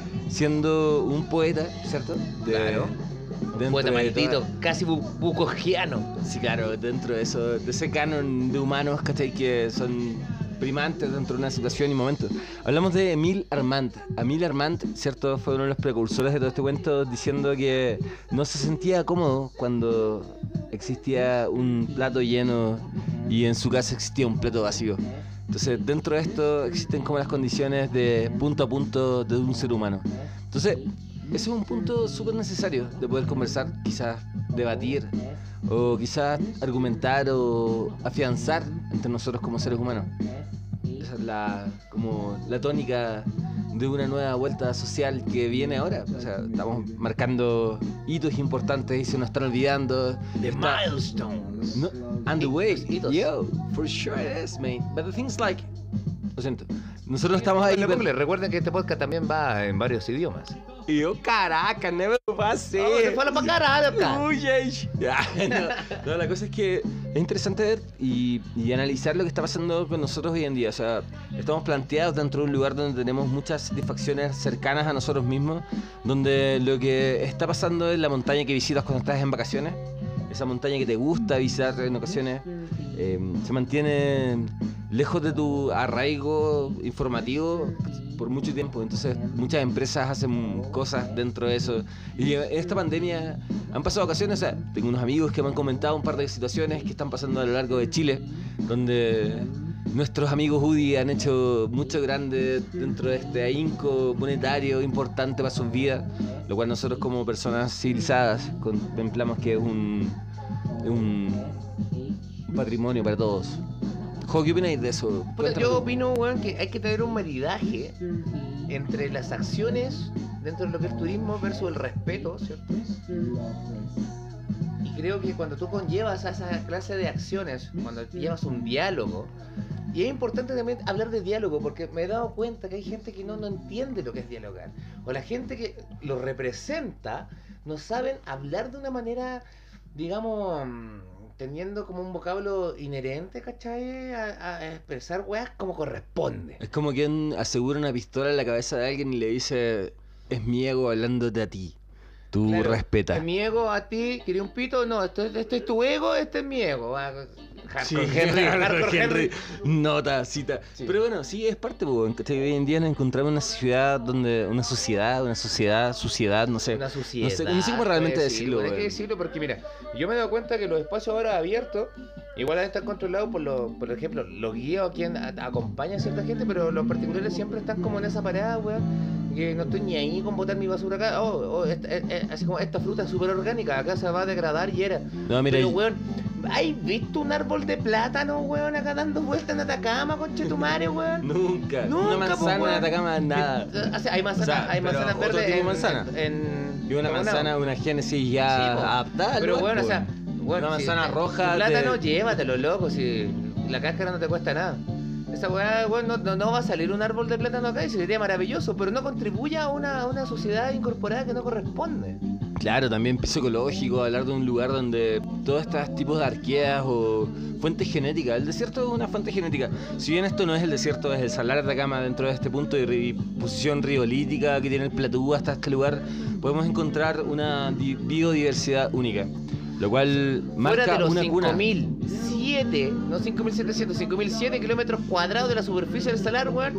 siendo un poeta, ¿cierto? De, Claro. dentro Poeta de maldito, toda- casi bu bucogiano. Sí, claro, dentro de eso, de ese canon de humanos, ¿cachai? Que son primantes dentro de una situación y momento. Hablamos de Émile Armand. Émile Armand, ¿cierto? Fue uno de los precursores de todo este cuento, diciendo que no se sentía cómodo cuando existía un plato lleno y en su casa existía un plato vacío. Entonces, dentro de esto existen como las condiciones de punto a punto de un ser humano. Entonces, ese es un punto súper necesario de poder conversar, quizás debatir o quizás argumentar o afianzar entre nosotros como seres humanos. Esa es la, como la tónica de una nueva vuelta social que viene ahora. O sea, estamos marcando hitos importantes y se nos están olvidando. The Está- milestones. No, and the way, Hitos. yo, for sure it is, man. But the thing's like, lo siento, nosotros estamos ahí. Ponle, pero- ponle. Recuerden que este podcast también va en varios idiomas. Y yo, caraca, never lo pasé. Oh, se fue a la pa' caraca. Uy, ay. Ya, no, no, la cosa es que es interesante ver y, y analizar lo que está pasando con nosotros hoy en día. O sea, estamos planteados dentro de un lugar donde tenemos muchas satisfacciones cercanas a nosotros mismos, donde lo que está pasando es la montaña que visitas cuando estás en vacaciones, esa montaña que te gusta visitar en ocasiones, eh, se mantiene lejos de tu arraigo informativo por mucho tiempo. Entonces muchas empresas hacen cosas dentro de eso y en esta pandemia han pasado ocasiones, o sea, tengo unos amigos que me han comentado un par de situaciones que están pasando a lo largo de Chile, donde nuestros amigos U D I han hecho mucho grande dentro de este ahínco monetario importante para sus vidas, lo cual nosotros como personas civilizadas contemplamos que es un, un patrimonio para todos. Jo, ¿qué opináis de eso? Puta, Cuéntame yo tú. opino, weón, que hay que tener un maridaje entre las acciones dentro de lo que es turismo versus el respeto, ¿cierto? y creo que cuando tú conllevas a esa clase de acciones, cuando llevas un diálogo, y es importante también hablar de diálogo, porque me he dado cuenta que hay gente que no, no entiende lo que es dialogar, o la gente que lo representa no saben hablar de una manera, digamos, teniendo como un vocablo inherente, ¿cachai? A, a expresar weas como corresponde. Es como quien asegura una pistola en la cabeza de alguien y le dice, es mi ego hablándote a ti. Tú Claro, respeta. ¿es mi ego a ti? ¿Quería un pito? No, esto, este es tu ego, este es mi ego. Ah, Sí, Hardcore Henry, Hardcore Henry. Nota, cita. Sí. Pero bueno, sí, es parte, pues, ¿cachai? Hoy en día nos encontramos una ciudad donde, una sociedad, una sociedad, suciedad, no sé. Una suciedad. No sé, no sé cómo realmente puede decirlo. Hay que weón. decirlo porque, mira, yo me he dado cuenta que los espacios ahora abiertos, igual están controlados por, los, por ejemplo, los guías o quien a- acompaña a cierta gente, pero los particulares siempre están como en esa parada, weón. Que no estoy ni ahí con botar mi basura acá. Oh, oh, esta- eh, eh, así como esta fruta es súper orgánica, acá se va a degradar y era. No, mira, Pero, y- weón, ¿has visto un árbol de plátano, weón, acá dando vueltas en Atacama, conchetumare, weón? Nunca. Nunca, Una po, manzana en weón. Atacama, nada. O sea, hay manzanas, O sea, hay pero manzanas otro verdes tipo de en, manzana. en, en- Y una en manzana, una génesis ya Sí, po. adaptada. al Pero lugar, bueno, o po. sea, bueno, una si- manzana tu roja. plátano, de- llévatelo, loco, si la cáscara no te cuesta nada. Esa weá, weón, no, no, no va a salir un árbol de plátano acá y sería maravilloso, pero no contribuye a una, a una sociedad incorporada que no corresponde. Claro, también piso ecológico, hablar de un lugar donde todos estos tipos de arqueas o fuentes genéticas. El desierto es una fuente genética. Si bien esto no es el desierto, es el Salar de Atacama dentro de este punto de ri- posición riolítica que tiene el Platú hasta este lugar, podemos encontrar una di- biodiversidad única. Lo cual Fuera marca de los una cuna. cinco mil siete, no cinco mil setecientos, cinco mil siete kilómetros cuadrados de la superficie del salar, weón.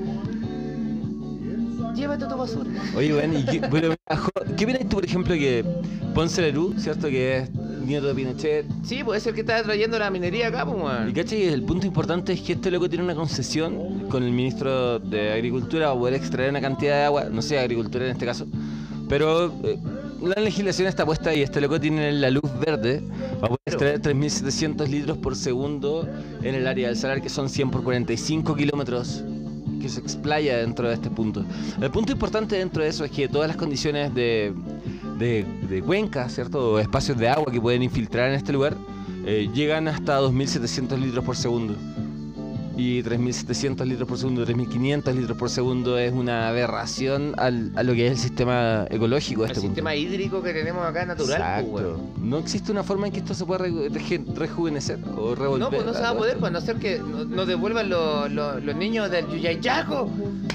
Llévate tu basura. Oye, bueno, ¿y qué, pero, mira, Jo- ¿qué opinas tú, por ejemplo, que Ponce Lerú, ¿cierto? Que es nieto de Pinochet. Sí, pues es el que está trayendo la minería acá, pues, weón. Y cachai, el punto importante es que este loco tiene una concesión con el ministro de Agricultura para poder extraer una cantidad de agua, no sé, agricultura en este caso, pero eh, la legislación está puesta y este loco tiene la luz verde para poder extraer tres mil setecientos litros por segundo en el área del salar, que son cien por cuarenta y cinco kilómetros que se explaya dentro de este punto. El punto importante dentro de eso es que todas las condiciones de, de, de cuencas, ¿cierto? O espacios de agua que pueden infiltrar en este lugar eh, llegan hasta dos mil setecientos litros por segundo. Y tres mil setecientos litros por segundo, tres mil quinientos litros por segundo es una aberración al, a lo que es el sistema ecológico de El este punto. sistema hídrico que tenemos acá natural, pues, Exacto. weón. No existe una forma en que esto se pueda re- reju- rejuvenecer o revolver. No, pues no se va a poder, pues a no ser que no- nos devuelvan los, los, los niños del Yuyayaco.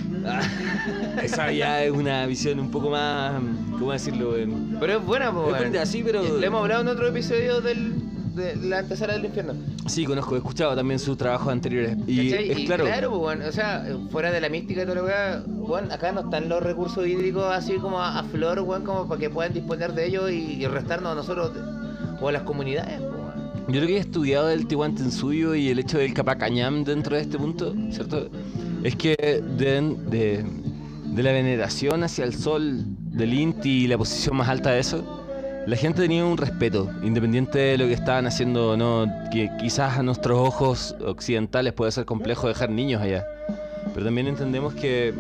Esa ya es una visión un poco más, ¿cómo decirlo? En- Pero es buena, pues. Es weón. frente así, pero- Le hemos hablado en otro episodio del, de la antesala del infierno. Sí, conozco, he escuchado también sus trabajos anteriores. Y ¿Cachai? es Y claro. pues, bueno, o sea, fuera de la mística y todo lo que haga, bueno, acá no están los recursos hídricos así como a, a flor, bueno, como para que puedan disponer de ellos y, y restarnos a nosotros de- o a las comunidades, pues, bueno. Yo creo que he estudiado el Tihuantinsuyo y el hecho del Capacañam dentro de este punto, ¿cierto? Es que de, de, de la veneración hacia el sol, del Inti y la posición más alta de eso, la gente tenía un respeto, independiente de lo que estaban haciendo o no, que quizás a nuestros ojos occidentales puede ser complejo dejar niños allá. Pero también entendemos que,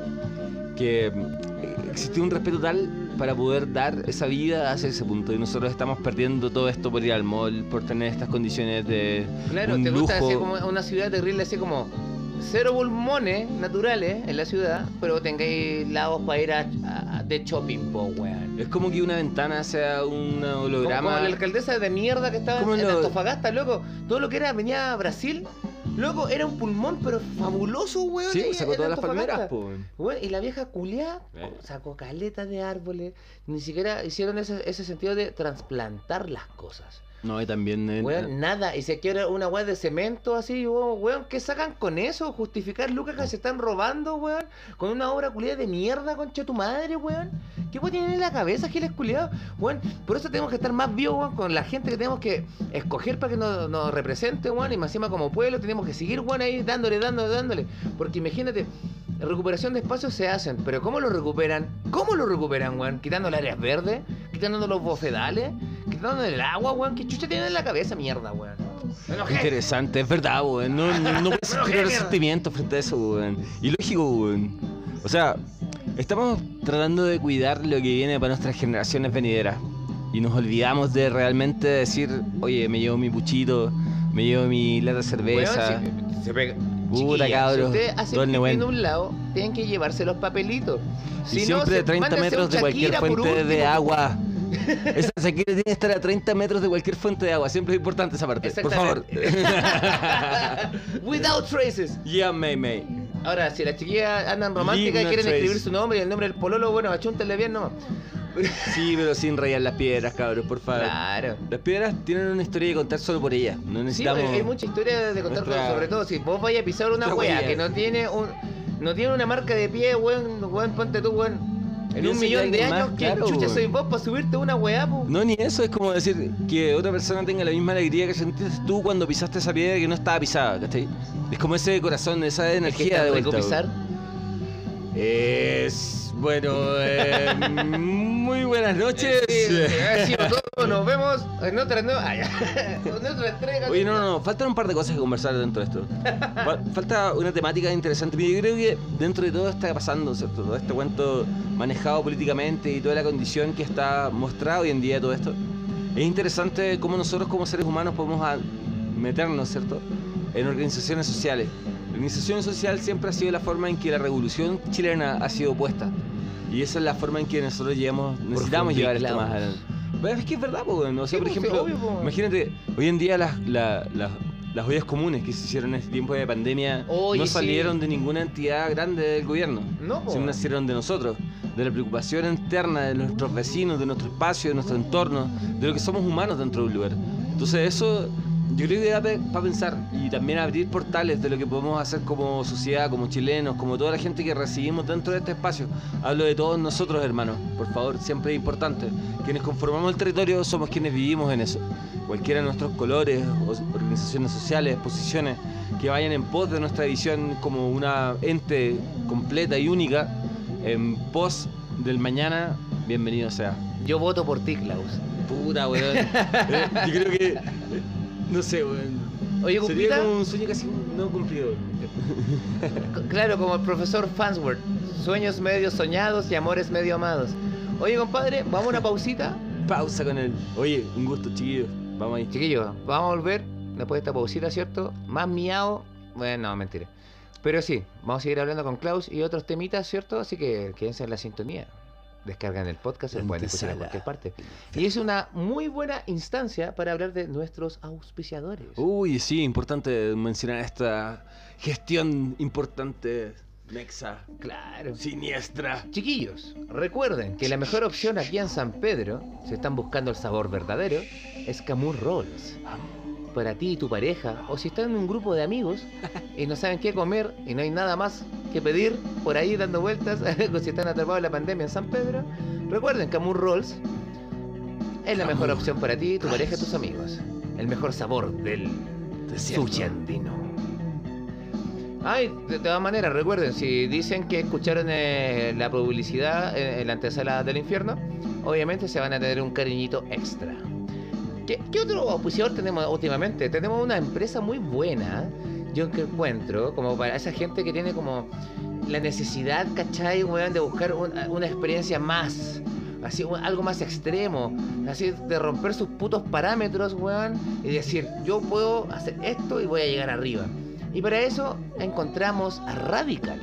que existe un respeto tal para poder dar esa vida hacia ese punto. Y nosotros estamos perdiendo todo esto por ir al mall, por tener estas condiciones de Claro, un te gusta lujo. así como una ciudad terrible, así como cero pulmones naturales en la ciudad, pero tengáis lados para ir a, a- de shopping, po, weón. Es como que una ventana sea un Como, holograma. como la alcaldesa de mierda que estaba ¿Cómo en lo- Antofagasta, loco. Todo lo que era Avenida Brasil, loco, era un pulmón, pero fabuloso, weón. Sí, ahí sacó en todas las Antofagasta. palmeras, po. Weón, y la vieja culiá Eh. sacó caletas de árboles. Ni siquiera hicieron ese, ese sentido de trasplantar las cosas. No, y también... eh, Weón, nada. Y se quiere una weá de cemento así, weón, weón. ¿Qué sacan con eso? Justificar lucas que se están robando, weón. Con una obra culiada de mierda, concha tu madre, weón. ¿Qué weón tienen en la cabeza, giles culiados? Weón, por eso tenemos que estar más vivos, weón, con la gente que tenemos que escoger para que nos, nos represente, weón. Y más encima como pueblo tenemos que seguir, weón, ahí dándole, dándole, dándole. Porque imagínate, recuperación de espacios se hacen, pero ¿cómo lo recuperan? ¿Cómo lo recuperan, weón? ¿Quitando las áreas verdes? ¿Quitando los bofedales? ¿Quitando el agua, weón? ¿Qué chucha tienen en la cabeza, mierda, weón? Me enojé. Interesante, es verdad, weón. No, no, no puedes sentir Mierda. resentimiento frente a eso, weón. Y lógico, weón. O sea, estamos tratando de cuidar lo que viene para nuestras generaciones venideras. Y y nos olvidamos de realmente decir, oye, me llevo mi puchito, me llevo mi lata de cerveza. Weón, si- se pega. Puta, Chiquillas, cabros, si ustedes hacen don pipí Nehuen. en un lado, tienen que llevarse los papelitos. Y Si no, siempre se- a treinta mándense metros un de cualquier Shakira por fuente de último. agua. Esa Shakira tiene que estar a treinta metros de cualquier fuente de agua. Siempre es importante esa parte. Por favor. Without traces. Yeah, May May. Ahora, si las chiquillas andan románticas Leave y no quieren trace. escribir su nombre y el nombre del pololo, bueno, achúntenle bien nomás. Sí, pero sin rayar las piedras, cabros, por favor. Claro. Las piedras tienen una historia que contar solo por ellas. No Sí, necesitamos. hay mucha historia de contar, Nuestra- sobre todo si vos vayas a pisar una nuestra wea huella. que no tiene un no tiene una marca de pie, weón, weón, ponte tú, weón. En Piensa un que millón de alguien años, más, ¿quién claro, chucha weón. soy vos para subirte a una weá, po? No, ni eso, es como decir que otra persona tenga la misma alegría que sentiste tú cuando pisaste esa piedra que no estaba pisada, ¿cachai? Es como ese corazón, esa energía de vuelta. pisar? Es. Bueno, eh, muy buenas noches. Sí, sí, ha sido todo, nos vemos en otra no, ah, ya. en otra entrega. Oye, no, no, no, faltan un par de cosas que conversar dentro de esto. Fa- Falta una temática interesante. Pero yo creo que dentro de todo está pasando, ¿cierto? Todo este cuento manejado políticamente y toda la condición que está mostrada hoy en día de todo esto. Es interesante cómo nosotros como seres humanos podemos a- meternos, ¿cierto? En organizaciones sociales. La organización social siempre ha sido la forma en que la revolución chilena ha sido opuesta. Y esa es la forma en que nosotros llevamos, necesitamos llevar esto más adelante. Pero es que es verdad, po, weón. O sea, Sí, por pues, ejemplo, obvio, po. imagínate, hoy en día las, la- la- las ollas comunes que se hicieron en este tiempo de pandemia Oye, no sí. salieron de ninguna entidad grande del gobierno. No, po. Sino nacieron de nosotros, de la preocupación interna de nuestros vecinos, de nuestro espacio, de nuestro entorno, de lo que somos humanos dentro de un lugar. Entonces eso yo creo que da para pensar y también abrir portales de lo que podemos hacer como sociedad, como chilenos, como toda la gente que recibimos dentro de este espacio. Hablo de todos nosotros, hermanos, por favor, siempre es importante. Quienes conformamos el territorio somos quienes vivimos en eso. Cualquiera de nuestros colores, o- organizaciones sociales, posiciones que vayan en pos de nuestra visión como una ente completa y única, en pos del mañana, bienvenido sea. Yo voto por ti, Klaus. Puta, weón. Eh, Yo creo que. eh, No sé, weón. Oye, Sería Cupita. como un sueño casi no cumplido. Claro, como el profesor Farnsworth. Sueños medio soñados y amores medio amados. Oye, compadre, vamos a una pausita. Pausa con él. Oye, un gusto, chiquillos. Vamos ahí. Chiquillos, vamos a volver después de esta pausita, ¿cierto? Más miau. Bueno, no, mentira. Pero sí, vamos a seguir hablando con Klaus y otros temitas, ¿cierto? Así que quédense en la sintonía. Descargan el podcast, lo pueden escuchar en cualquier parte. Y es una muy buena instancia para hablar de nuestros auspiciadores. Uy, sí, importante mencionar esta gestión importante, Mexa. Claro. Siniestra. Chiquillos, recuerden que la mejor opción aquí en San Pedro, si están buscando el sabor verdadero, es Camus Rolls. Para ti y tu pareja, o si están en un grupo de amigos y no saben qué comer y no hay nada más que pedir por ahí dando vueltas, si están atrapados en la pandemia en San Pedro, recuerden Camus Rolls es la mejor opción para ti, tu pareja y tus amigos. El mejor sabor del sushi andino. Ay, de todas maneras, recuerden, si dicen que escucharon eh, la publicidad eh, en la antesala del infierno, obviamente se van a tener un cariñito extra. ¿Qué, qué otro auspiciador tenemos últimamente? Tenemos una empresa muy buena, yo que encuentro, como para esa gente que tiene como la necesidad, ¿cachai, weón? De buscar un- una experiencia más, así, un- algo más extremo, así, de romper sus putos parámetros, weón, y decir, yo puedo hacer esto y voy a llegar arriba. Y para eso encontramos a Radical.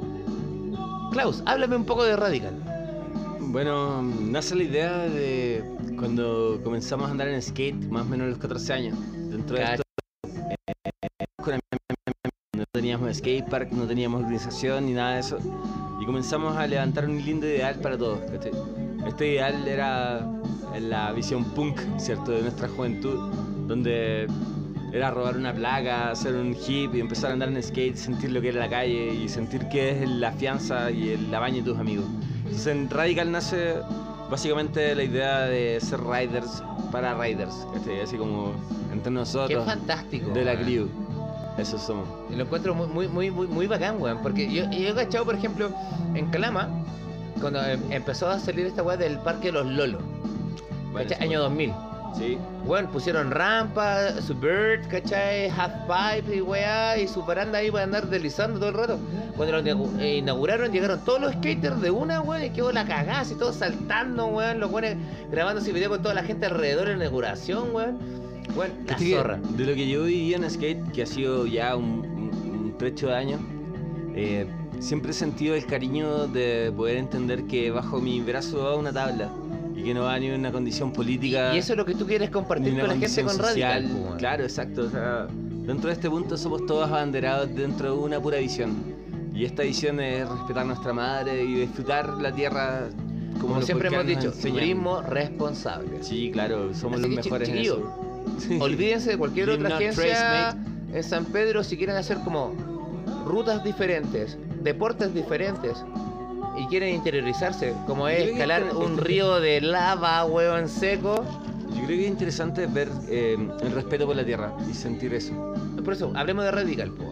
Klaus, háblame un poco de Radical. Bueno, nace la idea de cuando comenzamos a andar en skate, más o menos a los catorce años. Dentro de esto, eh, con el- no teníamos skatepark, no teníamos organización ni nada de eso. Y comenzamos a levantar un lindo ideal para todos, ¿cachai? Este ideal era la visión punk, ¿cierto? De nuestra juventud, donde era robar una placa, hacer un hip y empezar a andar en skate, sentir lo que era la calle y sentir qué es la fianza y el la baña de tus amigos. Entonces en Radical nace básicamente la idea de ser riders para riders, ¿cachai? Así como entre nosotros. Qué fantástico, De la weón. crew. Eso somos. Y lo encuentro muy, muy, muy, muy, muy bacán, weón. Porque yo, yo he cachado, por ejemplo, en Calama, cuando em- empezó a salir esta weá del Parque de los Lolos. ¿Cachai? Año dos mil. Sí. Bueno, pusieron rampa, su bird, ¿cachai? Half pipe y weá, y su paranda ahí para andar deslizando todo el rato. Cuando lo inauguraron, eh, inauguraron llegaron todos los skaters de una, weón, y quedó la cagada, así todos saltando, weón, los weones grabando ese video con toda la gente alrededor en la inauguración, weón. Bueno, la Este que, zorra. de lo que yo viví en skate, que ha sido ya un, un, un trecho de años, eh, siempre he sentido el cariño de poder entender que bajo mi brazo va una tabla y que no va ni una condición política. Y eso es lo que tú quieres compartir ni con una la gente condición con social. Radical. Pues, Claro, exacto. O sea, dentro de este punto somos todos abanderados dentro de una pura visión. Y esta visión es respetar a nuestra madre y disfrutar la tierra como, Como los siempre hemos volcanes dicho, nos enseñan. turismo responsable. Sí, claro, somos Así los que, chi- mejores en chiquillo, eso. Sí. Olvídense de cualquier Leave otra not agencia trace, en San Pedro si quieren hacer como rutas diferentes, deportes diferentes y quieren interiorizarse, como Yo es creo que escalar este- un este- río de lava, hueón seco. Yo creo que es interesante ver eh, el respeto por la tierra y sentir eso. Por eso, hablemos de Radical, po.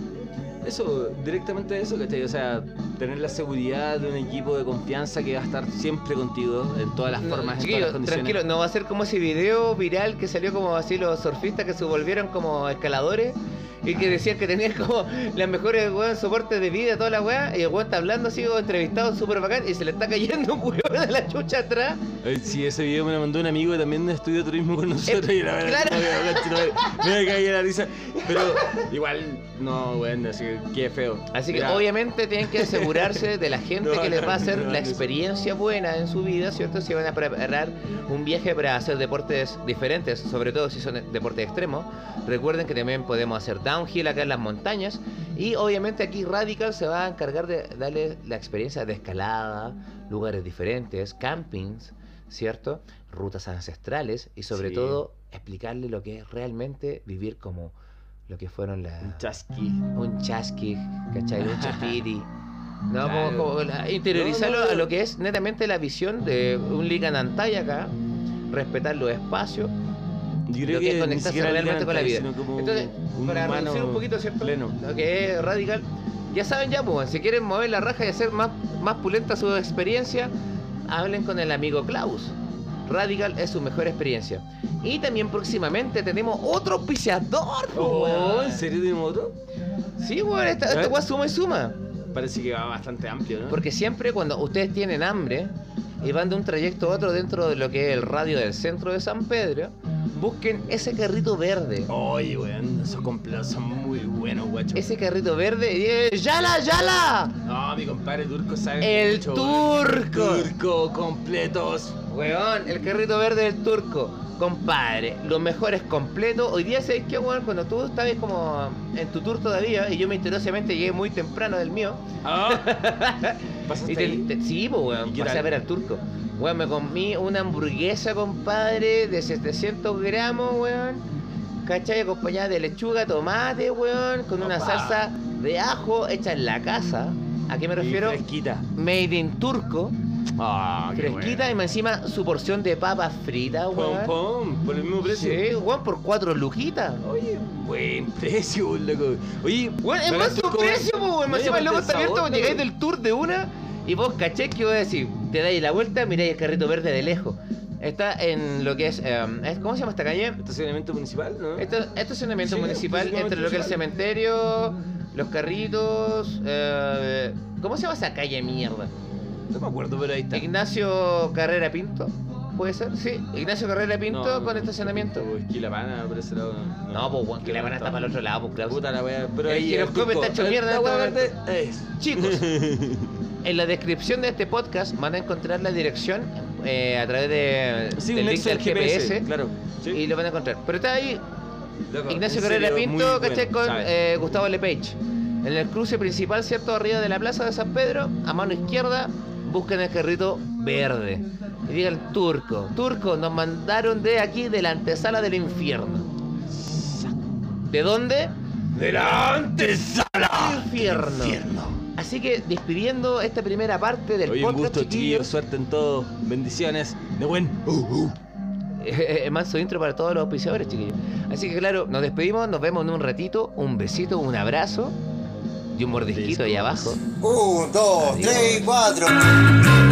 Eso, directamente eso, ¿cachai? O sea, tener la seguridad de un equipo de confianza que va a estar siempre contigo en todas las No, formas, en todas chiquillo, las condiciones. tranquilo, no va a ser como ese video viral que salió como así los surfistas que se volvieron como escaladores y que decían que tenían como las mejores weón, soportes de vida, toda la weá, y el weón está hablando así o entrevistado súper bacán y se le está cayendo un weón de la chucha atrás. Eh, Sí, ese video me lo mandó un amigo que también estudió turismo con nosotros Eh, y la verdad claro. no, no, no, me caía la risa. Pero igual, no, bueno, así que qué feo. Así que Mira, obviamente tienen que asegurarse de la gente No, que les no, va a hacer no, la no, experiencia buena en su vida, ¿cierto? Si van a preparar un viaje para hacer deportes diferentes, sobre todo si son deportes extremos. Recuerden que también podemos hacer downhill acá en las montañas. Y obviamente aquí Radical se va a encargar de darle la experiencia de escalada, lugares diferentes, campings, ¿cierto? Rutas ancestrales y sobre Sí. todo explicarle lo que es realmente vivir como lo que fueron las... Un chasqui. Un chasqui, ¿cachai? Un chapiri. No, Claro. como, como la- interiorizarlo No, no, no. a lo que es netamente la visión de un Liga Nantaya acá, respetar los espacios, Yo lo creo que es que ni conectarse siquiera realmente con la vida. sino como Entonces, un para humano reducir un poquito, ¿cierto? pleno. Lo que es Radical, ya saben ya, pues, si quieren mover la raja y hacer más, más pulenta su experiencia, hablen con el amigo Klaus. Radical es su mejor experiencia. Y también próximamente tenemos otro auspiciador, pues, Oh, weón. ¿en serio tenemos otro? Sí, weón, esta, esta ¿Eh? weá suma y suma. Parece que va bastante amplio, ¿no? Porque siempre cuando ustedes tienen hambre y van de un trayecto a otro dentro de lo que es el radio del centro de San Pedro, busquen ese carrito verde. Oye, weón, esos completos son muy buenos, guacho. Ese carrito verde y es ¡Yala, yala! No, mi compadre turco sabe El mucho, weón. turco. Turco, completos. Weón, el carrito verde del turco. Compadre, los mejores completos. Hoy día, ¿sabes qué, weón? Cuando tú estabas como en tu tour todavía y yo misteriosamente llegué muy temprano del mío. Ah, ¿pasaste Y te- ahí? te- sí, pues, weón, ¿Y qué pasé tal? a ver al turco. Weón, me comí una hamburguesa, compadre, de setecientos gramos, weón. ¿Cachai? Acompañada de lechuga, tomate, weón, con una Opa. salsa de ajo hecha en la casa. ¿A qué me Y refiero? fresquita. Made in turco. Ah, qué Fresquita y más encima su porción de papas fritas, bueno. weón. Pom, pom, por el mismo precio. Sí, weón, por cuatro lujitas. Oye, buen precio, loco. Oye, Weón, es bacán más su turco, precio, weón. po, weón. No, Más y encima el aparte loco el está abierto, sabor, llegáis loco. del tour de una y vos caché que voy a decir, te dais la vuelta, miráis el carrito verde de lejos. Está en lo que es, em, es- ¿cómo se llama esta calle? Estacionamiento municipal, ¿no? Esto, estacionamiento Sí, municipal, estacionamiento entre lo que es el municipal. cementerio, los carritos, eh, ¿cómo se llama esa calle mierda? No me acuerdo, pero ahí está. Ignacio Carrera Pinto, ¿puede ser? Sí, Ignacio Carrera Pinto No, con no, estacionamiento. o Esquilapana, por ese lado. No, pues weón, que la van a estar para el otro lado, pues Klaus. Puta la wea, pero El ahí giroscopio turco. está hecho mierda en La este wea momento. verde es. Chicos, en la descripción de este podcast van a encontrar la dirección eh, a través de, Sí, del un link nexo del del G P S, claro. Sí. y lo van a encontrar. Pero está ahí Loco, Ignacio en Carrera serio, Pinto, muy ¿cachai? bueno, Con sabe. eh, Gustavo Lepage. En el cruce principal, ¿cierto? Arriba de la plaza de San Pedro, a mano izquierda, busquen el carrito verde. Y digan, turco, turco, nos mandaron de aquí, de la antesala del infierno. ¿De dónde? ¡De la antesala! Infierno. Así que despidiendo esta primera parte del Oye, un podcast, gusto, chiquillos. chiquillos. Suerte en todo. Bendiciones. De buen. Uh, uh. Eh, manso intro para todos los auspiciadores, chiquillos. Así que claro, nos despedimos, nos vemos en un ratito. Un besito, un abrazo y un mordisquito ahí abajo. Un, dos, tres, cuatro.